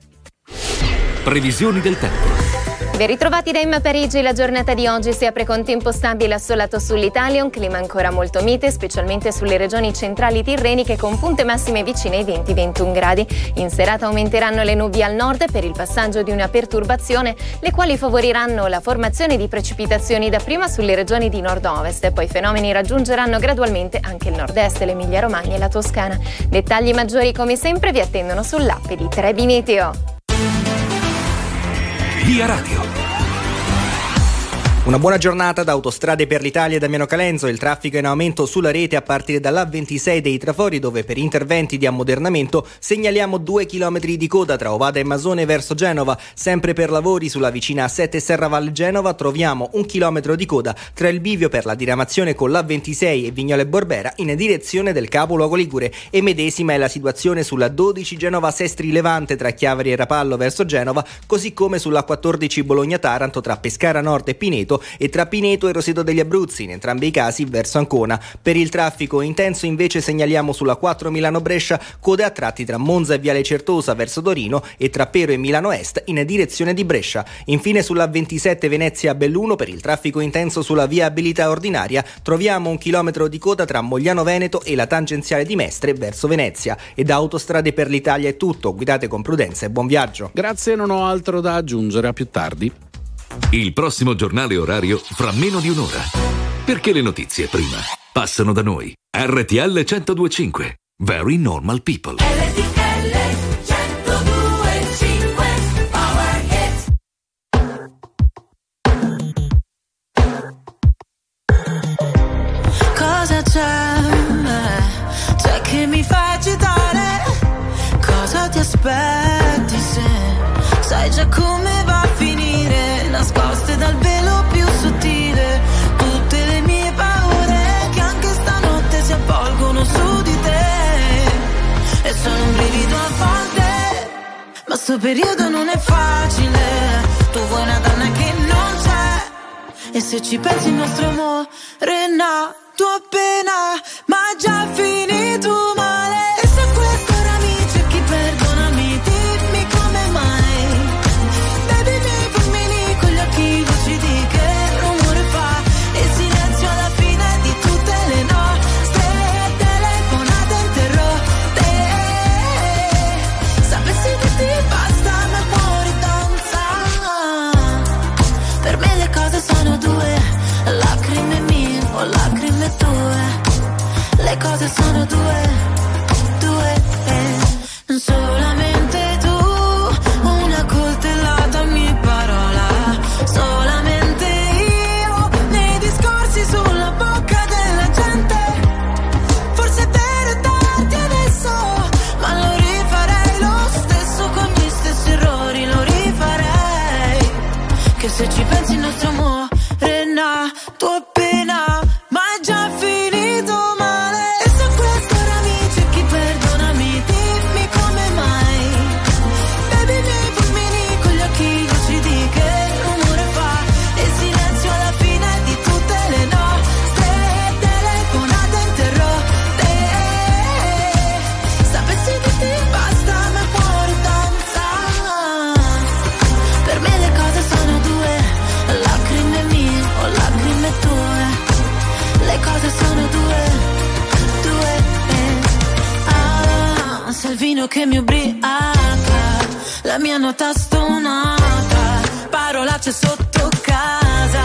Previsioni del tempo. Ben ritrovati da Emma Parigi, la giornata di oggi si apre con tempo stabile assolato sull'Italia, un clima ancora molto mite, specialmente sulle regioni centrali tirreniche con punte massime vicine ai 20-21 gradi. In serata aumenteranno le nubi al nord per il passaggio di una perturbazione, le quali favoriranno la formazione di precipitazioni dapprima sulle regioni di nord-ovest, poi i fenomeni raggiungeranno gradualmente anche il nord-est, l'Emilia Romagna e la Toscana. Dettagli maggiori come sempre vi attendono sull'app di Trebi Meteo. Via Radio. Una buona giornata da Autostrade per l'Italia e Damiano Calenzo. Il traffico è in aumento sulla rete a partire dall'A26 dei Trafori, dove per interventi di ammodernamento segnaliamo 2 km di coda tra Ovada e Masone verso Genova. Sempre per lavori sulla vicina A7 Serravalle Genova troviamo 1 chilometro di coda tra il bivio per la diramazione con l'A26 e Vignole Borbera in direzione del capoluogo ligure. E medesima è la situazione sulla 12 Genova Sestri Levante tra Chiavari e Rapallo verso Genova, così come sulla 14 Bologna Taranto tra Pescara Nord e Pineto e tra Pineto e Roseto degli Abruzzi, in entrambi i casi verso Ancona. Per il traffico intenso invece segnaliamo sulla 4 Milano Brescia code a tratti tra Monza e Viale Certosa verso Torino e tra Pero e Milano Est in direzione di Brescia. Infine sulla 27 Venezia Belluno per il traffico intenso sulla viabilità ordinaria troviamo 1 chilometro di coda tra Mogliano Veneto e la tangenziale di Mestre verso Venezia. E da Autostrade per l'Italia è tutto, guidate con prudenza e buon viaggio. Grazie, non ho altro da aggiungere, a più tardi. Il prossimo giornale orario fra meno di un'ora. Perché le notizie prima passano da noi. RTL 102.5. Very Normal People. RTL 102.5 Power Hit. Cosa c'è che mi fa agitare? Cosa ti aspetti se sai già come va a finire? Nascoste dal velo più sottile tutte le mie paure che anche stanotte si avvolgono su di te. E sono un brivido a volte, ma sto periodo non è facile. Tu vuoi una donna che non c'è, e se ci pensi il nostro amore è nato appena, ma già finito male. E se questo ora mi cerchi, perdonami, dimmi come mai. Baby, mi fulmini con gli occhi lucidi, che rumore fa il silenzio alla fine di tutte le nostre telefonate interrotte. Sapessi che ti basta, ma il cuore danza. Per me le cose sono due, lacrime mie o lacrime tue. Le cose sono due. Solamente tu, una coltellata ogni parola. Solamente io, nei discorsi sulla bocca della gente. Forse è vero tardi adesso, ma lo rifarei lo stesso con gli stessi errori, lo rifarei. Che se ci pensi il nostro amore è nato appena, ma è già finito male. E se questo ora mi cerchi, perdonami, dimmi come mai. Baby, mi fulmini con gli occhi lucidi, che rumore fa il silenzio alla fine di tutte le nostre telefonate interrotte. Sapessi che ti basta, ma il cuore danza. Per me le cose sono due, lacrime mie o lacrime tue. Le cose sono due. Se il vino che mi ubriaca, la mia nota stonata, parolacce sotto casa.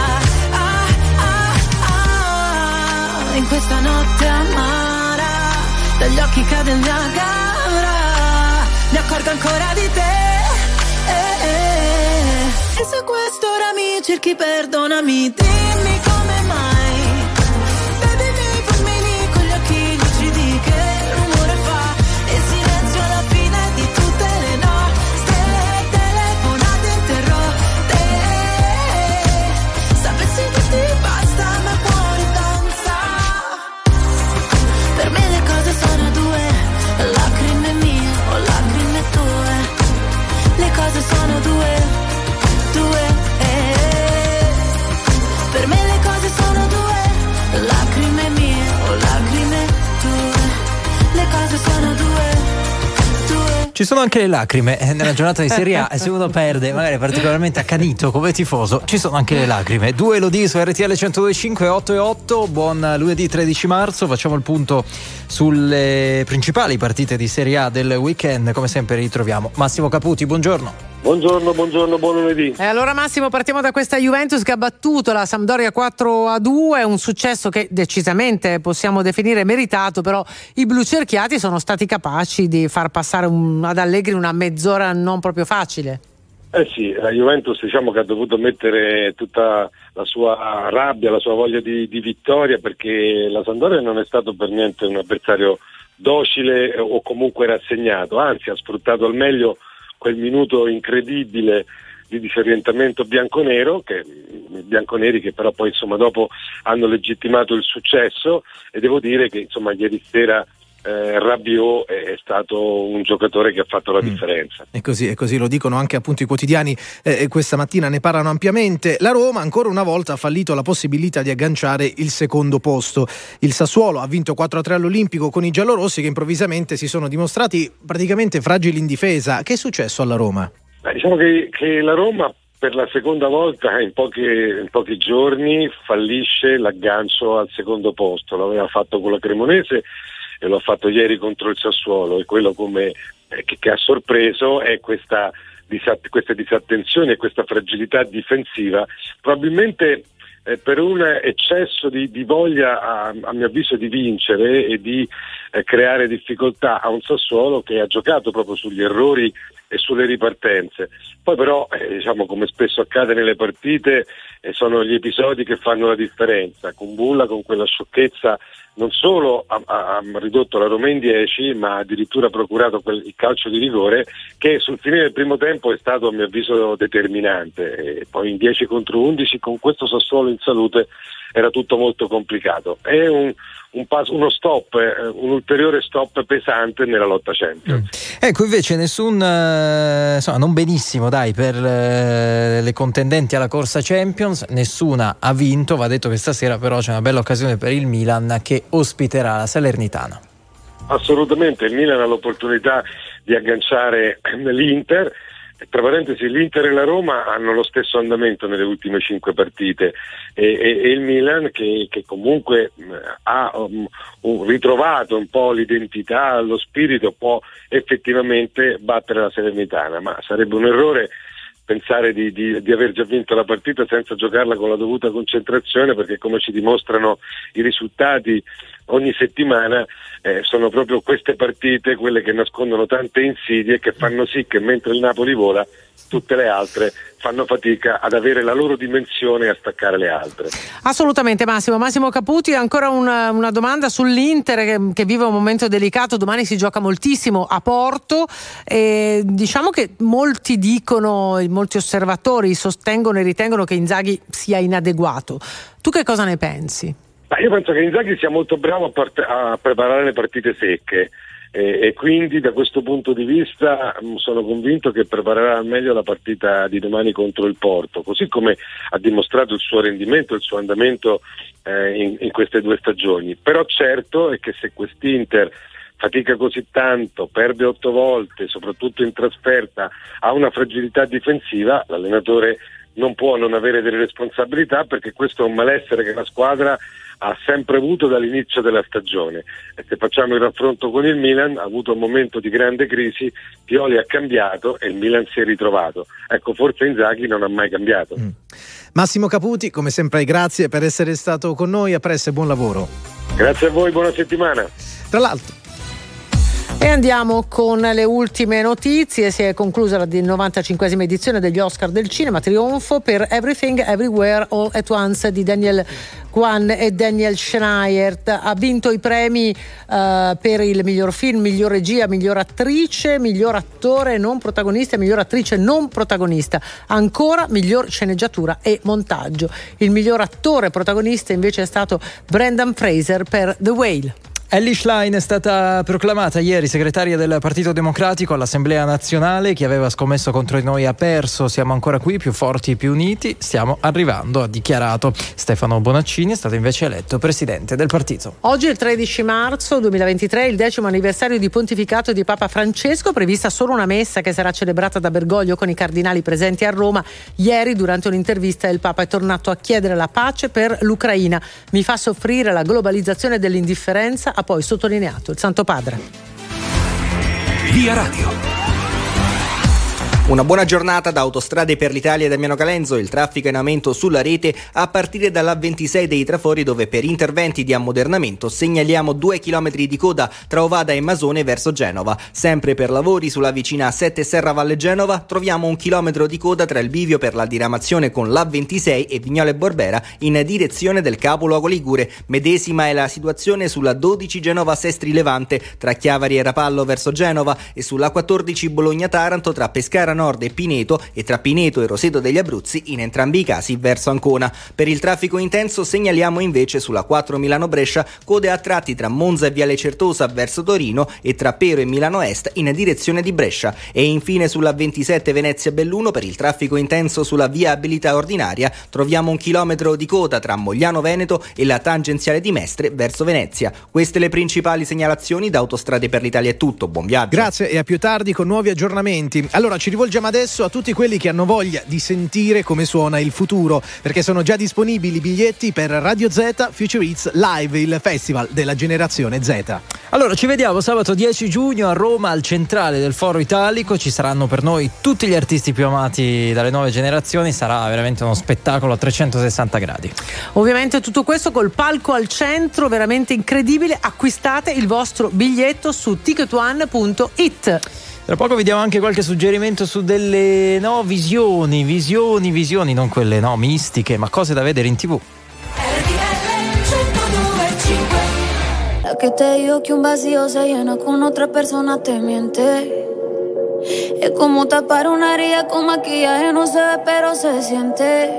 In questa notte amara, dagli occhi cade il Niagara, mi accorgo ancora di te. E se questo ora mi cerchi, perdonami, dimmi come mai. Baby, mi fulmini con gli occhi lucidi, che rumore fa il silenzio alla fine di tutte le nostre telefonate interrotte. Sapessi che ti basta, ma il cuore danza. Per me le cose sono due, lacrime mie o lacrime tue. Le cose sono due. Per me le cose sono due, lacrime mie o lacrime tue. Le cose sono due. Ci sono anche le lacrime nella giornata di Serie A, e se uno perde, magari particolarmente accanito come tifoso, ci sono anche le lacrime. 2 Elodie su RTL 102.5, 8:08. Buon lunedì 13 marzo. Facciamo il punto sulle principali partite di Serie A del weekend. Come sempre ritroviamo Massimo Caputi, buongiorno. Buongiorno, buon lunedì. E allora Massimo, partiamo da questa Juventus che ha battuto la Sampdoria 4-2, un successo che decisamente possiamo definire meritato, però i blucerchiati sono stati capaci di far passare ad Allegri una mezz'ora non proprio facile. Sì, la Juventus diciamo che ha dovuto mettere tutta la sua rabbia, la sua voglia di vittoria, perché la Sampdoria non è stato per niente un avversario docile o comunque rassegnato, anzi ha sfruttato al meglio quel minuto incredibile di disorientamento bianconeri che però poi insomma dopo hanno legittimato il successo, e devo dire che insomma ieri sera Rabiot è stato un giocatore che ha fatto la differenza. E così lo dicono anche appunto i quotidiani, questa mattina ne parlano ampiamente. La Roma ancora una volta ha fallito la possibilità di agganciare il secondo posto. Il Sassuolo ha vinto 4-3 all'Olimpico con i giallorossi, che improvvisamente si sono dimostrati praticamente fragili in difesa. Che è successo alla Roma? Diciamo che la Roma per la seconda volta in pochi giorni fallisce l'aggancio al secondo posto. L'aveva fatto con la Cremonese e lo ha fatto ieri contro il Sassuolo, e quello che ha sorpreso è queste disattenzioni e questa fragilità difensiva, probabilmente per un eccesso di voglia a mio avviso di vincere e di creare difficoltà a un Sassuolo che ha giocato proprio sugli errori e sulle ripartenze. Poi però diciamo, come spesso accade nelle partite, sono gli episodi che fanno la differenza. Kumbulla con quella sciocchezza non solo ha ridotto la Roma in 10, ma addirittura ha procurato il calcio di rigore che sul finire del primo tempo è stato a mio avviso determinante, e poi in 10 contro 11 con questo Sassuolo in salute era tutto molto complicato. È uno stop, un ulteriore stop pesante nella lotta Champions. Ecco, invece non benissimo per le contendenti alla corsa Champions, nessuna ha vinto. Va detto che stasera però c'è una bella occasione per il Milan, che ospiterà la Salernitana. Assolutamente, il Milan ha l'opportunità di agganciare l'Inter. Tra parentesi, l'Inter e la Roma hanno lo stesso andamento nelle ultime 5 partite, e il Milan che comunque ha ritrovato un po' l'identità, lo spirito, può effettivamente battere la Salernitana, ma sarebbe un errore pensare di aver già vinto la partita senza giocarla con la dovuta concentrazione, perché come ci dimostrano i risultati ogni settimana, sono proprio queste partite quelle che nascondono tante insidie e che fanno sì che mentre il Napoli vola, tutte le altre fanno fatica ad avere la loro dimensione e a staccare le altre. Assolutamente. Massimo Caputi, ancora una domanda sull'Inter che vive un momento delicato. Domani si gioca moltissimo a Porto, e diciamo che molti osservatori sostengono e ritengono che Inzaghi sia inadeguato. Tu che cosa ne pensi? Io penso che Inzaghi sia molto bravo a preparare le partite secche, e quindi da questo punto di vista sono convinto che preparerà al meglio la partita di domani contro il Porto, così come ha dimostrato il suo rendimento, il suo andamento in queste 2 stagioni. Però certo è che se quest'Inter fatica così tanto, perde 8 volte, soprattutto in trasferta, ha una fragilità difensiva, l'allenatore non può non avere delle responsabilità, perché questo è un malessere che la squadra ha sempre avuto dall'inizio della stagione. E se facciamo il raffronto con il Milan, ha avuto un momento di grande crisi, Pioli ha cambiato e il Milan si è ritrovato. Ecco, forse Inzaghi non ha mai cambiato. Massimo Caputi, come sempre grazie per essere stato con noi, a presto e buon lavoro. Grazie a voi, buona settimana. Tra l'altro. E andiamo con le ultime notizie. Si è conclusa la 95esima edizione degli Oscar del cinema, trionfo per Everything Everywhere All at Once di Daniel Kwan e Daniel Schneider. Ha vinto i premi per il miglior film, miglior regia, miglior attrice, miglior attore non protagonista e miglior attrice non protagonista, ancora miglior sceneggiatura e montaggio. Il miglior attore protagonista invece è stato Brendan Fraser per The Whale. Elly Schlein è stata proclamata ieri segretaria del Partito Democratico all'Assemblea Nazionale. Chi aveva scommesso contro di noi ha perso, siamo ancora qui, più forti e più uniti, stiamo arrivando, ha dichiarato. Stefano Bonaccini è stato invece eletto presidente del partito. Oggi è il 13 marzo 2023, il 10° anniversario di pontificato di Papa Francesco, prevista solo una messa che sarà celebrata da Bergoglio con i cardinali presenti a Roma. Ieri, durante un'intervista, il Papa è tornato a chiedere la pace per l'Ucraina. Mi fa soffrire la globalizzazione dell'indifferenza, ha poi sottolineato il Santo Padre. Via Radio. Una buona giornata da Autostrade per l'Italia e Damiano Calenzo. Il traffico è in aumento sulla rete a partire dalla 26 dei Trafori, dove per interventi di ammodernamento segnaliamo 2 km di coda tra Ovada e Masone verso Genova. Sempre per lavori sulla vicina A7 Serravalle Genova troviamo 1 chilometro di coda tra il bivio per la diramazione con l'A26 e Vignale Borbera in direzione del capoluogo ligure. Medesima è la situazione sulla 12 Genova Sestri Levante tra Chiavari e Rapallo verso Genova e sulla 14 Bologna Taranto tra Pescara Nord e Pineto e tra Pineto e Roseto degli Abruzzi in entrambi i casi verso Ancona. Per il traffico intenso segnaliamo invece sulla 4 Milano Brescia code a tratti tra Monza e Viale Certosa verso Torino e tra Pero e Milano Est in direzione di Brescia. E infine sulla 27 Venezia Belluno per il traffico intenso sulla viabilità ordinaria troviamo 1 chilometro di coda tra Mogliano Veneto e la tangenziale di Mestre verso Venezia. Queste le principali segnalazioni. Da Autostrade per l'Italia è tutto, buon viaggio. Grazie e a più tardi con nuovi aggiornamenti. Allora ci rivolgiamo adesso a tutti quelli che hanno voglia di sentire come suona il futuro, perché sono già disponibili i biglietti per Radio Z Future Hits Live, il festival della generazione Z. Allora ci vediamo sabato 10 giugno a Roma al centrale del Foro Italico. Ci saranno per noi tutti gli artisti più amati dalle nuove generazioni. Sarà veramente uno spettacolo a 360 gradi. Ovviamente tutto questo col palco al centro, veramente incredibile. Acquistate il vostro biglietto su ticketone.it. Tra poco vi diamo anche qualche suggerimento su delle visioni, non quelle mistiche, ma cose da vedere in TV. La que te digo que un vacío se llena con otra persona te miente. Es como tapar una herida con maquillaje, no se ve pero se siente.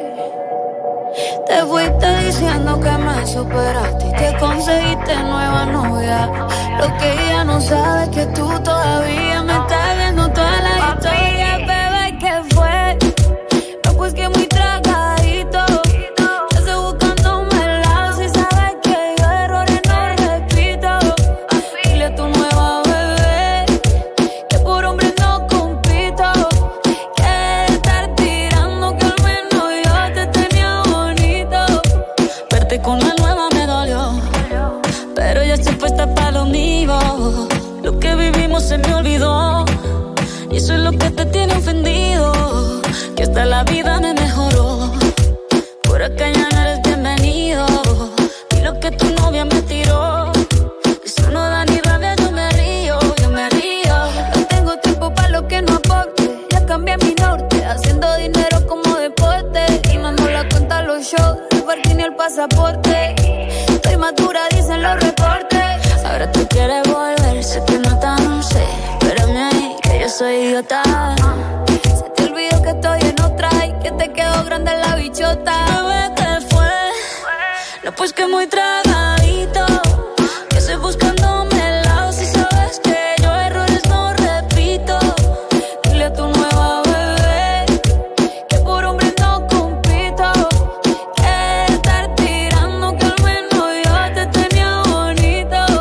Te fuiste diciendo que me superaste y que conseguiste nueva novia. Lo que ella no sabe es que tú todavía me estás viendo toda la historia. Bebé, ¿qué fue? No, pues que muy tragadito. Yo estoy buscándome el lado. Si sabes que yo errores no repito. Dile a tu nueva bebé que por hombre no compito. Que estar tirando que al menos yo te tenía bonito. Verte con la nueva me dolió, pero ya estoy puesta para lo mío. Lo que vivimos se me olvidó y eso es lo que te tiene ofendido. Que hasta la vida me mejoró. Por acá ya no eres bienvenido. Y lo que tu novia me tiró, eso no da ni rabia, yo me río. No tengo tiempo para lo que no aporte. Ya cambié mi norte, haciendo dinero como deporte. Y mando la cuenta a los shows, el parking y el pasaporte. Estoy madura, dicen los reportes. Ahora tú quieres volver, se te nota, no sé. Espérame ahí, que yo soy idiota. Se te olvidó que estoy en otra y que te quedó grande la bichota. Bebé, ¿qué fue? No, pues que muy tragadito. Que estoy buscándome el lado. Si sabes que yo errores no repito. Dile a tu nueva bebé que por hombre no compito. Que estar tirando que al menos yo te tenía bonito.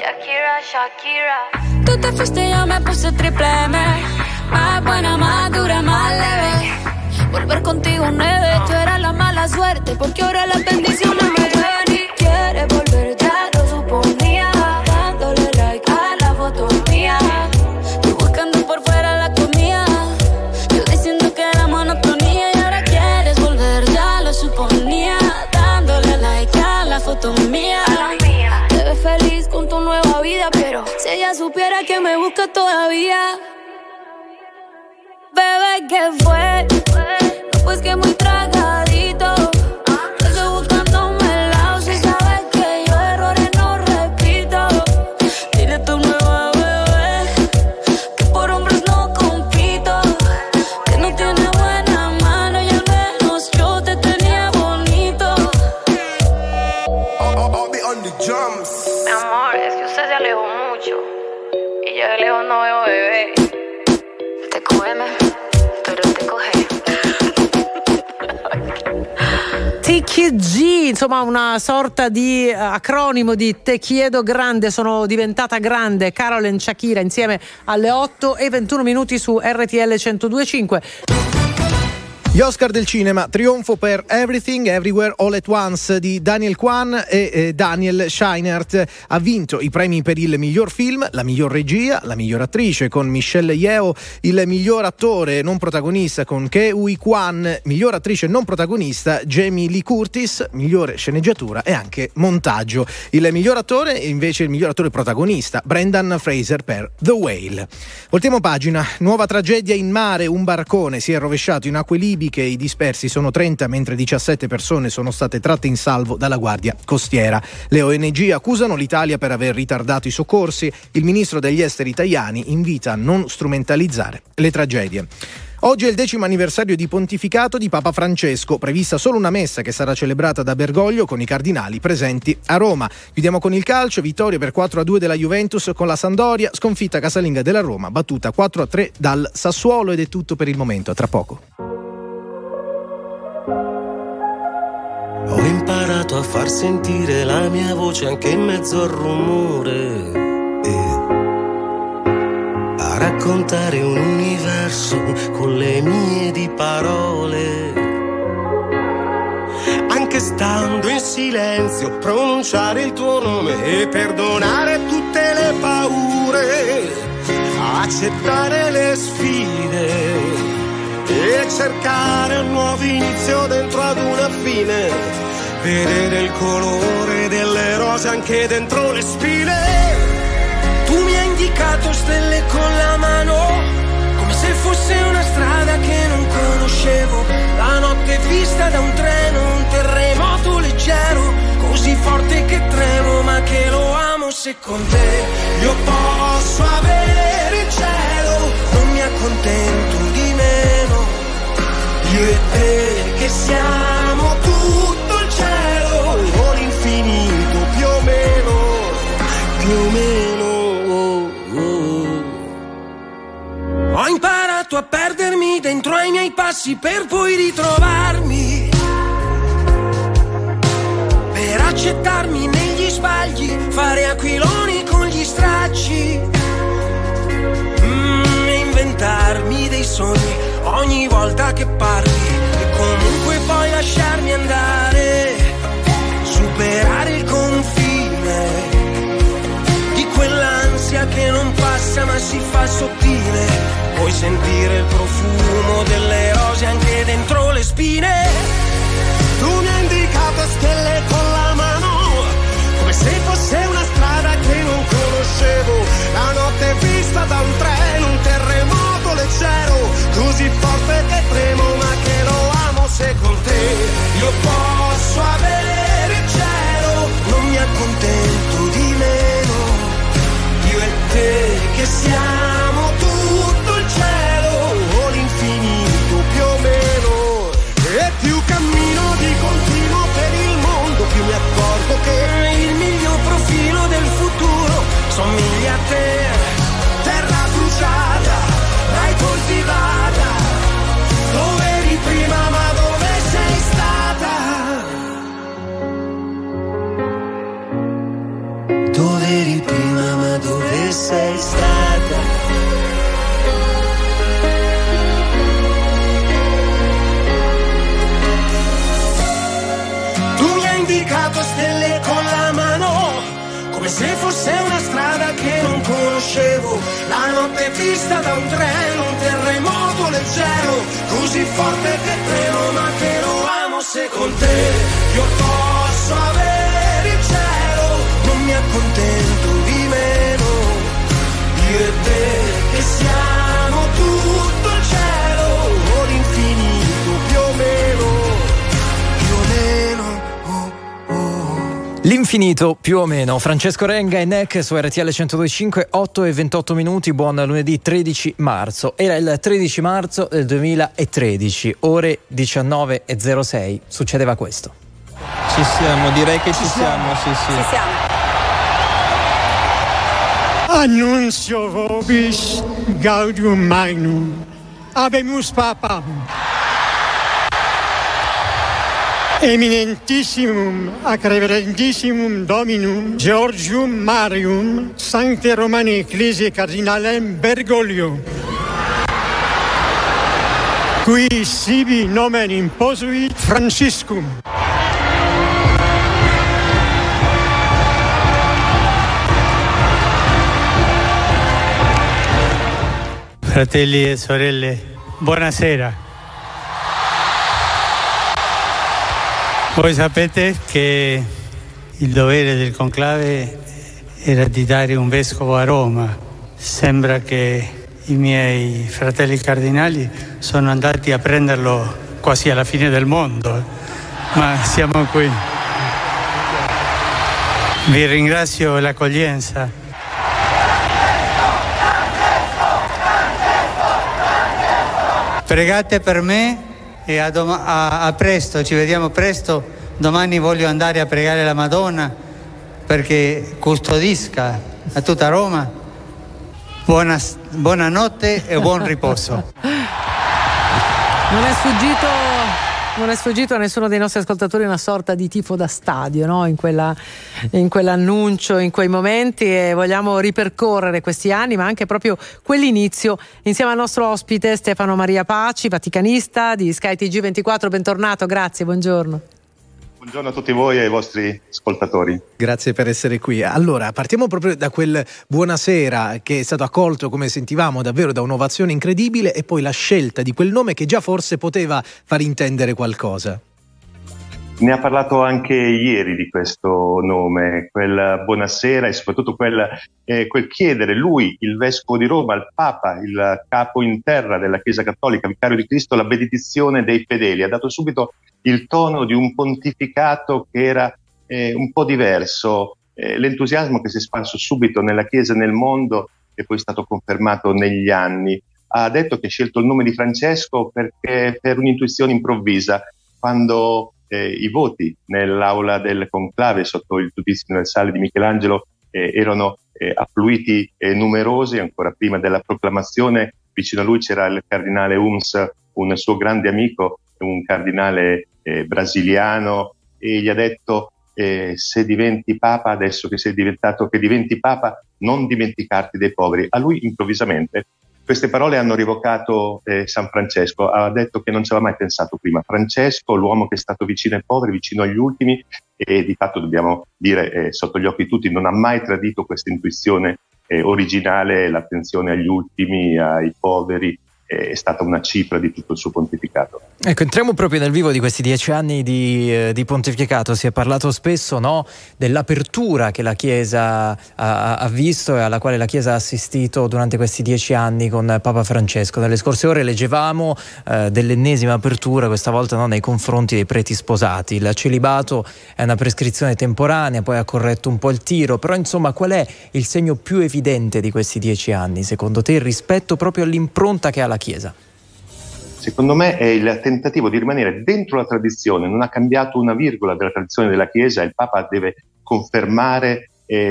Shakira. Tú te fuiste y yo me puse triple M. Más buena, más dura, más leve. Volver contigo nueve. Tú eras la mala suerte porque ahora las bendiciones me llueven. Y quieres volver, ya lo suponía. Dándole like a la foto mía. Tú buscando por fuera la comida. Yo diciendo que era monotonía. Y ahora quieres volver, ya lo suponía. Dándole like a la foto mía. Te ves feliz con tu nueva vida, pero si ella supiera que me busca todavía. Bebé, ¿qué fue? No, pues que muy tragadito. Estoy buscándome el lado. Si sabes que yo errores no repito. Dile a tu nueva bebé que por hombres no compito. Que no tiene buena mano y al menos yo te tenía bonito. Mi amor, es que usted se alejó mucho y yo de lejos no veo bebé. Te come, pero te coge. TKG, insomma una sorta di acronimo di Te chiedo grande, sono diventata grande. Karol e Shakira insieme alle 8:21 su RTL 102.5. Gli Oscar del cinema, trionfo per Everything Everywhere All at Once di Daniel Kwan e Daniel Scheinert. Ha vinto i premi per il miglior film, la miglior regia, la miglior attrice con Michelle Yeoh, il miglior attore non protagonista con Ke Huy Quan, miglior attrice non protagonista Jamie Lee Curtis, migliore sceneggiatura e anche montaggio. Il miglior attore invece il miglior attore protagonista Brendan Fraser per The Whale. Voltiamo pagina. Nuova tragedia in mare, un barcone si è rovesciato in acque libiche, i dispersi sono 30 mentre 17 persone sono state tratte in salvo dalla Guardia Costiera. Le ONG accusano l'Italia per aver ritardato i soccorsi. Il ministro degli esteri Tajani invita a non strumentalizzare le tragedie. Oggi è il 10° anniversario di pontificato di Papa Francesco, prevista solo una messa che sarà celebrata da Bergoglio con i cardinali presenti a Roma. Chiudiamo con il calcio, vittoria per 4-2 della Juventus con la Sampdoria, sconfitta casalinga della Roma, battuta 4-3 dal Sassuolo. Ed è tutto per il momento, a tra poco. Ho imparato a far sentire la mia voce anche in mezzo al rumore a raccontare un universo con le mie di parole. Anche stando in silenzio pronunciare il tuo nome e perdonare tutte le paure, accettare le sfide e cercare un nuovo inizio dentro ad una fine, vedere il colore delle rose anche dentro le spine. Tu mi hai indicato stelle con la mano, come se fosse una strada che non conoscevo. La notte vista da un treno, un terremoto leggero, così forte che tremo ma che lo amo. Se con te io posso avere il cielo, non mi accontento di meno. Io e te che siamo tutto il cielo o l'infinito più o meno, più o meno. Ho imparato a perdermi dentro ai miei passi per poi ritrovarmi, per accettarmi negli sbagli, fare aquiloni con gli stracci, e inventarmi dei sogni ogni volta che parli e comunque poi lasciarmi andare, superare il confine di quell'ansia che non passa ma si fa sottile. Puoi sentire il profumo delle rose anche dentro le spine. Tu mi hai indicato stelle con la mano, come se fosse una strada che non conoscevo. La notte vista da un treno, un terremoto leggero, così forte che tremo ma che lo amo. Se con te io posso avere il cielo, non mi accontento di meno. Io e te che siamo tutto il cielo o l'infinito più o meno. E più cammino di continuo per il mondo, più mi accorgo che il miglior profilo del futuro somiglia a te. Terra bruciata, mai coltivata, dove eri prima ma dove sei stata? Dove eri prima ma dove sei stata? Tu mi hai indicato stelle con la mano, come se fosse una strada che non conoscevo. La notte vista da un treno, un terremoto leggero, così forte che tremo ma che lo amo. Se con te io posso avere il cielo, non mi accontento di meno. Io e te che siamo tutto il cielo o l'infinito più o meno, più o meno. L'infinito più o meno. Francesco Renga e Neck su RTL 102.5, 8:28. Buon lunedì 13 marzo. Era il 13 marzo del 2013, ore 19:06. Succedeva questo. Ci siamo, direi che ci siamo, sì. Ci siamo. Annunzio vobis gaudium magnum. Habemus papam. Eminentissimum ac reverendissimum Dominum Georgium Marium Sancte Romani Ecclesiae Cardinalem Bergoglio. Qui sibi nomen imposuit Franciscum. Fratelli e sorelle, buonasera. Voi sapete che il dovere del conclave era di dare un vescovo a Roma. Sembra che i miei fratelli cardinali sono andati a prenderlo quasi alla fine del mondo, ma siamo qui. Vi ringrazio per l'accoglienza. Pregate per me e a presto, ci vediamo presto. Domani voglio andare a pregare la Madonna perché custodisca a tutta Roma. Buonanotte e buon riposo. Non è sfuggito a nessuno dei nostri ascoltatori una sorta di tifo da stadio, no? In quell'annuncio, in quei momenti, e vogliamo ripercorrere questi anni, ma anche proprio quell'inizio insieme al nostro ospite Stefano Maria Paci, vaticanista di Sky TG24. Bentornato, grazie, buongiorno. Buongiorno a tutti voi e ai vostri ascoltatori. Grazie per essere qui. Allora, partiamo proprio da quel buonasera che è stato accolto, come sentivamo, davvero da un'ovazione incredibile, e poi la scelta di quel nome che già forse poteva far intendere qualcosa. Ne ha parlato anche ieri di questo nome, quel buonasera, e soprattutto quel chiedere lui, il vescovo di Roma, il Papa, il capo in terra della Chiesa Cattolica, vicario di Cristo, la benedizione dei fedeli. Ha dato subito il tono di un pontificato che era un po' diverso, l'entusiasmo che si è sparso subito nella Chiesa e nel mondo e poi è stato confermato negli anni. Ha detto che ha scelto il nome di Francesco perché per un'intuizione improvvisa, quando i voti nell'aula del conclave sotto il giudizio universale di Michelangelo erano affluiti numerosi, ancora prima della proclamazione. Vicino a lui c'era il cardinale Uns, un suo grande amico, un cardinale brasiliano, e gli ha detto: se diventi papa, adesso che sei diventato, che diventi papa, non dimenticarti dei poveri. A lui improvvisamente queste parole hanno rievocato San Francesco. Ha detto che non ci aveva mai pensato prima. Francesco, l'uomo che è stato vicino ai poveri, vicino agli ultimi, e di fatto dobbiamo dire sotto gli occhi di tutti, non ha mai tradito questa intuizione originale, l'attenzione agli ultimi, ai poveri. È stata una cifra di tutto il suo pontificato. Ecco, entriamo proprio nel vivo di questi 10 anni di pontificato. Si è parlato spesso, no, dell'apertura che la Chiesa ha visto e alla quale la Chiesa ha assistito durante questi 10 anni con Papa Francesco. Nelle scorse ore leggevamo dell'ennesima apertura, questa volta nei confronti dei preti sposati. Il celibato è una prescrizione temporanea, poi ha corretto un po' il tiro, però insomma qual è il segno più evidente di questi 10 anni, secondo te, rispetto proprio all'impronta che ha la Chiesa? Secondo me è il tentativo di rimanere dentro la tradizione, non ha cambiato una virgola della tradizione della Chiesa. Il Papa deve confermare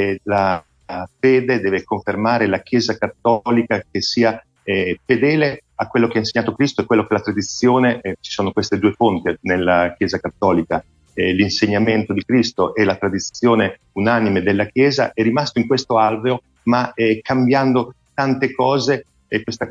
la fede, deve confermare la Chiesa cattolica che sia fedele a quello che ha insegnato Cristo e quello che la tradizione, ci sono queste due fonti nella Chiesa cattolica, l'insegnamento di Cristo e la tradizione unanime della Chiesa. È rimasto in questo alveo, ma cambiando tante cose. E queste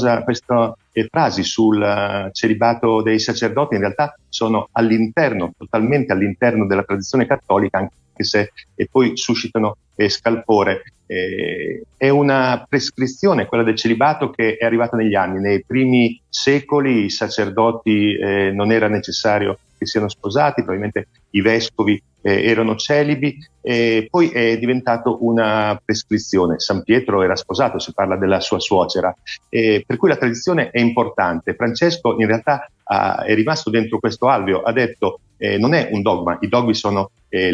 frasi sul celibato dei sacerdoti in realtà sono totalmente all'interno della tradizione cattolica, anche se poi suscitano scalpore. È una prescrizione, quella del celibato, che è arrivata negli anni. Nei primi secoli i sacerdoti non era necessario che siano sposati, probabilmente i vescovi erano celibi, poi è diventato una prescrizione. San Pietro era sposato, si parla della sua suocera, per cui la tradizione è importante. Francesco in realtà è rimasto dentro questo alveo, ha detto non è un dogma, i dogmi sono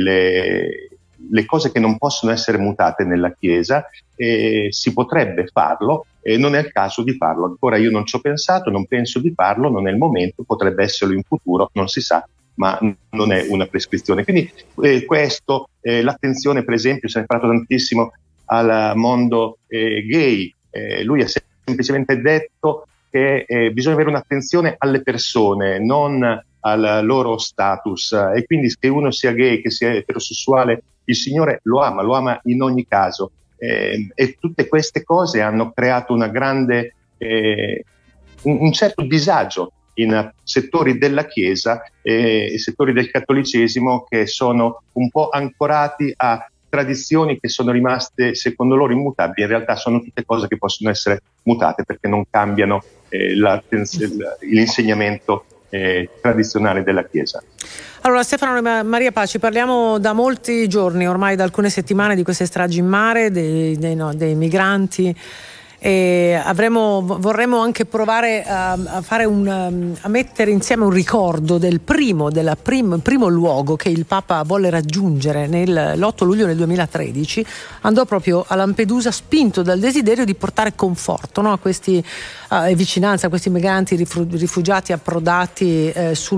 le cose che non possono essere mutate nella Chiesa, si potrebbe farlo, non è il caso di farlo. Ancora io non ci ho pensato, non penso di farlo, non è il momento, potrebbe esserlo in futuro, non si sa, ma non è una prescrizione. Quindi questo, l'attenzione per esempio, se ne è parlato tantissimo al mondo gay, lui ha semplicemente detto che bisogna avere un'attenzione alle persone, non al loro status, e quindi che uno sia gay, che sia eterosessuale, il Signore lo ama in ogni caso, e tutte queste cose hanno creato una grande un certo disagio in settori della Chiesa e settori del cattolicesimo che sono un po' ancorati a tradizioni che sono rimaste secondo loro immutabili. In realtà sono tutte cose che possono essere mutate perché non cambiano l'insegnamento tradizionale della Chiesa. Allora, Stefano Maria Paci, parliamo da molti giorni, ormai da alcune settimane, di queste stragi in mare, dei migranti, e vorremmo anche provare a mettere insieme un ricordo del primo luogo che il Papa volle raggiungere l'8 luglio del 2013. Andò proprio a Lampedusa, spinto dal desiderio di portare conforto, no, a questi e vicinanza a questi migranti rifugiati approdati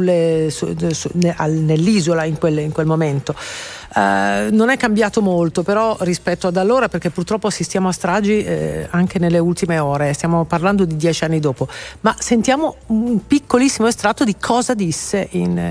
nell'isola in quel momento. Non è cambiato molto però rispetto ad allora, perché purtroppo assistiamo a stragi anche nelle ultime ore, stiamo parlando di 10 anni dopo, ma sentiamo un piccolissimo estratto di cosa disse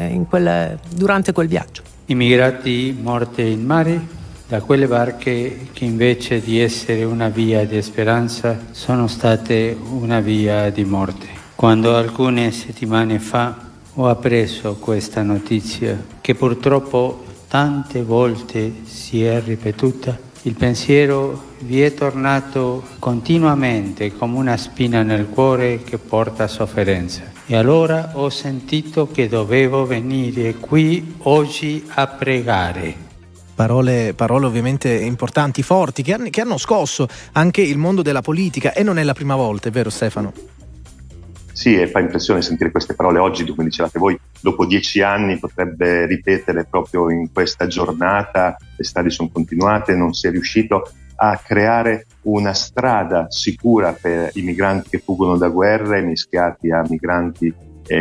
durante quel viaggio. Immigrati morti in mare, da quelle barche che invece di essere una via di speranza sono state una via di morte. Quando alcune settimane fa ho appreso questa notizia, che purtroppo tante volte si è ripetuta, il pensiero vi è tornato continuamente come una spina nel cuore che porta sofferenza. E allora ho sentito che dovevo venire qui oggi a pregare. Parole ovviamente importanti, forti, che hanno scosso anche il mondo della politica, e non è la prima volta, è vero Stefano? Sì, e fa impressione sentire queste parole oggi, come dicevate voi, dopo 10 anni potrebbe ripetere proprio in questa giornata. Le strade sono continuate, non si è riuscito a creare una strada sicura per i migranti che fuggono da guerre mischiati a migranti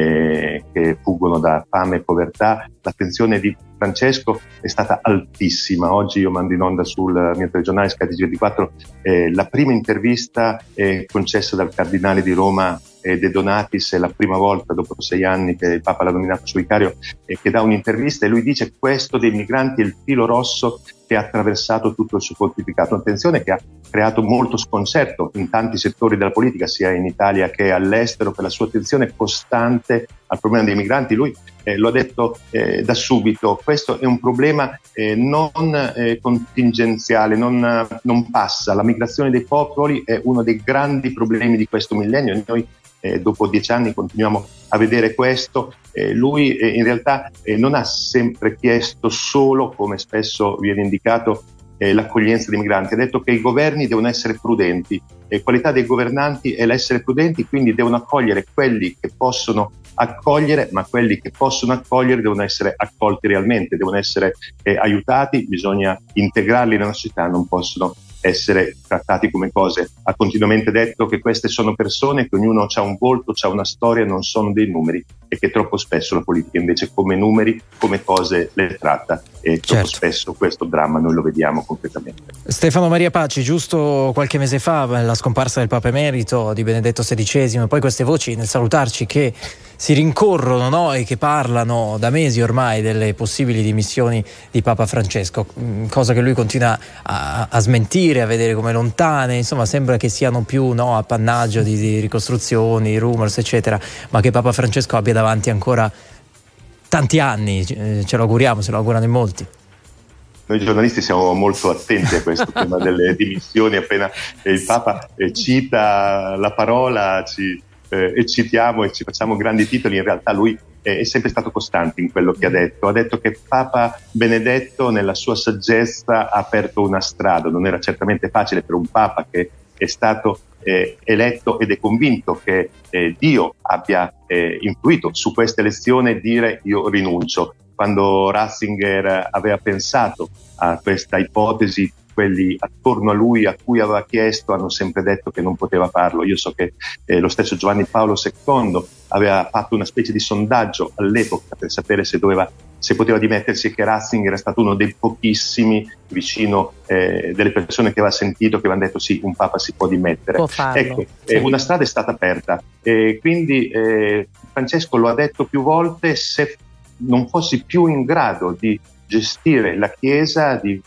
che fuggono da fame e povertà. L'attenzione di Francesco è stata altissima. Oggi io mando in onda sul mio telegiornale Sky TG24 la prima intervista concessa dal cardinale di Roma De Donatis, è la prima volta dopo 6 anni che il Papa l'ha nominato suo vicario, che dà un'intervista, e lui dice: questo dei migranti è il filo rosso che ha attraversato tutto il suo pontificato. Attenzione, che ha creato molto sconcerto in tanti settori della politica, sia in Italia che all'estero, per la sua attenzione costante al problema dei migranti. Lui lo ha detto da subito: questo è un problema non contingenziale, non passa. La migrazione dei popoli è uno dei grandi problemi di questo millennio, e noi dopo 10 anni continuiamo a vedere questo. Lui in realtà non ha sempre chiesto solo, come spesso viene indicato, l'accoglienza dei migranti. Ha detto che i governi devono essere prudenti, qualità dei governanti è l'essere prudenti, quindi devono accogliere quelli che possono accogliere, ma quelli che possono accogliere devono essere accolti realmente, devono essere aiutati, bisogna integrarli nella società, non possono essere trattati come cose. Ha continuamente detto che queste sono persone, che ognuno ha un volto, ha una storia, non sono dei numeri, e che troppo spesso la politica invece come numeri, come cose le tratta, e troppo spesso questo dramma noi lo vediamo concretamente. Stefano Maria Paci, giusto qualche mese fa la scomparsa del Papa Emerito di Benedetto XVI, e poi queste voci nel salutarci che si rincorrono, no? E che parlano da mesi ormai delle possibili dimissioni di Papa Francesco, cosa che lui continua a smentire, a vedere come lontane. Insomma, sembra che siano più, no, appannaggio di ricostruzioni, rumors eccetera, ma che Papa Francesco abbia davanti ancora tanti anni, ce lo auguriamo, se lo augurano in molti. Noi giornalisti siamo molto attenti a questo tema delle dimissioni. Appena il Papa cita la parola e citiamo e ci facciamo grandi titoli. In realtà lui è sempre stato costante in quello che ha detto. Ha detto che Papa Benedetto nella sua saggezza ha aperto una strada. Non era certamente facile per un Papa che è stato eletto ed è convinto che Dio abbia influito su questa elezione, dire io rinuncio. Quando Ratzinger aveva pensato a questa ipotesi, quelli attorno a lui a cui aveva chiesto hanno sempre detto che non poteva farlo. Io so che lo stesso Giovanni Paolo II aveva fatto una specie di sondaggio all'epoca per sapere se poteva dimettersi, e che Ratzinger è stato uno dei pochissimi vicino delle persone che aveva sentito che avevano detto sì, un Papa si può dimettere. Ecco, sì. Una strada è stata aperta, quindi Francesco lo ha detto più volte: se non fossi più in grado di gestire la Chiesa, di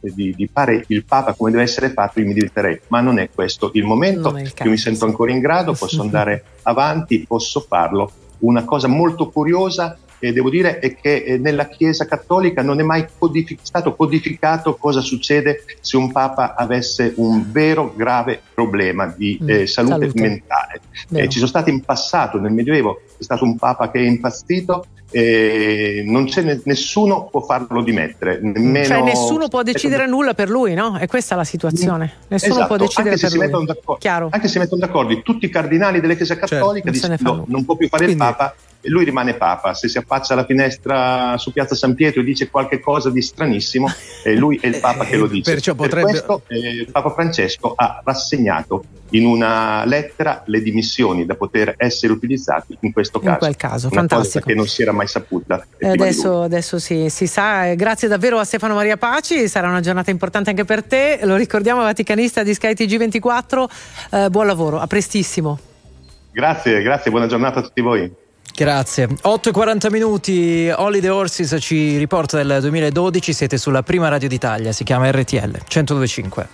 fare il Papa come deve essere fatto, io mi dimetterei, ma non è questo il momento. Io mi sento ancora in grado, posso andare avanti, posso farlo, una cosa molto curiosa, devo dire, è che nella Chiesa Cattolica non è mai stato codificato cosa succede se un Papa avesse un vero grave problema di salute mentale. Ci sono stati in passato, nel Medioevo, è stato un Papa che è impazzito, non c'è nessuno può farlo dimettere, nemmeno, cioè nessuno può decidere nulla per lui, no? È questa la situazione. Nessuno esatto, può decidere per lui. Anche se mettono d'accordo tutti i cardinali della Chiesa Cattolica, dicono non può più fare il Papa, e lui rimane Papa. Se si affaccia alla finestra su Piazza San Pietro e dice qualche cosa di stranissimo, lui è il Papa che lo dice. Per questo Papa Francesco ha rassegnato in una lettera le dimissioni da poter essere utilizzati in questo caso. In quel caso, una fantastico. Cosa che non si era mai saputa. Adesso si sa. Grazie davvero a Stefano Maria Paci, sarà una giornata importante anche per te. Lo ricordiamo, vaticanista di Sky TG24. Buon lavoro, a prestissimo. Grazie, buona giornata a tutti voi. Grazie. 8:40, Only the Horses ci riporta del 2012, siete sulla prima radio d'Italia, si chiama RTL 102.5.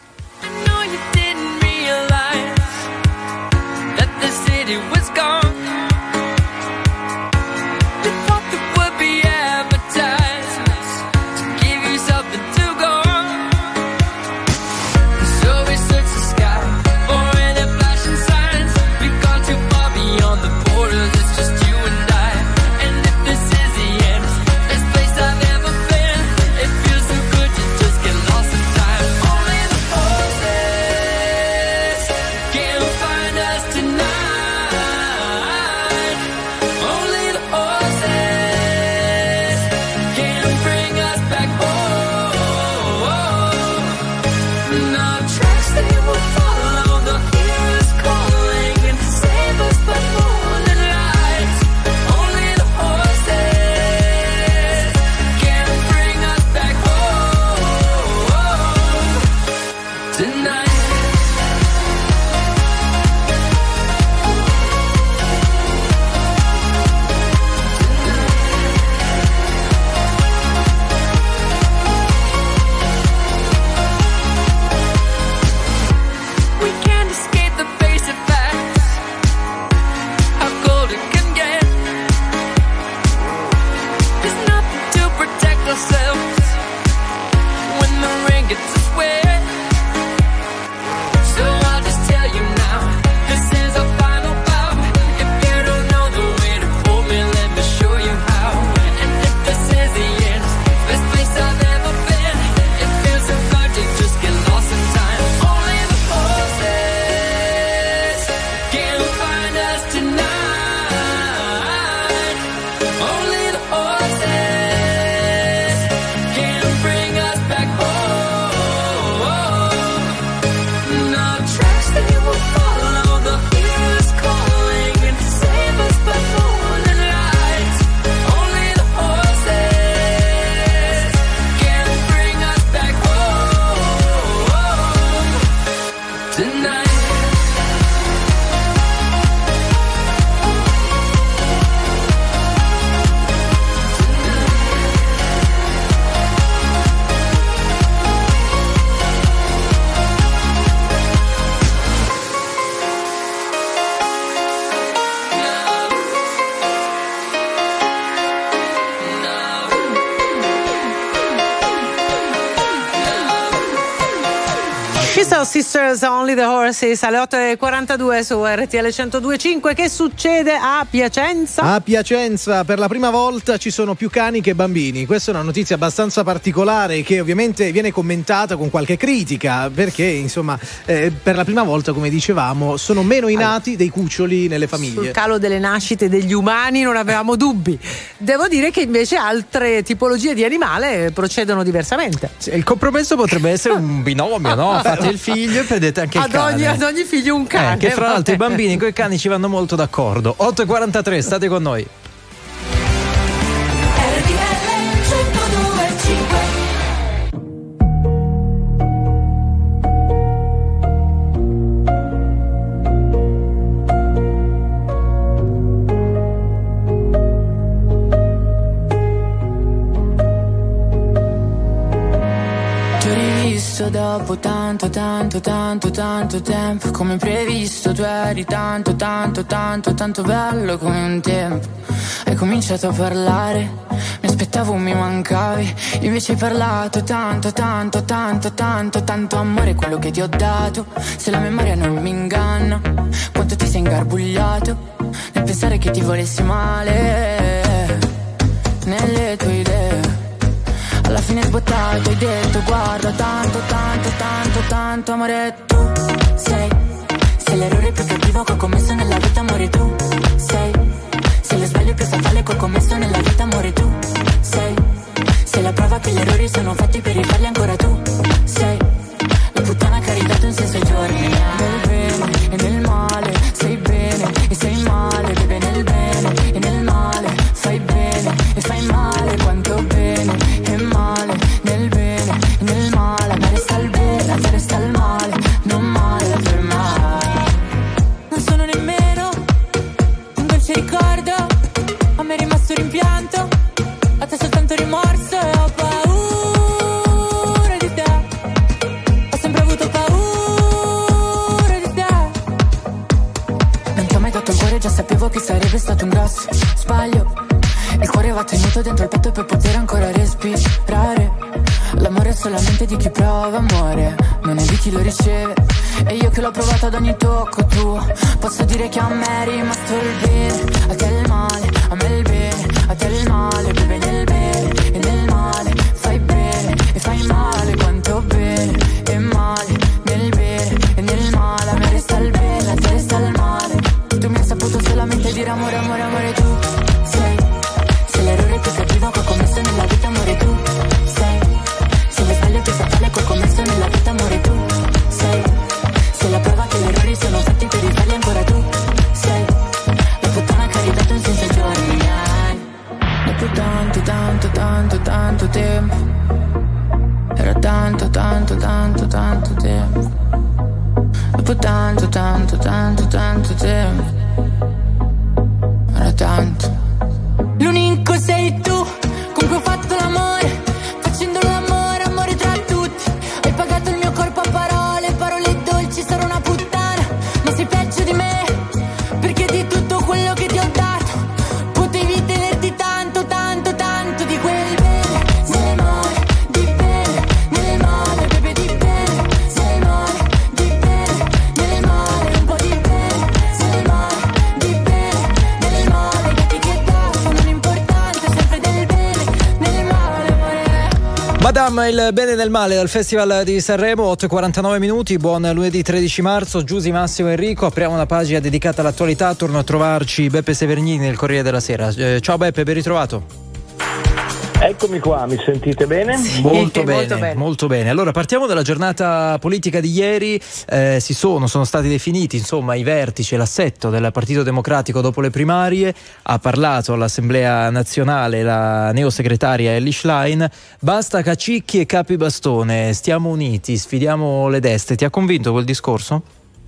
Sisters, Only the Horses, alle 8:42 su RTL 102.5. Che succede a Piacenza? A Piacenza per la prima volta ci sono più cani che bambini. Questa è una notizia abbastanza particolare che ovviamente viene commentata con qualche critica, perché insomma per la prima volta, come dicevamo, sono meno i nati dei cuccioli nelle famiglie. Sul calo delle nascite degli umani non avevamo dubbi. Devo dire che invece altre tipologie di animale procedono diversamente. Il compromesso potrebbe essere un binomio, no? Fate il figlio e prendete anche il cane. Ad ogni figlio un cane. Che fra l'altro i bambini con i cani ci vanno molto d'accordo. 8:43, state con noi. Dopo dopo tanto tempo, come previsto tu eri tanto bello come un tempo. Hai cominciato a parlare, mi aspettavo mi mancavi, invece hai parlato tanto amore, quello che ti ho dato, se la memoria non mi inganna, quanto ti sei ingarbugliato nel pensare che ti volessi male, nelle tue idee, alla fine sbottato hai detto guarda tanto amore, tu sei l'errore più cattivo che ho commesso nella vita, amore, tu sei lo sbaglio più fatale che ho commesso nella vita, amore, tu sei la prova che gli errori sono fatti per rifarli ancora, tu sei la puttana che ha ridato un senso ai giorni, nel bene e nel male, sei bene e sei male, bebe nel bene e nel male, fai bene e fai male, quanto bene e male, nel bene e nel male, a me resta il bene, a te resta il male, non male per mai. Non sono nemmeno un dolce ricordo, a me è rimasto rimpianto, a te soltanto rimorso e ho paura di te, ho sempre avuto paura di te. Non ti ho mai dato il cuore, già sapevo che sarebbe stato un grosso sbaglio, il cuore va tenuto dentro il petto per poter ancora respirare, l'amore è solamente di chi prova amore, non è di chi lo riceve, e io che l'ho provato ad ogni tocco tuo, posso dire che a me è rimasto il bene, a te il male, a me il bene, a te il male, bebe nel bene e nel male, fai bene e fai male, quanto bene e male, nel bene e nel male, a me resta il bene, a te resta il male, tu mi hai saputo solamente dire amore, amore, amore, tu sei l'errore più cattivo che ho commesso nella vita, amore, tu sei lo sbaglio più fatale che ho commesso nella vita, amore, tu sei la prova che gli errori sono fatti per rifarli ancora, tu sei la puttana che ha ridato un senso ai giorni miei. Dopo tanto tempo, era tanto tempo, dopo tanto tempo, era tanto. L'unico sei tu con cui ho fatto l'amore, facendo l'amore, amore tra tutti, hai pagato il mio corpo a parole dolci, sarò una puttana, ma sei peggio di me, perché di tutto quello che ti ho dato, potevi tenerti tanto di quel bene, nel male, di bene, nel male, bebe di bene, nel male, di bene, nel male, un po' di bene, nel male, di bene, nel male, che ti ho dato, non importante, sempre del bene, nel male, amore. Madame, il bene nel male dal Festival di Sanremo, 8:49 minuti, buon lunedì 13 marzo, Giusy, Massimo, Enrico, apriamo una pagina dedicata all'attualità, torno a trovarci Beppe Severnini nel Corriere della Sera. Ciao Beppe, ben ritrovato. Eccomi qua, mi sentite bene? Sì, molto bene. Allora partiamo dalla giornata politica di ieri, sono stati definiti insomma i vertici e l'assetto del Partito Democratico dopo le primarie, ha parlato all'Assemblea Nazionale la neosegretaria Elly Schlein, basta cacicchi e capi bastone, stiamo uniti, sfidiamo le destre, ti ha convinto quel discorso?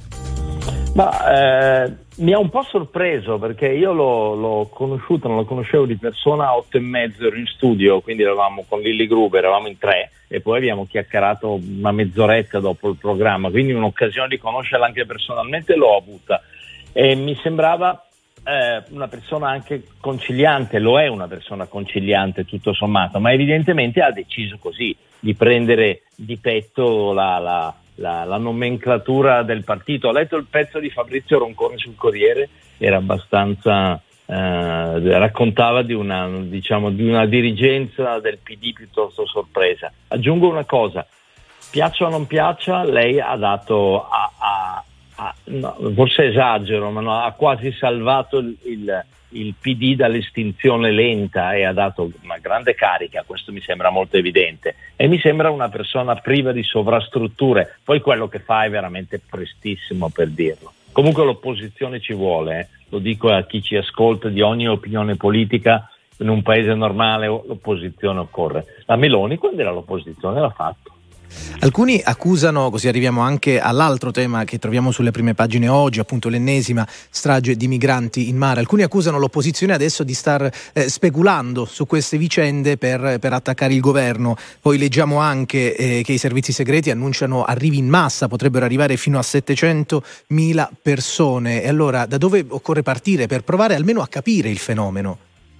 Mi ha un po' sorpreso perché io l'ho conosciuto, non lo conoscevo di persona, a 8:30 ero in studio, quindi eravamo con Lilli Gruber, eravamo in 3 e poi abbiamo chiacchierato una mezz'oretta dopo il programma, quindi un'occasione di conoscerla anche personalmente l'ho avuta e mi sembrava una persona anche conciliante, lo è una persona conciliante tutto sommato, ma evidentemente ha deciso così di prendere di petto la nomenclatura del partito. Ho letto il pezzo di Fabrizio Roncone sul Corriere, era abbastanza raccontava di una dirigenza del PD piuttosto sorpresa. Aggiungo una cosa, piaccia o non piaccia, lei ha dato no, forse esagero, ma no, ha quasi salvato il PD dall'estinzione lenta e ha dato una grande carica, questo mi sembra molto evidente, e mi sembra una persona priva di sovrastrutture, poi quello che fa è veramente prestissimo per dirlo. Comunque l'opposizione ci vuole, lo dico a chi ci ascolta di ogni opinione politica, in un paese normale l'opposizione occorre. La Meloni quando era all'opposizione l'ha fatto. Alcuni accusano, così arriviamo anche all'altro tema che troviamo sulle prime pagine oggi, appunto l'ennesima strage di migranti in mare. Alcuni accusano l'opposizione adesso di star speculando su queste vicende per attaccare il governo. Poi leggiamo anche che i servizi segreti annunciano arrivi in massa, potrebbero arrivare fino a 700.000 persone. E allora da dove occorre partire per provare almeno a capire il fenomeno?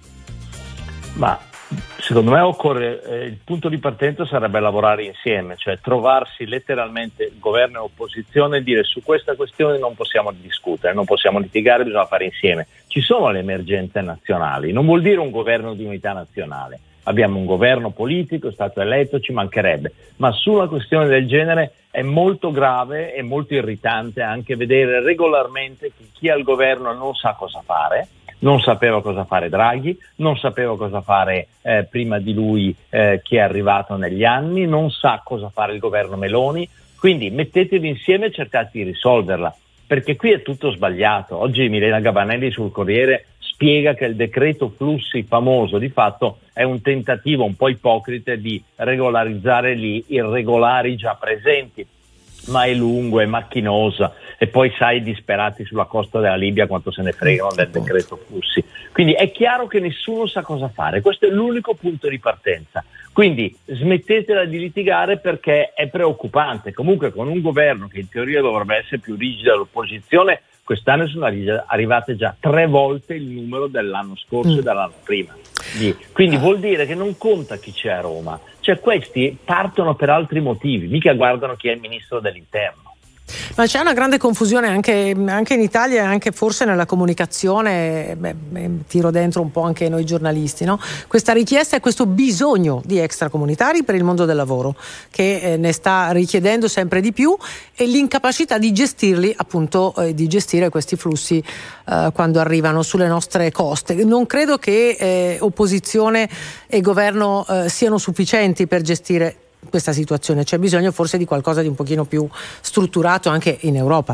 Ma secondo me il punto di partenza sarebbe lavorare insieme, cioè trovarsi letteralmente governo e opposizione e dire su questa questione non possiamo discutere, non possiamo litigare, bisogna fare insieme. Ci sono le emergenze nazionali, non vuol dire un governo di unità nazionale. Abbiamo un governo politico, è stato eletto, ci mancherebbe, ma su una questione del genere è molto grave e molto irritante anche vedere regolarmente che chi ha il governo non sa cosa fare. Non sapeva cosa fare Draghi, non sapeva cosa fare prima di lui chi è arrivato negli anni, non sa cosa fare il governo Meloni, quindi mettetevi insieme e cercate di risolverla, perché qui è tutto sbagliato. Oggi Milena Gabanelli sul Corriere spiega che il decreto flussi famoso di fatto è un tentativo un po' ipocrita di regolarizzare gli irregolari già presenti, ma è lungo, è macchinosa, e poi sai i disperati sulla costa della Libia quanto se ne fregano del decreto flussi. Quindi è chiaro che nessuno sa cosa fare, questo è l'unico punto di partenza. Quindi smettetela di litigare, perché è preoccupante. Comunque con un governo che in teoria dovrebbe essere più rigido dell'opposizione, quest'anno sono arrivate già 3 volte il numero dell'anno scorso e dell'anno prima. Quindi vuol dire che non conta chi c'è a Roma, cioè questi partono per altri motivi, mica guardano chi è il ministro dell'interno. Ma c'è una grande confusione anche in Italia e anche forse nella comunicazione, tiro dentro un po' anche noi giornalisti, no? Questa richiesta e questo bisogno di extracomunitari per il mondo del lavoro che ne sta richiedendo sempre di più, e l'incapacità di gestirli, appunto, di gestire questi flussi quando arrivano sulle nostre coste. Non credo che opposizione e governo siano sufficienti per gestire questa situazione, c'è bisogno forse di qualcosa di un pochino più strutturato anche in Europa.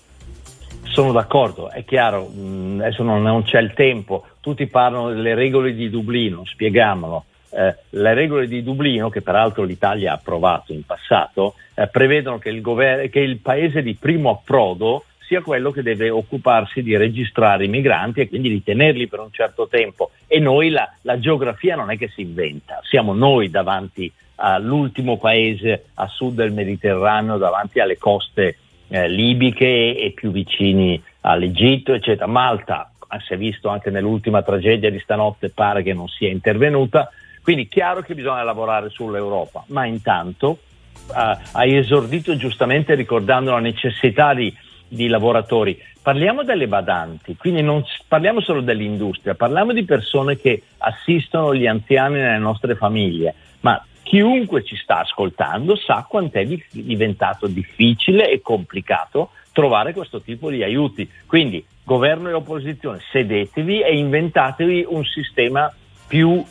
Sono d'accordo, è chiaro, adesso non c'è il tempo, tutti parlano delle regole di Dublino, spiegamolo. Le regole di Dublino, che peraltro l'Italia ha approvato in passato, prevedono che il paese di primo approdo sia quello che deve occuparsi di registrare i migranti e quindi di tenerli per un certo tempo. E noi la geografia non è che si inventa, siamo noi davanti all'ultimo paese a sud del Mediterraneo, davanti alle coste libiche e più vicini all'Egitto, eccetera. Malta, si è visto anche nell'ultima tragedia di stanotte, pare che non sia intervenuta, quindi chiaro che bisogna lavorare sull'Europa, ma intanto hai esordito giustamente ricordando la necessità di lavoratori. Parliamo delle badanti, quindi non parliamo solo dell'industria, parliamo di persone che assistono gli anziani nelle nostre famiglie, ma chiunque ci sta ascoltando sa quanto è diventato difficile e complicato trovare questo tipo di aiuti. Quindi governo e opposizione, sedetevi e inventatevi un sistema più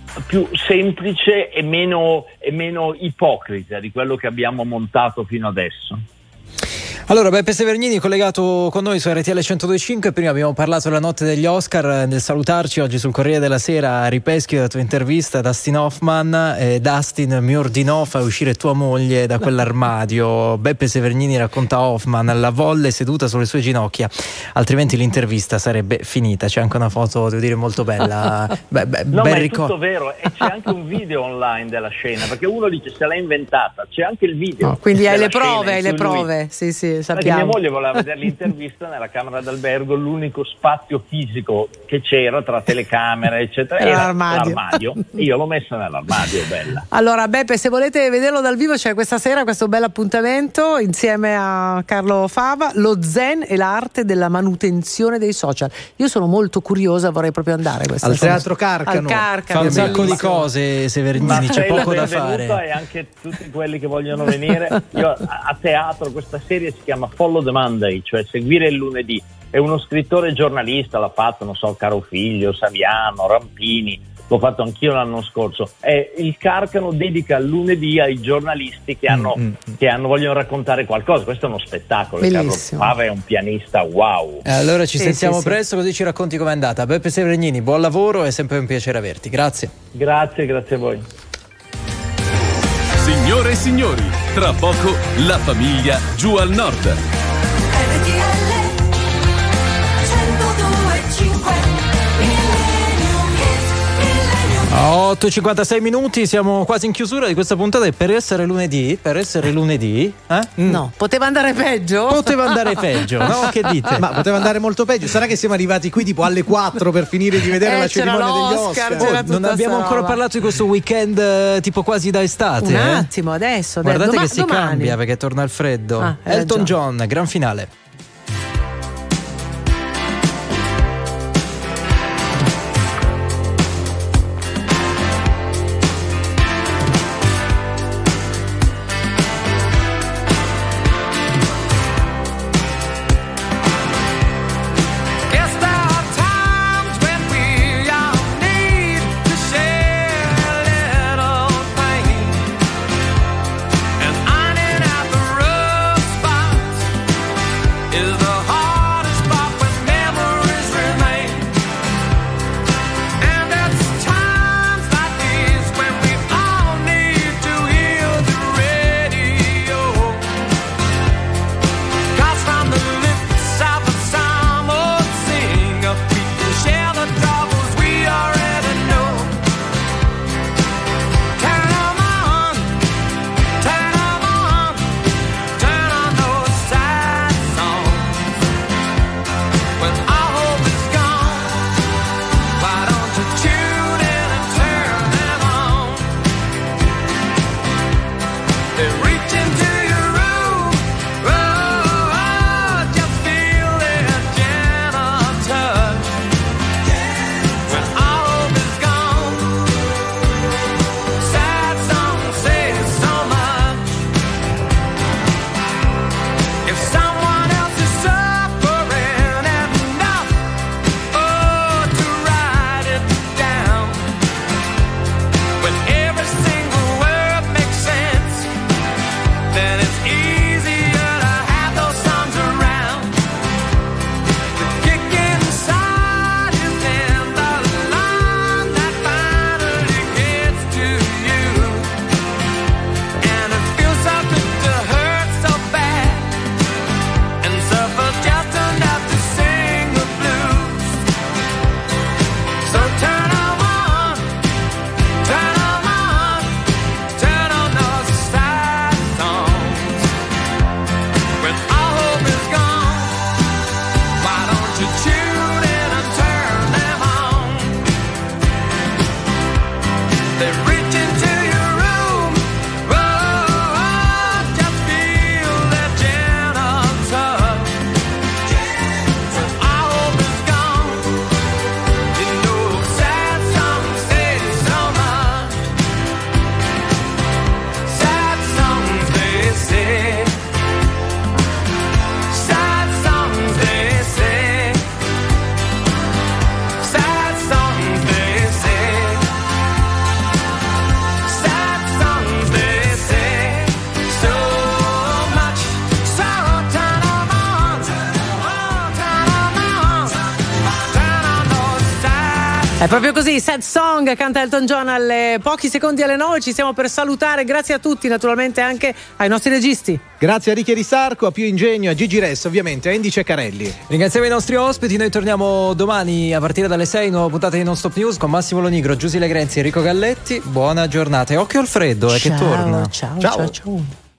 semplice e meno ipocrita di quello che abbiamo montato fino adesso. Allora, Beppe Severnini collegato con noi su RTL 102.5. Prima abbiamo parlato della notte degli Oscar. Nel salutarci oggi sul Corriere della Sera ripeschio la tua intervista a Dustin Hoffman. Dustin, mi ordinò fai uscire tua moglie da quell'armadio. Beppe Severnini racconta a Hoffman, la volle seduta sulle sue ginocchia, altrimenti l'intervista sarebbe finita. C'è anche una foto, devo dire, molto bella. No, ma è tutto vero, e c'è anche un video online della scena, perché uno dice se l'ha inventata, c'è anche il video. No, quindi hai le prove, sì, sappiamo. Perché mia moglie voleva vedere l'intervista nella camera d'albergo, l'unico spazio fisico che c'era tra telecamere eccetera era l'armadio. Io l'ho messa nell'armadio, bella. Allora Beppe, se volete vederlo dal vivo c'è questa sera questo bel appuntamento insieme a Carlo Fava, lo zen e l'arte della manutenzione dei social. Io sono molto curiosa, vorrei proprio andare questa al Teatro Carcano. Fa un sacco di cose Severnini, c'è poco da fare. E anche tutti quelli che vogliono venire. Io a teatro, questa serie si chiama Follow the Monday, cioè seguire il lunedì. È uno scrittore giornalista, l'ha fatto, non so, Carofiglio, Saviano, Rampini, l'ho fatto anch'io l'anno scorso. Il Carcano dedica il lunedì ai giornalisti che vogliono raccontare qualcosa. Questo è uno spettacolo. Carlo Fava è un pianista, wow. Allora ci sentiamo presto, così ci racconti com'è andata. Beppe Severnini, buon lavoro, è sempre un piacere averti. Grazie. Grazie a voi. Signore e signori, tra poco la famiglia giù al nord. 8:56 minuti, siamo quasi in chiusura di questa puntata e per essere lunedì, No, poteva andare peggio? Poteva andare peggio, no? Che dite? Ma poteva andare molto peggio. Sarà che siamo arrivati qui tipo alle 4 per finire di vedere la cerimonia degli Oscar. Non abbiamo ancora parlato di questo weekend tipo quasi da estate. Un attimo, adesso. Guardate che si cambia perché torna il freddo. Elton John, gran finale. È proprio così, Sad Song, canta Elton John alle pochi secondi alle 9, ci stiamo per salutare, grazie a tutti, naturalmente anche ai nostri registi. Grazie a Ricky Risarco, a Più Ingegno, a Gigi Ress, ovviamente a Andy Ceccarelli. Ringraziamo i nostri ospiti, noi torniamo domani a partire dalle 6, nuova puntata di Non Stop News con Massimo Lonigro, Giusy Legrenzi e Enrico Galletti. Buona giornata e occhio al freddo, che torna. Ciao.